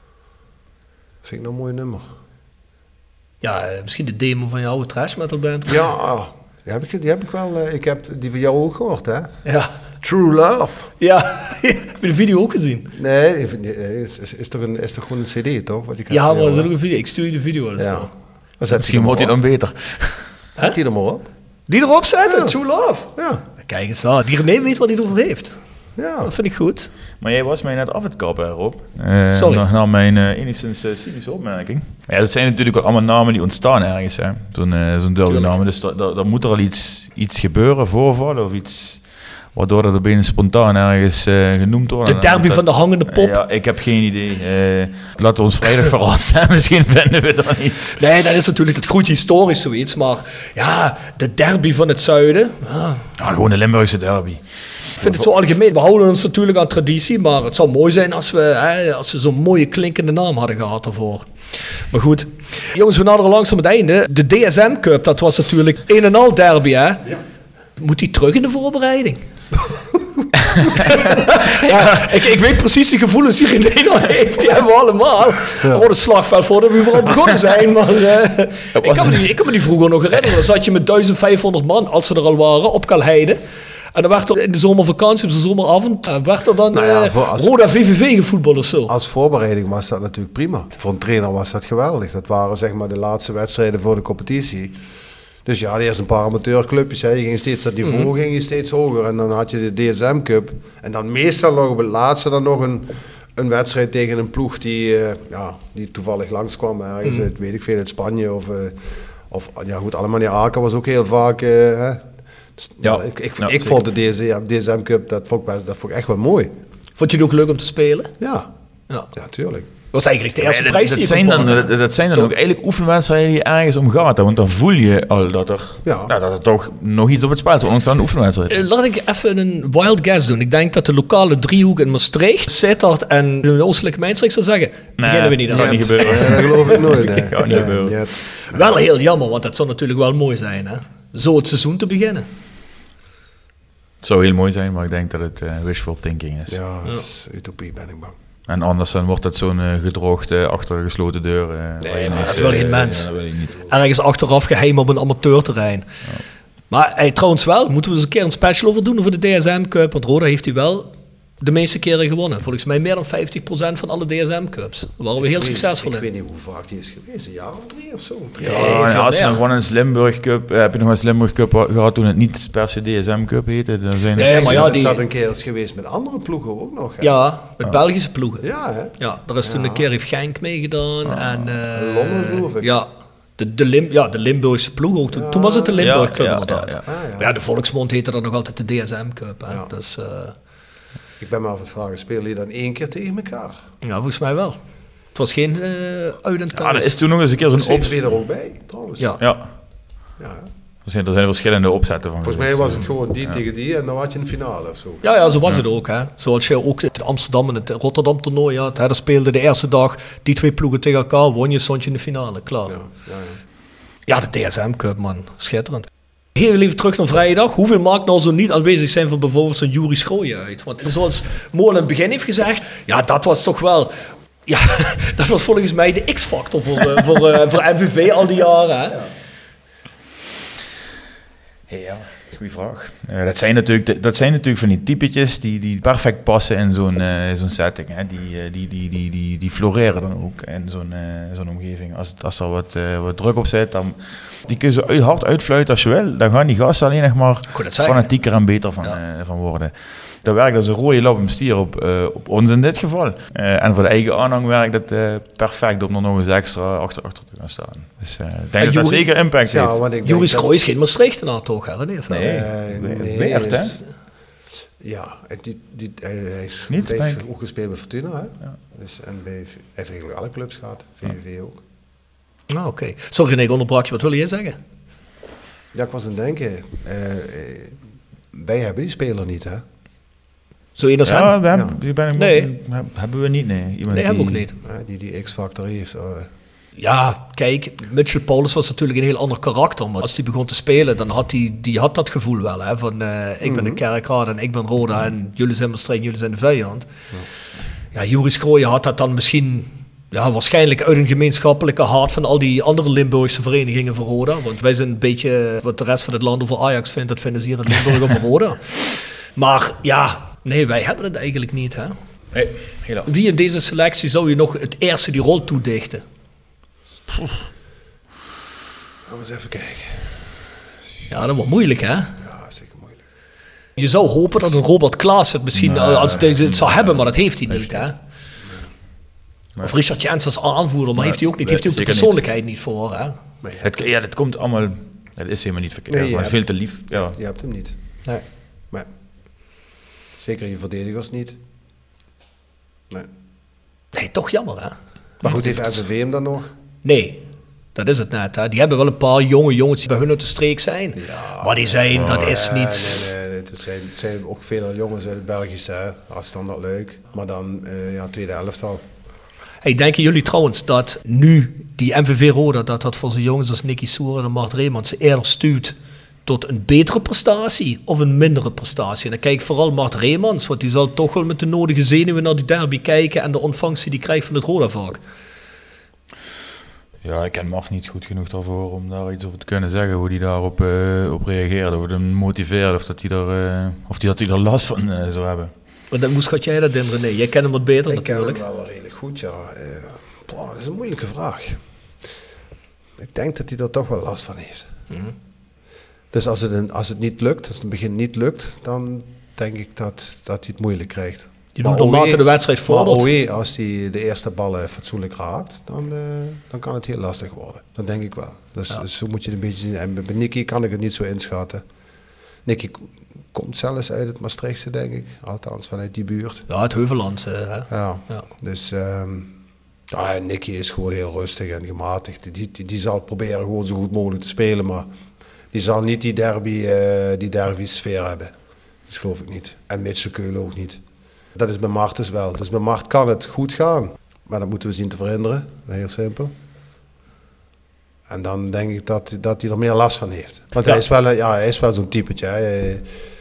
vind ik nou een mooi nummer. Ja, misschien de demo van je oude trash metal band. Ja, die heb ik wel. Ik heb die van jou ook gehoord, hè? Ja. True Love. Ja, heb je de video ook gezien? Nee, is toch gewoon een cd, toch? Wat je ja, maar is er ook een video? Ik stuur je de video. Ja. Misschien wordt hij dan beter. Zet die er maar op. Die erop zetten, True Love. Ja. Kijk eens daar, die René weet wat hij erover heeft. Ja. Dat vind ik goed. Maar jij was mij net af het kappen, Rob. Sorry. Na mijn enigszins cynische opmerking. Ja, dat zijn natuurlijk ook allemaal namen die ontstaan ergens, hè. Zo'n derbynaam. Dus daar moet er al iets gebeuren, voorvallen of iets... Waardoor dat er bijna spontaan ergens genoemd wordt. De derby van de hangende pop. Ja, ik heb geen idee. Laten we ons vrijdag verrassen. Misschien vinden we dat niet. Nee, dat is natuurlijk het goed historisch zoiets. Maar ja, de derby van het zuiden. Ja, gewoon de Limburgse derby. Ik vind het zo algemeen. We houden ons natuurlijk aan traditie. Maar het zou mooi zijn als we zo'n mooie klinkende naam hadden gehad ervoor. Maar goed. Jongens, we naderen langzaam het einde. De DSM Cup, dat was natuurlijk een en al derby, hè? Ja. Moet die terug in de voorbereiding? Ja, ik weet precies de gevoelens die René nog heeft. Die hebben we allemaal. Er wordt een slagveld voordat we überhaupt begonnen zijn. Maar ik kan me die vroeger nog herinneren. Dan zat je met 1500 man, als ze er al waren, op Kalheide. En dan werd er in de zomervakantie, op de zomeravond, werd er dan Roda VVV gevoetbald of zo. Als voorbereiding was dat natuurlijk prima. Voor een trainer was dat geweldig. Dat waren zeg maar de laatste wedstrijden voor de competitie. Dus ja, eerst een paar amateurclubjes. Hè. Je ging steeds dat niveau ging je steeds hoger. En dan had je de DSM Cup. En dan meestal nog op het laatste dan nog een wedstrijd tegen een ploeg die toevallig langskwam. Ergens uit, weet ik veel, uit Spanje. Of ja goed, Alemannia Aachen was ook heel vaak... Ik vond de DSM Cup, dat vond ik echt wel mooi. Vond je het ook leuk om te spelen? Ja, tuurlijk. Dat was eigenlijk de eerste Maar prijs die je kon pakken. dat zijn dan ook eigenlijk oefenwedstrijden die ergens om gaat. Hè? Want dan voel je al dat er toch nog iets op het spel is, ondanks dan een oefenwedstrijd. Laat ik even een wild guess doen. Ik denk dat de lokale driehoek in Maastricht, Sittard en de Oostelijke Mijnstreek zou zeggen, beginnen we niet aan. Dat gaat niet gebeuren. Dat geloof ik nooit. Nee. Gaat niet gebeuren. Ja. Wel heel jammer, want dat zou natuurlijk wel mooi zijn. Hè? Zo het seizoen te beginnen. Het zou heel mooi zijn, maar ik denk dat het wishful thinking is. Ja, dat is utopie, ben ik bang. En anders dan wordt het zo'n gedroogd achter gesloten deur. dat wil geen mens. Dat wil je niet. Ergens achteraf geheim op een amateurterrein. Ja. Maar trouwens wel, moeten we eens een keer een special over doen over de DSM Cup. Want Roda heeft hij wel de meeste keren gewonnen. Volgens mij meer dan 50% van alle DSM Cups. Daar waren we heel succesvol in. Ik weet niet hoe vaak die is geweest. Een jaar of 3 of zo. Ja, en als je nog gewoon een Limburg Cup... heb je nog een Limburg Cup gehad toen het niet per se DSM Cup heette? Dan zijn maar ja, die... Is dat een keer eens geweest met andere ploegen ook nog? Hè? Ja, met Belgische ploegen. Ja, hè? Ja, daar is toen een keer heeft Genk meegedaan. En Londen, geloof ik. Ja. De Limburgse ploeg ook. Toen was het de Limburg Cup inderdaad. Ja, de Volksmond heette dan nog altijd de DSM Cup. Hè? Ja. Dus... Ik ben me af het vragen, spelen jullie dan 1 keer tegen elkaar? Ja, volgens mij wel. Het was geen uit en thuis. Ja, er is toen nog eens een keer zo'n opzet er ook bij, trouwens. Ja. Er zijn verschillende opzetten van. Volgens mij was het gewoon die tegen die en dan had je een finale of zo. Ja, zo was het ook. Hè. Zoals je ook het Amsterdam en het Rotterdam toernooi had. Daar speelden de eerste dag die 2 ploegen tegen elkaar. Won je, stond je in de finale. Klaar. Ja, de DSM Cup, man. Schitterend. Heel even terug naar vrijdag. Hoeveel maakt nou zo niet aanwezig zijn van bijvoorbeeld zo'n Juri Schrooien uit? Want zoals Molen in het begin heeft gezegd, ja, dat was toch wel... Ja, dat was volgens mij de X-factor voor MVV al die jaren. Hè? Ja, goeie vraag. Dat zijn natuurlijk van die typetjes die perfect passen in zo'n setting. Hè. Die floreren dan ook in zo'n omgeving. Als er wat druk op zit, dan die kun je zo hard uitfluiten als je wil. Dan gaan die gasten alleen nog maar fanatieker en beter van worden. Dat werkt als een rode lap om stier op ons in dit geval. En voor de eigen aanhang werkt het perfect om er nog eens extra achter te gaan staan. Dus ik denk dat zeker impact heeft. Juri Schrooij is geen Maastrichtenaar toch? Hè? Nee, Weert, hè? Ja, hij heeft ook gespeeld bij Fortuna. Hè? Ja. Dus, en hij heeft eigenlijk alle clubs gehad, VVV ook. Ah, oké. Sorry René, ik onderbrak je. Wat wil je zeggen? Ja, ik was aan het denken. Wij hebben die speler niet, hè? Zo één als hem? Hebben we niet, nee. Iemand hebben we ook niet. Die X-factor heeft. Ja, kijk, Mitchell Paulus was natuurlijk een heel ander karakter. Maar als hij begon te spelen, dan had hij had dat gevoel wel. Hè, van ik ben een Kerkrade en ik ben Roda en jullie zijn Maastricht, jullie zijn de vijand. Ja, Juri Schrooij had dat dan misschien... Ja, waarschijnlijk uit een gemeenschappelijke hart van al die andere Limburgse verenigingen voor Roda. Want wij zijn een beetje wat de rest van het land over Ajax vindt, dat vinden ze hier in Limburg over Roda. Maar ja, nee, wij hebben het eigenlijk niet. Hè? Nee, wie in deze selectie zou je nog het eerste die rol toedichten? Laten we eens even kijken. Ja, dat wordt moeilijk, hè? Ja, zeker moeilijk. Je zou hopen dat een Robert Klaas het misschien als deze het zou hebben, maar dat heeft hij niet, hè? Of Richard Jens als aanvoerder, maar heeft hij ook niet. Heeft hij ook de persoonlijkheid niet voor, hè? Het komt allemaal... Het is helemaal niet verkeerd, maar veel te lief. Ja. Je hebt hem niet. Nee. Maar zeker je verdedigers niet. Nee, toch jammer, hè? Maar goed, heeft FCV hem dan nog? Nee, dat is het net. Hè. Die hebben wel een paar jonge jongens die bij hun uit de streek zijn. Ja, maar die zijn, dat is niet... Nee, het zijn ook veel jongens uit het Belgische, hè. Standaard leuk. Maar dan, tweede elftal. Hey, denken jullie trouwens dat nu die MVV Roda, dat voor zo'n jongens als Nicky Soeren en Mart Reemans eerder stuurt tot een betere prestatie of een mindere prestatie? En dan kijk ik vooral Mart Reemans, want die zal toch wel met de nodige zenuwen naar die derby kijken en de ontvangst die hij krijgt van het Roda-vak. Ja, ik ken Mart niet goed genoeg daarvoor om daar iets over te kunnen zeggen, hoe hij daarop op reageerde, of hem motiveerde, of hij er last van zou hebben. Maar hoe schat jij dat in, René? Jij kent hem wat beter natuurlijk. Ik ken hem wel redelijk goed, ja. Dat is een moeilijke vraag. Ik denk dat hij er toch wel last van heeft. Mm-hmm. Dus als het niet lukt, als het in het begin niet lukt, dan denk ik dat hij het moeilijk krijgt. Je doet naarmate de wedstrijd vordert. Als hij de eerste ballen fatsoenlijk raakt, dan kan het heel lastig worden. Dat denk ik wel. Dus zo moet je het een beetje zien. En bij Nicky kan ik het niet zo inschatten. Nicky komt zelfs uit het Maastrichtse, denk ik. Althans, vanuit die buurt. Ja, het Heuvellandse. Hè? Ja. Dus Ja, Nicky is gewoon heel rustig en gematigd. Die zal proberen gewoon zo goed mogelijk te spelen, maar die zal niet die derby sfeer hebben. Dat geloof ik niet. En Mitchell Keulen ook niet. Dat is bij Mart dus wel. Dus bij Mart kan het goed gaan. Maar dat moeten we zien te verhinderen. Heel simpel. En dan denk ik dat hij er meer last van heeft. Want hij is wel zo'n typetje.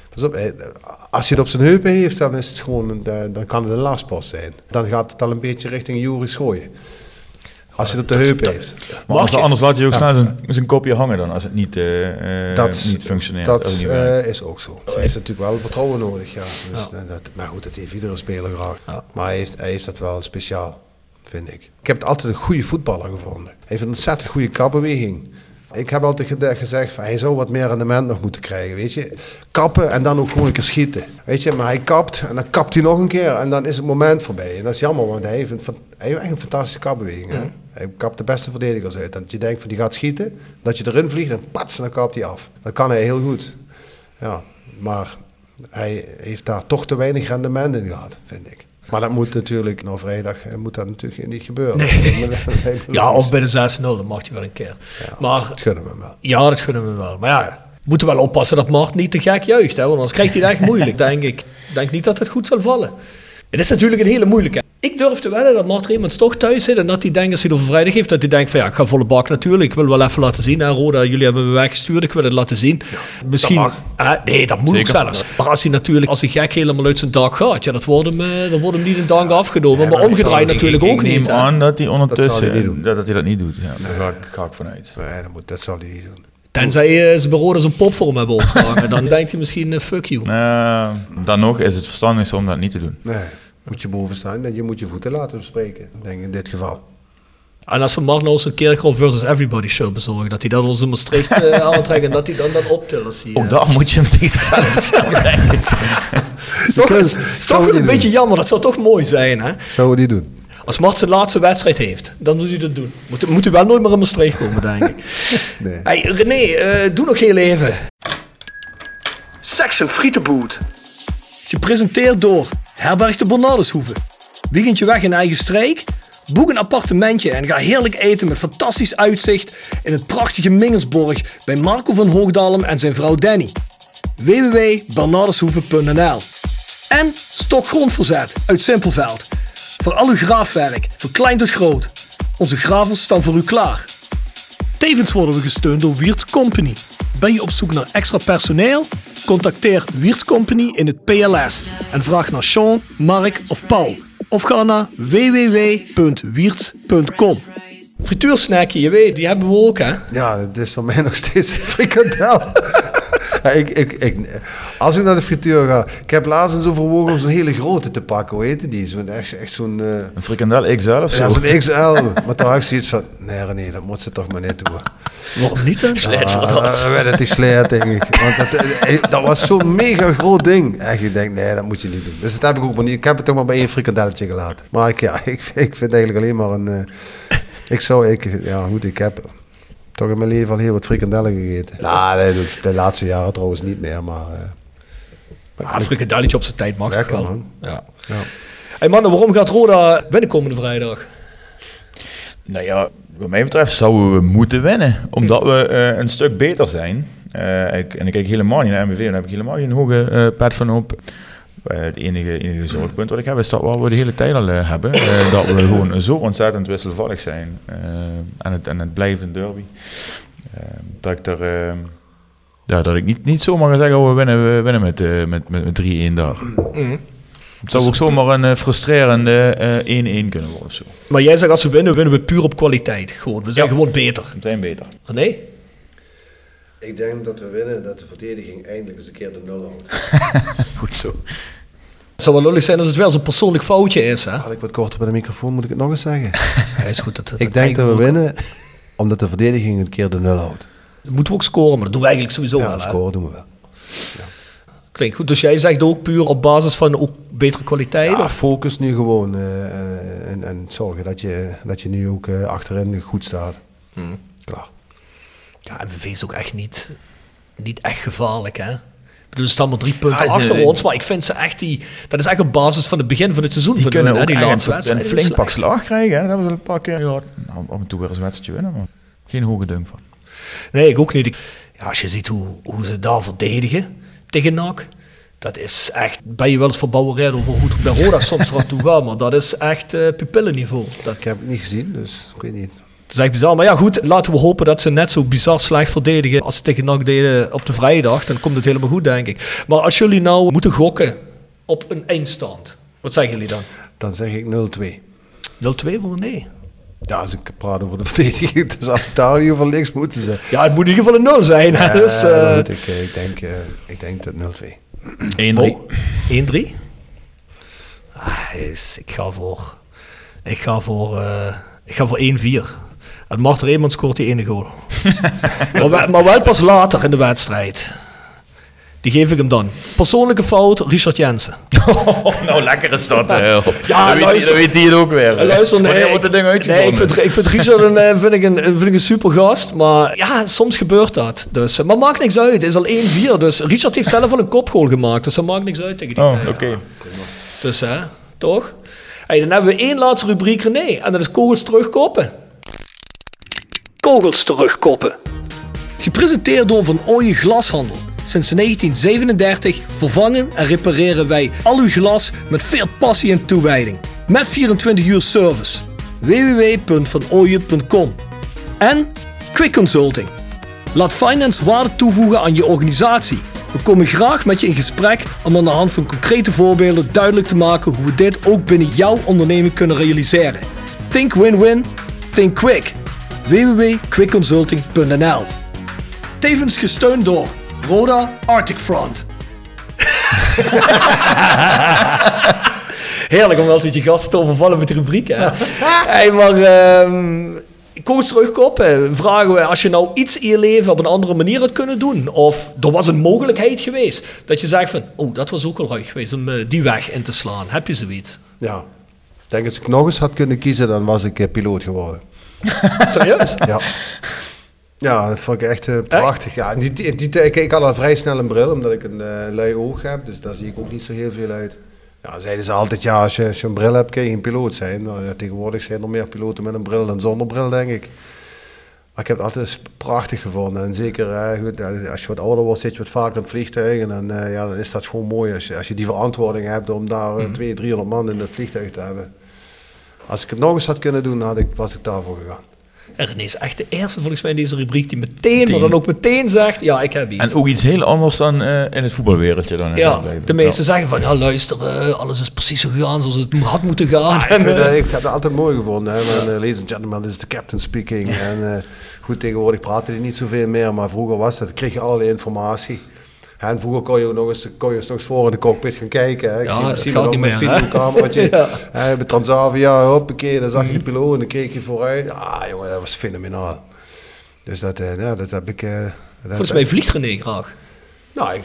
Als hij het op zijn heupen heeft, dan is het gewoon, dan kan het een lastpost zijn. Dan gaat het al een beetje richting Joris gooien. Als hij het op de heupen heeft. Maar anders laat hij ook snel zijn kopje hangen dan, als het niet functioneert. Dat is ook zo. Hij heeft natuurlijk wel vertrouwen nodig. Ja. Dus, maar goed, dat heeft iedere speler graag. Ja. Maar hij heeft dat wel speciaal, vind ik. Ik heb het altijd een goede voetballer gevonden. Hij heeft een ontzettend goede kapbeweging. Ik heb altijd gezegd, van, hij zou wat meer rendement nog moeten krijgen, weet je. Kappen en dan ook gewoon een keer schieten. Weet je, maar hij kapt en dan kapt hij nog een keer en dan is het moment voorbij. En dat is jammer, want hij heeft echt een fantastische kapbeweging. Hè? Hij kapt de beste verdedigers uit. Dat je denkt van die gaat schieten, dat je erin vliegt en pats, en dan kapt hij af. Dat kan hij heel goed. Ja, maar hij heeft daar toch te weinig rendement in gehad, vind ik. Maar dat moet natuurlijk, vrijdag moet dat natuurlijk niet gebeuren. Nee. Ja, of bij de 6-0, dat mag je wel een keer. Ja, maar, dat gunnen we hem wel. Ja, dat gunnen we hem wel. Maar ja, we moeten wel oppassen dat Mart niet te gek juicht. Hè, want anders krijgt hij het echt moeilijk, denk ik. Ik denk niet dat het goed zal vallen. Het is natuurlijk een hele moeilijke. Ik durf te wedden dat Mart Reemans toch thuis zit en dat hij denkt, als hij het over vrijdag heeft, dat hij denkt van ja, ik ga volle bak natuurlijk. Ik wil wel even laten zien. Hè, Roda, jullie hebben me weggestuurd, ik wil het laten zien. Ja, misschien. Nee, dat moet ook zelfs. Maar als hij natuurlijk als hij gek helemaal uit zijn dak gaat, ja, dat wordt hem niet in dank afgenomen. Maar omgedraaid natuurlijk ook niet. Ik neem aan dat hij ondertussen dat hij dat niet doet. Ja, daar ga ik vanuit. Nee, dat zal hij niet doen. Tenzij ze bij Roda zijn pop voor hem hebben opgehangen, dan denkt hij misschien fuck you. Dan nog is het verstandigste om dat niet te doen. Nee. Moet je boven staan en je moet je voeten laten bespreken, denk ik in dit geval. En als we Mart nou zo'n Kerkhoff versus Everybody show bezorgen, dat hij dat ons in Maastricht aantrekt en dat hij dan dat optillen. Ook daar moet je hem tegen zichzelf beschermen, denk ik. Het is toch wel een beetje jammer, dat zou toch mooi zijn, hè? Zou we die doen? Als Mart zijn laatste wedstrijd heeft, dan moet hij dat doen. Moet u wel nooit meer in Maastricht komen, denk ik. Nee. Hey, René, doe nog heel even. Section Frietenboot. Gepresenteerd door Herberg de Bernardeshoeve. Weekendje weg in eigen streek? Boek een appartementje en ga heerlijk eten met fantastisch uitzicht in het prachtige Mingersborg bij Marco van Hoogdalem en zijn vrouw Danny. www.bernardeshoeve.nl. En Stokgrondverzet uit Simpelveld. Voor al uw graafwerk, van klein tot groot. Onze gravels staan voor u klaar. Tevens worden we gesteund door Wiertz Company. Ben je op zoek naar extra personeel? Contacteer Wiertz Company in het PLS en vraag naar Sean, Mark of Paul. Of ga naar www.wiertz.com. Frituursnackje, je weet, die hebben we ook, hè? Ja, dat is voor mij nog steeds een frikandel. Als ik naar de frituur ga... Ik heb laatst eens overwogen om zo'n hele grote te pakken. Hoe heette die? Echt zo'n... Een frikandel XL of zo? Ja, zo'n XL. Maar toen had ik zoiets van... Nee, dat moet ze toch maar niet doen. Waarom niet dan? Sleet voor dat. Dat is sleet, denk ik. Want dat was zo'n mega groot ding. En je denkt, nee, dat moet je niet doen. Dus dat heb ik ook maar niet. Ik heb het toch maar bij één frikandelletje gelaten. Maar ik vind eigenlijk alleen maar een... Ik heb toch in mijn leven al heel wat frikandellen gegeten. Nou, de laatste jaren trouwens niet meer, maar... Een frikandelletje op zijn tijd mag lekker, wel. Man. Ja. Hey mannen, waarom gaat Roda binnenkomende vrijdag? Nou ja, wat mij betreft zouden we moeten winnen. Omdat we een stuk beter zijn. Ik kijk helemaal niet naar MVV, daar heb ik helemaal geen hoge pet van op. Het enige zorgpunt wat ik heb is dat we de hele tijd al hebben. Dat we gewoon zo ontzettend wisselvallig zijn. En het blijft een derby. Dat ik niet zomaar ga zeggen, we winnen met 3-1 daar. Mm-hmm. Het zou ook zomaar een frustrerende 1-1 kunnen worden. Zo. Maar jij zegt als we winnen we puur op kwaliteit. Gewoon. We zijn gewoon beter. We zijn beter. René? Ik denk dat we winnen, dat de verdediging eindelijk eens een keer de 0 houdt. Goed zo. Het zou wel lullig zijn als het wel zo'n persoonlijk foutje is. Hè? Had ik wat korter bij de microfoon, moet ik het nog eens zeggen. Ja, is goed, ik denk dat we winnen, omdat de verdediging een keer de 0 houdt. Dan moeten we ook scoren, maar dat doen we eigenlijk sowieso wel. Ja, scoren doen we wel. Ja. Klinkt goed. Dus jij zegt ook puur op basis van ook betere kwaliteit? Ja, focus nu gewoon en zorgen dat je nu ook achterin goed staat. Klaar. Ja, MVV is ook echt niet echt gevaarlijk, hè? Dus er staan maar 3 punten achter ons. Maar ik vind ze echt dat is echt op basis van het begin van het seizoen. Die kunnen ook die laatste een flink pak slag krijgen. Hè? Dat hebben ze een paar keer gehad. Nou, af en toe weer eens een wedstrijdje winnen, maar geen hoge dunk van. Nee, ik ook niet. Ja, als je ziet hoe ze daar verdedigen tegen NAC, dat is echt... Ben je wel eens verbouwereerd over hoe het bij Roda soms eraan toe gaat, maar dat is echt pupillenniveau. Ik heb het niet gezien, dus ik weet niet. Het is echt bizar. Maar ja, goed, laten we hopen dat ze net zo bizar slecht verdedigen als ze tegen NAC deden op de vrijdag. Dan komt het helemaal goed, denk ik. Maar als jullie nou moeten gokken op een eindstand, wat zeggen jullie dan? Dan zeg ik 0-2. 0-2 voor nee? Ja, als ik praat over de verdediging, dan zou ik daar in ieder geval niks moeten zijn. Ja, het moet in ieder geval een 0 zijn. Ja, dus, ik denk dat 0-2. 1-3. Oh, 1-3? Ik ga voor 1-4. En Marten Reeman scoort die ene goal. maar wel pas later in de wedstrijd. Die geef ik hem dan. Persoonlijke fout, Richard Jensen. Nou, lekker is dat. Ja, dan weet hij het ook weer. Luister, nee, wordt het ding uitgezonden. Ik vind Richard vind ik een super gast. Maar ja, soms gebeurt dat. Dus, maar maakt niks uit. Het is al 1-4. Dus Richard heeft zelf al een kopgoal gemaakt. Dus dat maakt niks uit tegen die tijd. Oké. Dus toch? Hey, dan hebben we 1 laatste rubriek, René. En dat is kogels terugkoppen. Kogels terugkoppen. Gepresenteerd door Van Ooyen Glashandel. Sinds 1937 vervangen en repareren wij al uw glas met veel passie en toewijding. Met 24 uur service. www.vanooyen.com. En Quick Consulting. Laat finance waarde toevoegen aan je organisatie. We komen graag met je in gesprek om aan de hand van concrete voorbeelden duidelijk te maken hoe we dit ook binnen jouw onderneming kunnen realiseren. Think win-win, think quick. www.quickconsulting.nl. Tevens gesteund door Roda Arctic Front. Heerlijk om altijd je gasten te overvallen met de rubriek. Hè? Hey, maar coach terugkoppen. Vragen we, als je nou iets in je leven op een andere manier had kunnen doen. Of er was een mogelijkheid geweest. Dat je zegt van, dat was ook wel ruig geweest om die weg in te slaan. Heb je zoiets? Ja. Ik denk als ik nog eens had kunnen kiezen, dan was ik piloot geworden. Serieus? Ja. Ja, dat vond ik echt prachtig. Ja, ik had al vrij snel een bril, omdat ik een lui oog heb. Dus daar zie ik ook niet zo heel veel uit. Ja, zeiden ze altijd, ja, als je een bril hebt, kun je geen piloot zijn. Nou, ja, tegenwoordig zijn er meer piloten met een bril dan zonder bril, denk ik. Maar ik heb het altijd prachtig gevonden. En zeker als je wat ouder wordt, zit je wat vaker in het vliegtuig. En dan is dat gewoon mooi als je die verantwoording hebt om daar 200-300 man in het vliegtuig te hebben. Als ik het nog eens had kunnen doen, was ik daarvoor gegaan. En René is echt de eerste volgens mij in deze rubriek die maar dan ook meteen zegt, ja, ik heb iets. En ook iets heel anders dan in het voetbalwereldje. Dan ja, de meesten zeggen van, ja luister, alles is precies zo gegaan zoals het had moeten gaan. Ik heb het altijd mooi gevonden. Hè. Ladies and gentlemen, this is the captain speaking. En goed, tegenwoordig praten die niet zoveel meer, maar vroeger was dat, kreeg je allerlei informatie. En vroeger kon je nog eens voor in de cockpit gaan kijken. Hè. Ik zie dat niet meer. Videocamertje. Bij Transavia, hoppakee, dan zag je de piloot en dan keek je vooruit. Jongen, dat was fenomenaal. Dus dat heb ik... Volgens mij vliegt René graag. Nou,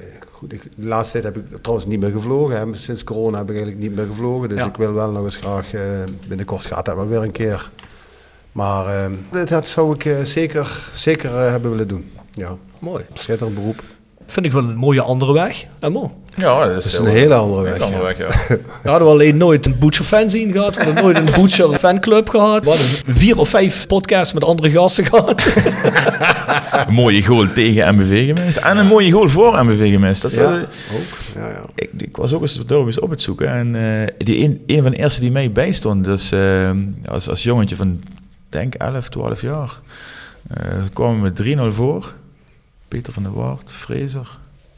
de laatste tijd heb ik trouwens niet meer gevlogen. Hè. Sinds corona heb ik eigenlijk niet meer gevlogen. Dus ik wil wel nog eens graag... binnenkort gaat dat wel weer een keer. Maar dat zou ik zeker hebben willen doen. Ja. Mooi. Schitterend beroep. Vind ik wel een mooie andere weg. Ja, dat is een hele andere weg. We hadden alleen nooit een Butcher fanzine gehad. We hadden nooit een Butcher fanclub gehad. We hadden 4 of 5 podcasts met andere gasten gehad. Een mooie goal tegen MBV gemist. En een mooie goal voor MBV gemist. Dat ook. Ja. Ik was ook eens op het zoeken. En een van de eerste die mij bijstond, dus als jongetje van, denk 11, 12 jaar, kwamen we met 3-0 voor. Peter van der Waard, Fraser.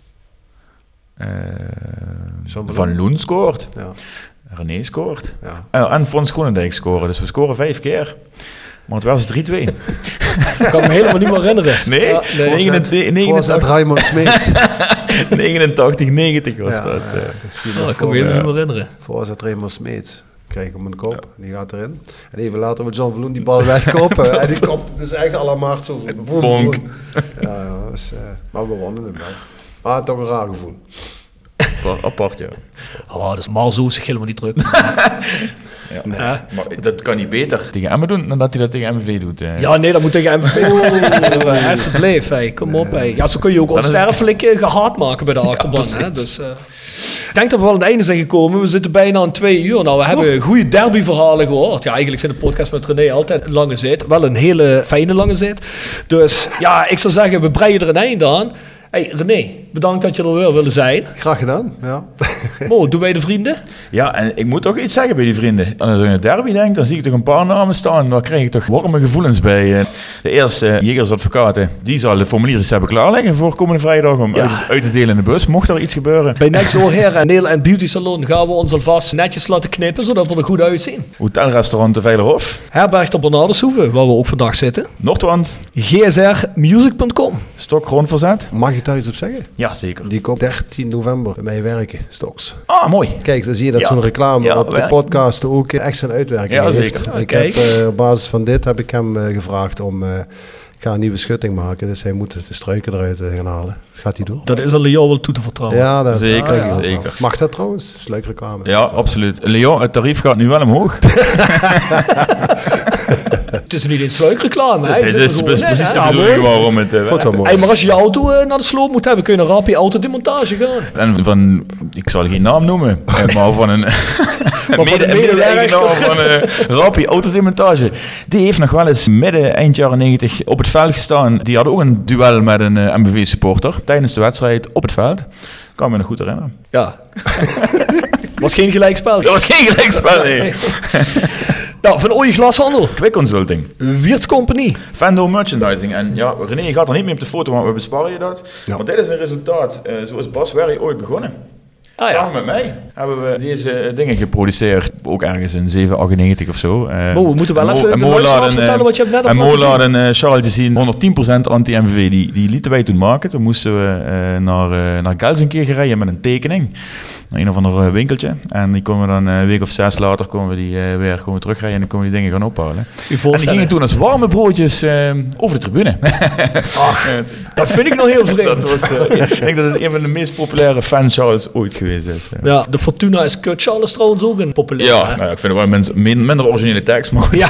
Van Loen scoort. Ja. René scoort. Ja. En Fons Groenendijk scoren. Dus we scoren 5 keer. Maar het was 3-2. Ik kan me helemaal niet meer herinneren. Nee? Ja, nee. 89 Raymond Smeets. 89-90 was dat. Ik kan me helemaal niet meer herinneren. Voorzet Raymond Smeets. Krijg hem een kop, die gaat erin. En even later met John Verloen die bal wegkoppen. En die komt dus echt allemaal zo. Bonk. Ja, dus, maar we wonnen hem wel. Maar toch een raar gevoel. Apart, ja. Dus Marzo is zich helemaal niet druk. Ja. Nee. Maar dat kan hij beter tegen Emmen doen dan dat hij dat tegen MVV doet. Ja, nee, dat moet tegen MVV. Alsjeblieft, hey, kom op. Hey. Ja, zo kun je ook onsterfelijk gehaat maken bij de achterban. Hè? Dus, ik denk dat we wel aan het einde zijn gekomen. We zitten bijna aan 2 uur. Nou, we hebben goede derbyverhalen gehoord. Ja, eigenlijk zijn de podcast met René altijd een lange zit. Wel een hele fijne lange zit. Dus ja, ik zou zeggen, we breien er een einde aan. Hey René, bedankt dat je er weer wilde zijn. Graag gedaan, ja. Mo, doen wij de vrienden? Ja, en ik moet toch iets zeggen bij die vrienden. Als ik aan het derby denk, dan zie ik toch een paar namen staan. Daar krijg ik toch warme gevoelens bij. De eerste Jegersadvocaten, die zal de formulieren hebben klaarleggen voor komende vrijdag om uit te delen in de bus, mocht er iets gebeuren. Bij Next Door Hair Nail and Beauty Salon gaan we ons alvast netjes laten knippen, zodat we er goed uitzien. Hotelrestaurant de Veilerhof. Herberg de Bernardeshoeve, waar we ook vandaag zitten. Noordwand. gsrmusic.com. Stok Grondverzet. Mag ik daar iets op zeggen? Ja, zeker. Die komt 13 november bij mij werken, Stoks. Ah, mooi. Kijk, dan zie je dat zo'n reclame op de podcast ook echt zijn uitwerking heeft. Zeker. Ja, ik heb, op basis van dit heb ik hem gevraagd om... ik ga een nieuwe schutting maken, dus hij moet de struiken eruit gaan halen. Dat gaat hij doen. Dat is al Leo wel toe te vertrouwen. Ja, dat zeker, zeker. Mag dat trouwens? Dat is leuk reclame. Ja, absoluut. Leon, het tarief gaat nu wel omhoog. Het is niet eens sluikreclame. Het is precies de bedoeling waarom het hey, maar als je je auto naar de sloop moet hebben, kun je naar Rapi Autodemontage gaan. En van, ik zal geen naam noemen, maar van een mede-eigenaar van Rapi Autodemontage. Die heeft nog wel eens midden eind jaren 90 op het veld gestaan. Die had ook een duel met een MVV-supporter tijdens de wedstrijd op het veld. Kan me nog goed herinneren. Ja. Was geen gelijkspel. Dat was geen gelijkspel, nee. Nou, Van Ooyen Glashandel. Quick Consulting. Wiertz Company. Fando Merchandising. En ja, René gaat er niet mee op de foto, want we besparen je dat. Ja. Maar dit is een resultaat. Zo is Bas Werry ooit begonnen. Ah, ja. Samen met mij hebben we deze dingen geproduceerd. Ook ergens in 798 of zo. We moeten wel even de luisteraars vertellen wat je hebt net op laten zien. En Mola en Charles gezien, 110% anti-MVV. Die lieten wij toen maken. Toen moesten we naar Gelsenkirchen rijden met een tekening. Naar een of ander winkeltje. En die komen dan een week of 6 later komen we die weer terugrijden en dan komen we die dingen gaan ophalen. En die gingen toen als warme broodjes over de tribune. Ach, dat vind ik nog heel vreemd. Ik denk dat het een van de meest populaire fan-Charles ooit geweest is. Ja, de Fortuna is kut. Charles trouwens ook een populair. Ja, nou, ik vind het wel minder originele tekst, maar goed. Ja.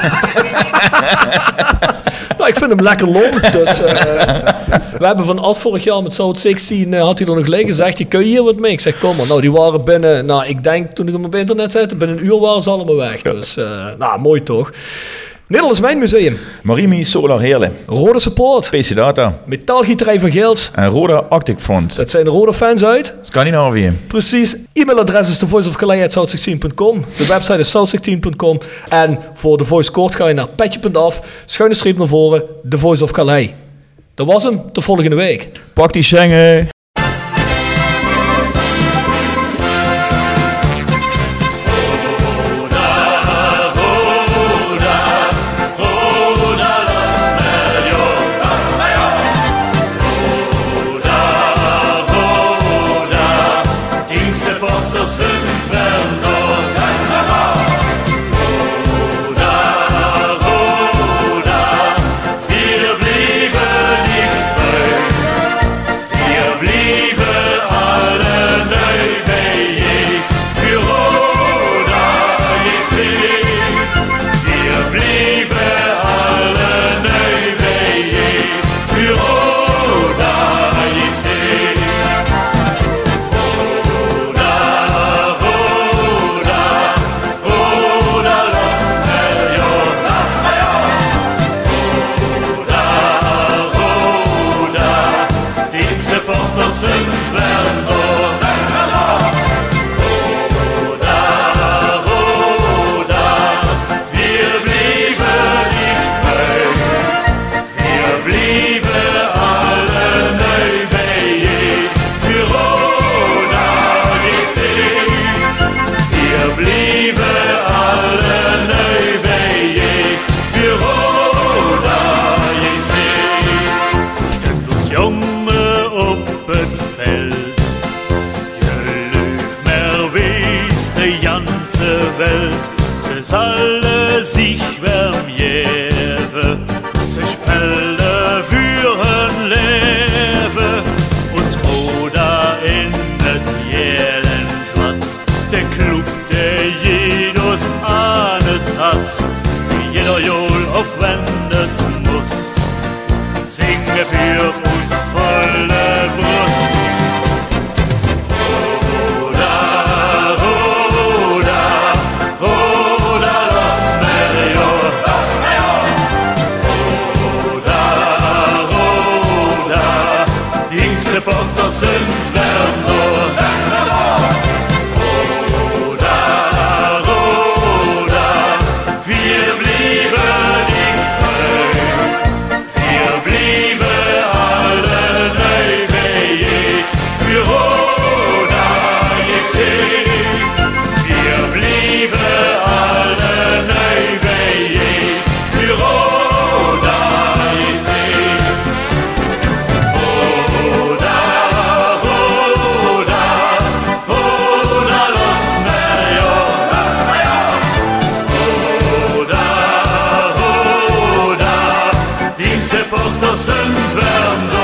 Nou, ik vind hem lekker lomp. Dus, we hebben van Ad vorig jaar met South 16 had hij er nog liggen. Zegt hij, kun je hier wat mee? Ik zeg, kom maar. Nou, die waren binnen, nou, ik denk toen ik hem op internet zette, binnen een uur waren ze allemaal weg. Ja. Dus, nou, mooi toch. Nederlands Mijnmuseum. Marimi Solar Heerlen. Rode Support. PC Data. Metaalgieterij van Geels. En Roda Arctic Front. Dat zijn de rode fans uit Scandinavië. Precies. E-mailadres is thevoiceofcalais@south16.com. De website is south16.com. En voor The Voice Kort ga je naar petje.af. Schuine streep naar voren. The Voice of Calais. Dat was hem. Tot volgende week. Pak die Schengen. Wir Reporter sind, werden